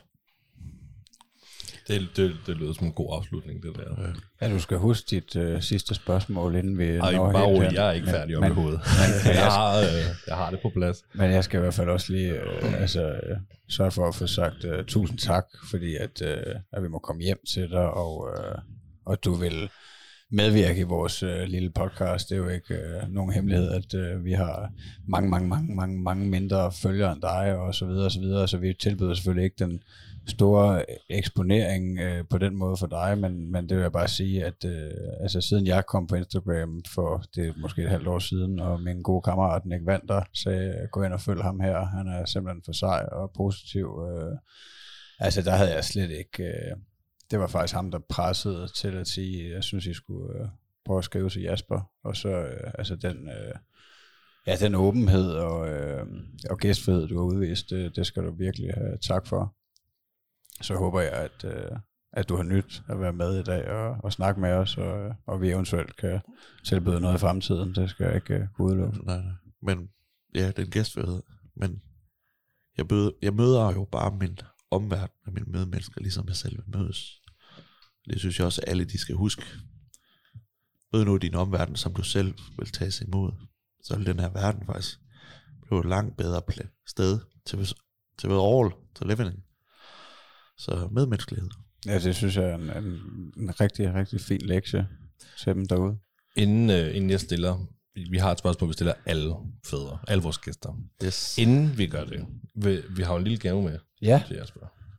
Det, det, det lyder som en god afslutning, det der. Ja, du skal huske dit øh, sidste spørgsmål, inden vi Ej, når bare helt rolig, hen. jeg er ikke færdig om men, i hovedet. Men, jeg, har, øh, jeg har det på plads. Men jeg skal i hvert fald også lige øh, altså, øh, sørge for at få sagt øh, tusind tak, fordi at, øh, at vi må komme hjem til dig, og, øh, og du vil medvirke i vores øh, lille podcast. Det er jo ikke øh, nogen hemmelighed, at øh, vi har mange, mange, mange, mange, mange mindre følgere end dig, og så videre, og så videre, så vi tilbyder selvfølgelig ikke den store eksponering øh, på den måde for dig, men, men det vil jeg bare sige, at øh, altså, siden jeg kom på Instagram for det er måske et halvt år siden, og min gode kammerat Nick Vander sagde, gå ind og følg ham her, han er simpelthen for sej og positiv. Øh, altså der havde jeg slet ikke, øh, det var faktisk ham, der pressede til at sige, jeg synes, I skulle øh, prøve at skrive til Jasper, og så øh, altså den... Øh, Ja, den åbenhed og, øh, og gæstfrihed, du har udvist, det, det skal du virkelig have tak for. Så håber jeg, at, øh, at du har nyt at være med i dag og, og snakke med os, og, og vi eventuelt kan tilbyde noget i fremtiden. Det skal jeg ikke uh, udelukke. Nej, nej. Men ja, den gæstfrihed. Men jeg, bød, jeg møder jo bare min omverden og mine medmennesker, ligesom jeg selv vil mødes. Det synes jeg også, at alle de skal huske. Mød nu din omverden, som du selv vil tage sig imod. Så vil den her verden faktisk blive et langt bedre sted til, til all, til living. Så medmenneskelighed. Ja, det synes jeg er en, en, en rigtig, rigtig fin lektie til dem derude. Inden, øh, inden jeg stiller, vi har et spørgsmål, vi stiller alle fædre, alle vores gæster. Yes. Inden vi gør det, vi, vi har en lille gave med Ja. til Jasper.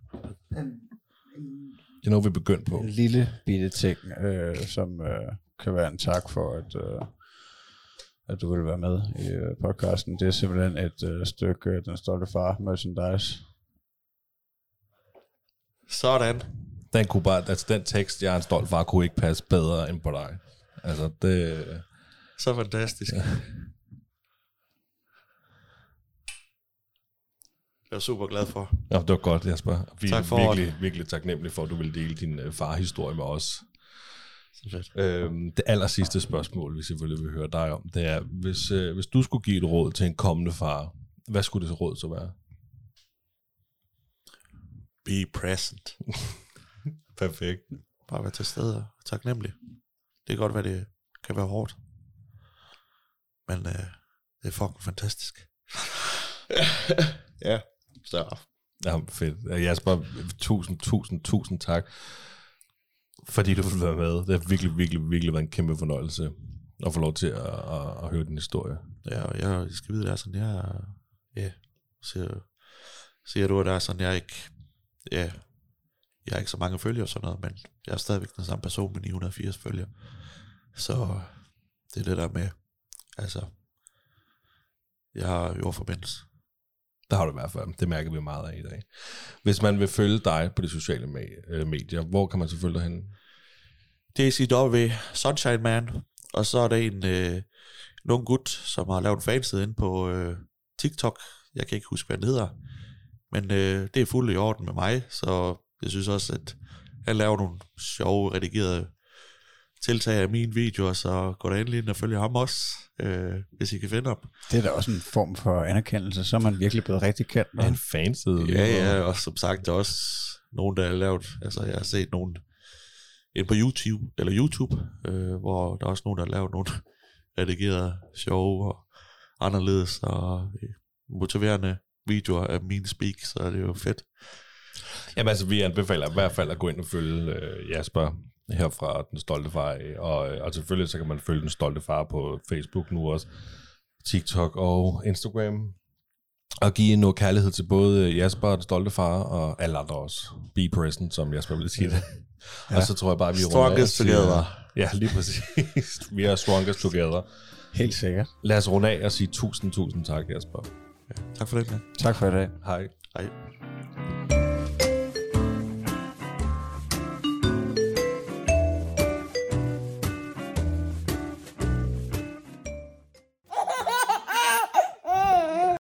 Det er noget, vi er begyndt på. En lille bitte ting, øh, som øh, kan være en tak for, at, øh, at du vil være med i øh, podcasten. Det er simpelthen et øh, stykke øh, Den Stolte Far merchandise. Sådan. Den, kunne bare, altså, den tekst, jeg er en stolt far, kunne ikke passe bedre end på dig. Altså, det... Så fantastisk. Ja. Jeg er super glad for. Ja, det var godt, Jasper. Vi Tak er for virkelig, virkelig taknemmelige for, at du vil dele din uh, farhistorie med os. Så fedt. Øhm, det aller sidste spørgsmål, vi selvfølgelig vil høre dig om, det er, hvis, øh, hvis du skulle give et råd til en kommende far, hvad skulle det råd så være? Be present. Perfekt. Bare være til stede og taknemmelig. Det kan godt være, det kan være hårdt. Men øh, det er fucking fantastisk. Ja, så. Ja, fedt. Jasper, tusind, tusind, tusind tak, fordi du vil være med. Det har virkelig, virkelig, virkelig været en kæmpe fornøjelse at få lov til at, at, at høre din historie. Ja, og jeg skal vide, det er sådan, jeg ja, siger, siger du, at der er sådan, jeg er ikke, ja, jeg har ikke så mange følgere og sådan noget, men jeg er stadigvæk den samme person med ni hundrede og firs følgere. Så det er det der med, altså, jeg har jordforbindelse. Der har du i hvert fald. Det mærker vi meget af i dag. Hvis man vil følge dig på de sociale medier, hvor kan man så følge dig henne? D C W Sunshine Man. Og så er der en, øh, en ung gut, som har lavet en fanside inde på øh, TikTok. Jeg kan ikke huske, hvad den hedder. Men øh, det er fuldt i orden med mig, så jeg synes også, at han laver nogle sjove, redigerede tiltag af mine videoer, så gå da endelig ind og følge ham også, øh, hvis I kan finde ham. Det er da også en form for anerkendelse, så er man virkelig blevet rigtig kendt. Ja, en fanside. Ja, ja, og som sagt, der er også nogen, der har lavet, altså jeg har set nogen ind på YouTube, eller YouTube, øh, hvor der er også nogen, der har lavet nogle redigerede, sjove og anderledes og motiverende videoer af mine speak, så er det jo fedt. Jamen altså, vi anbefaler i hvert fald at gå ind og følge øh, Jasper her fra Den Stolte Far af, og, og selvfølgelig så kan man følge Den Stolte Far på Facebook nu også, TikTok og Instagram, og give noget kærlighed til både Jasper og Den Stolte Far, og alle andre også. Be present, som Jasper ville sige det. Ja. Og så tror jeg bare, vi strongest together. Ja, lige præcis. Vi er strongest together. Helt sikkert. Lad os runde af og sige tusind, tusind tak, Jasper. Ja, tak for det, man. Tak for i dag. Hej. Hej.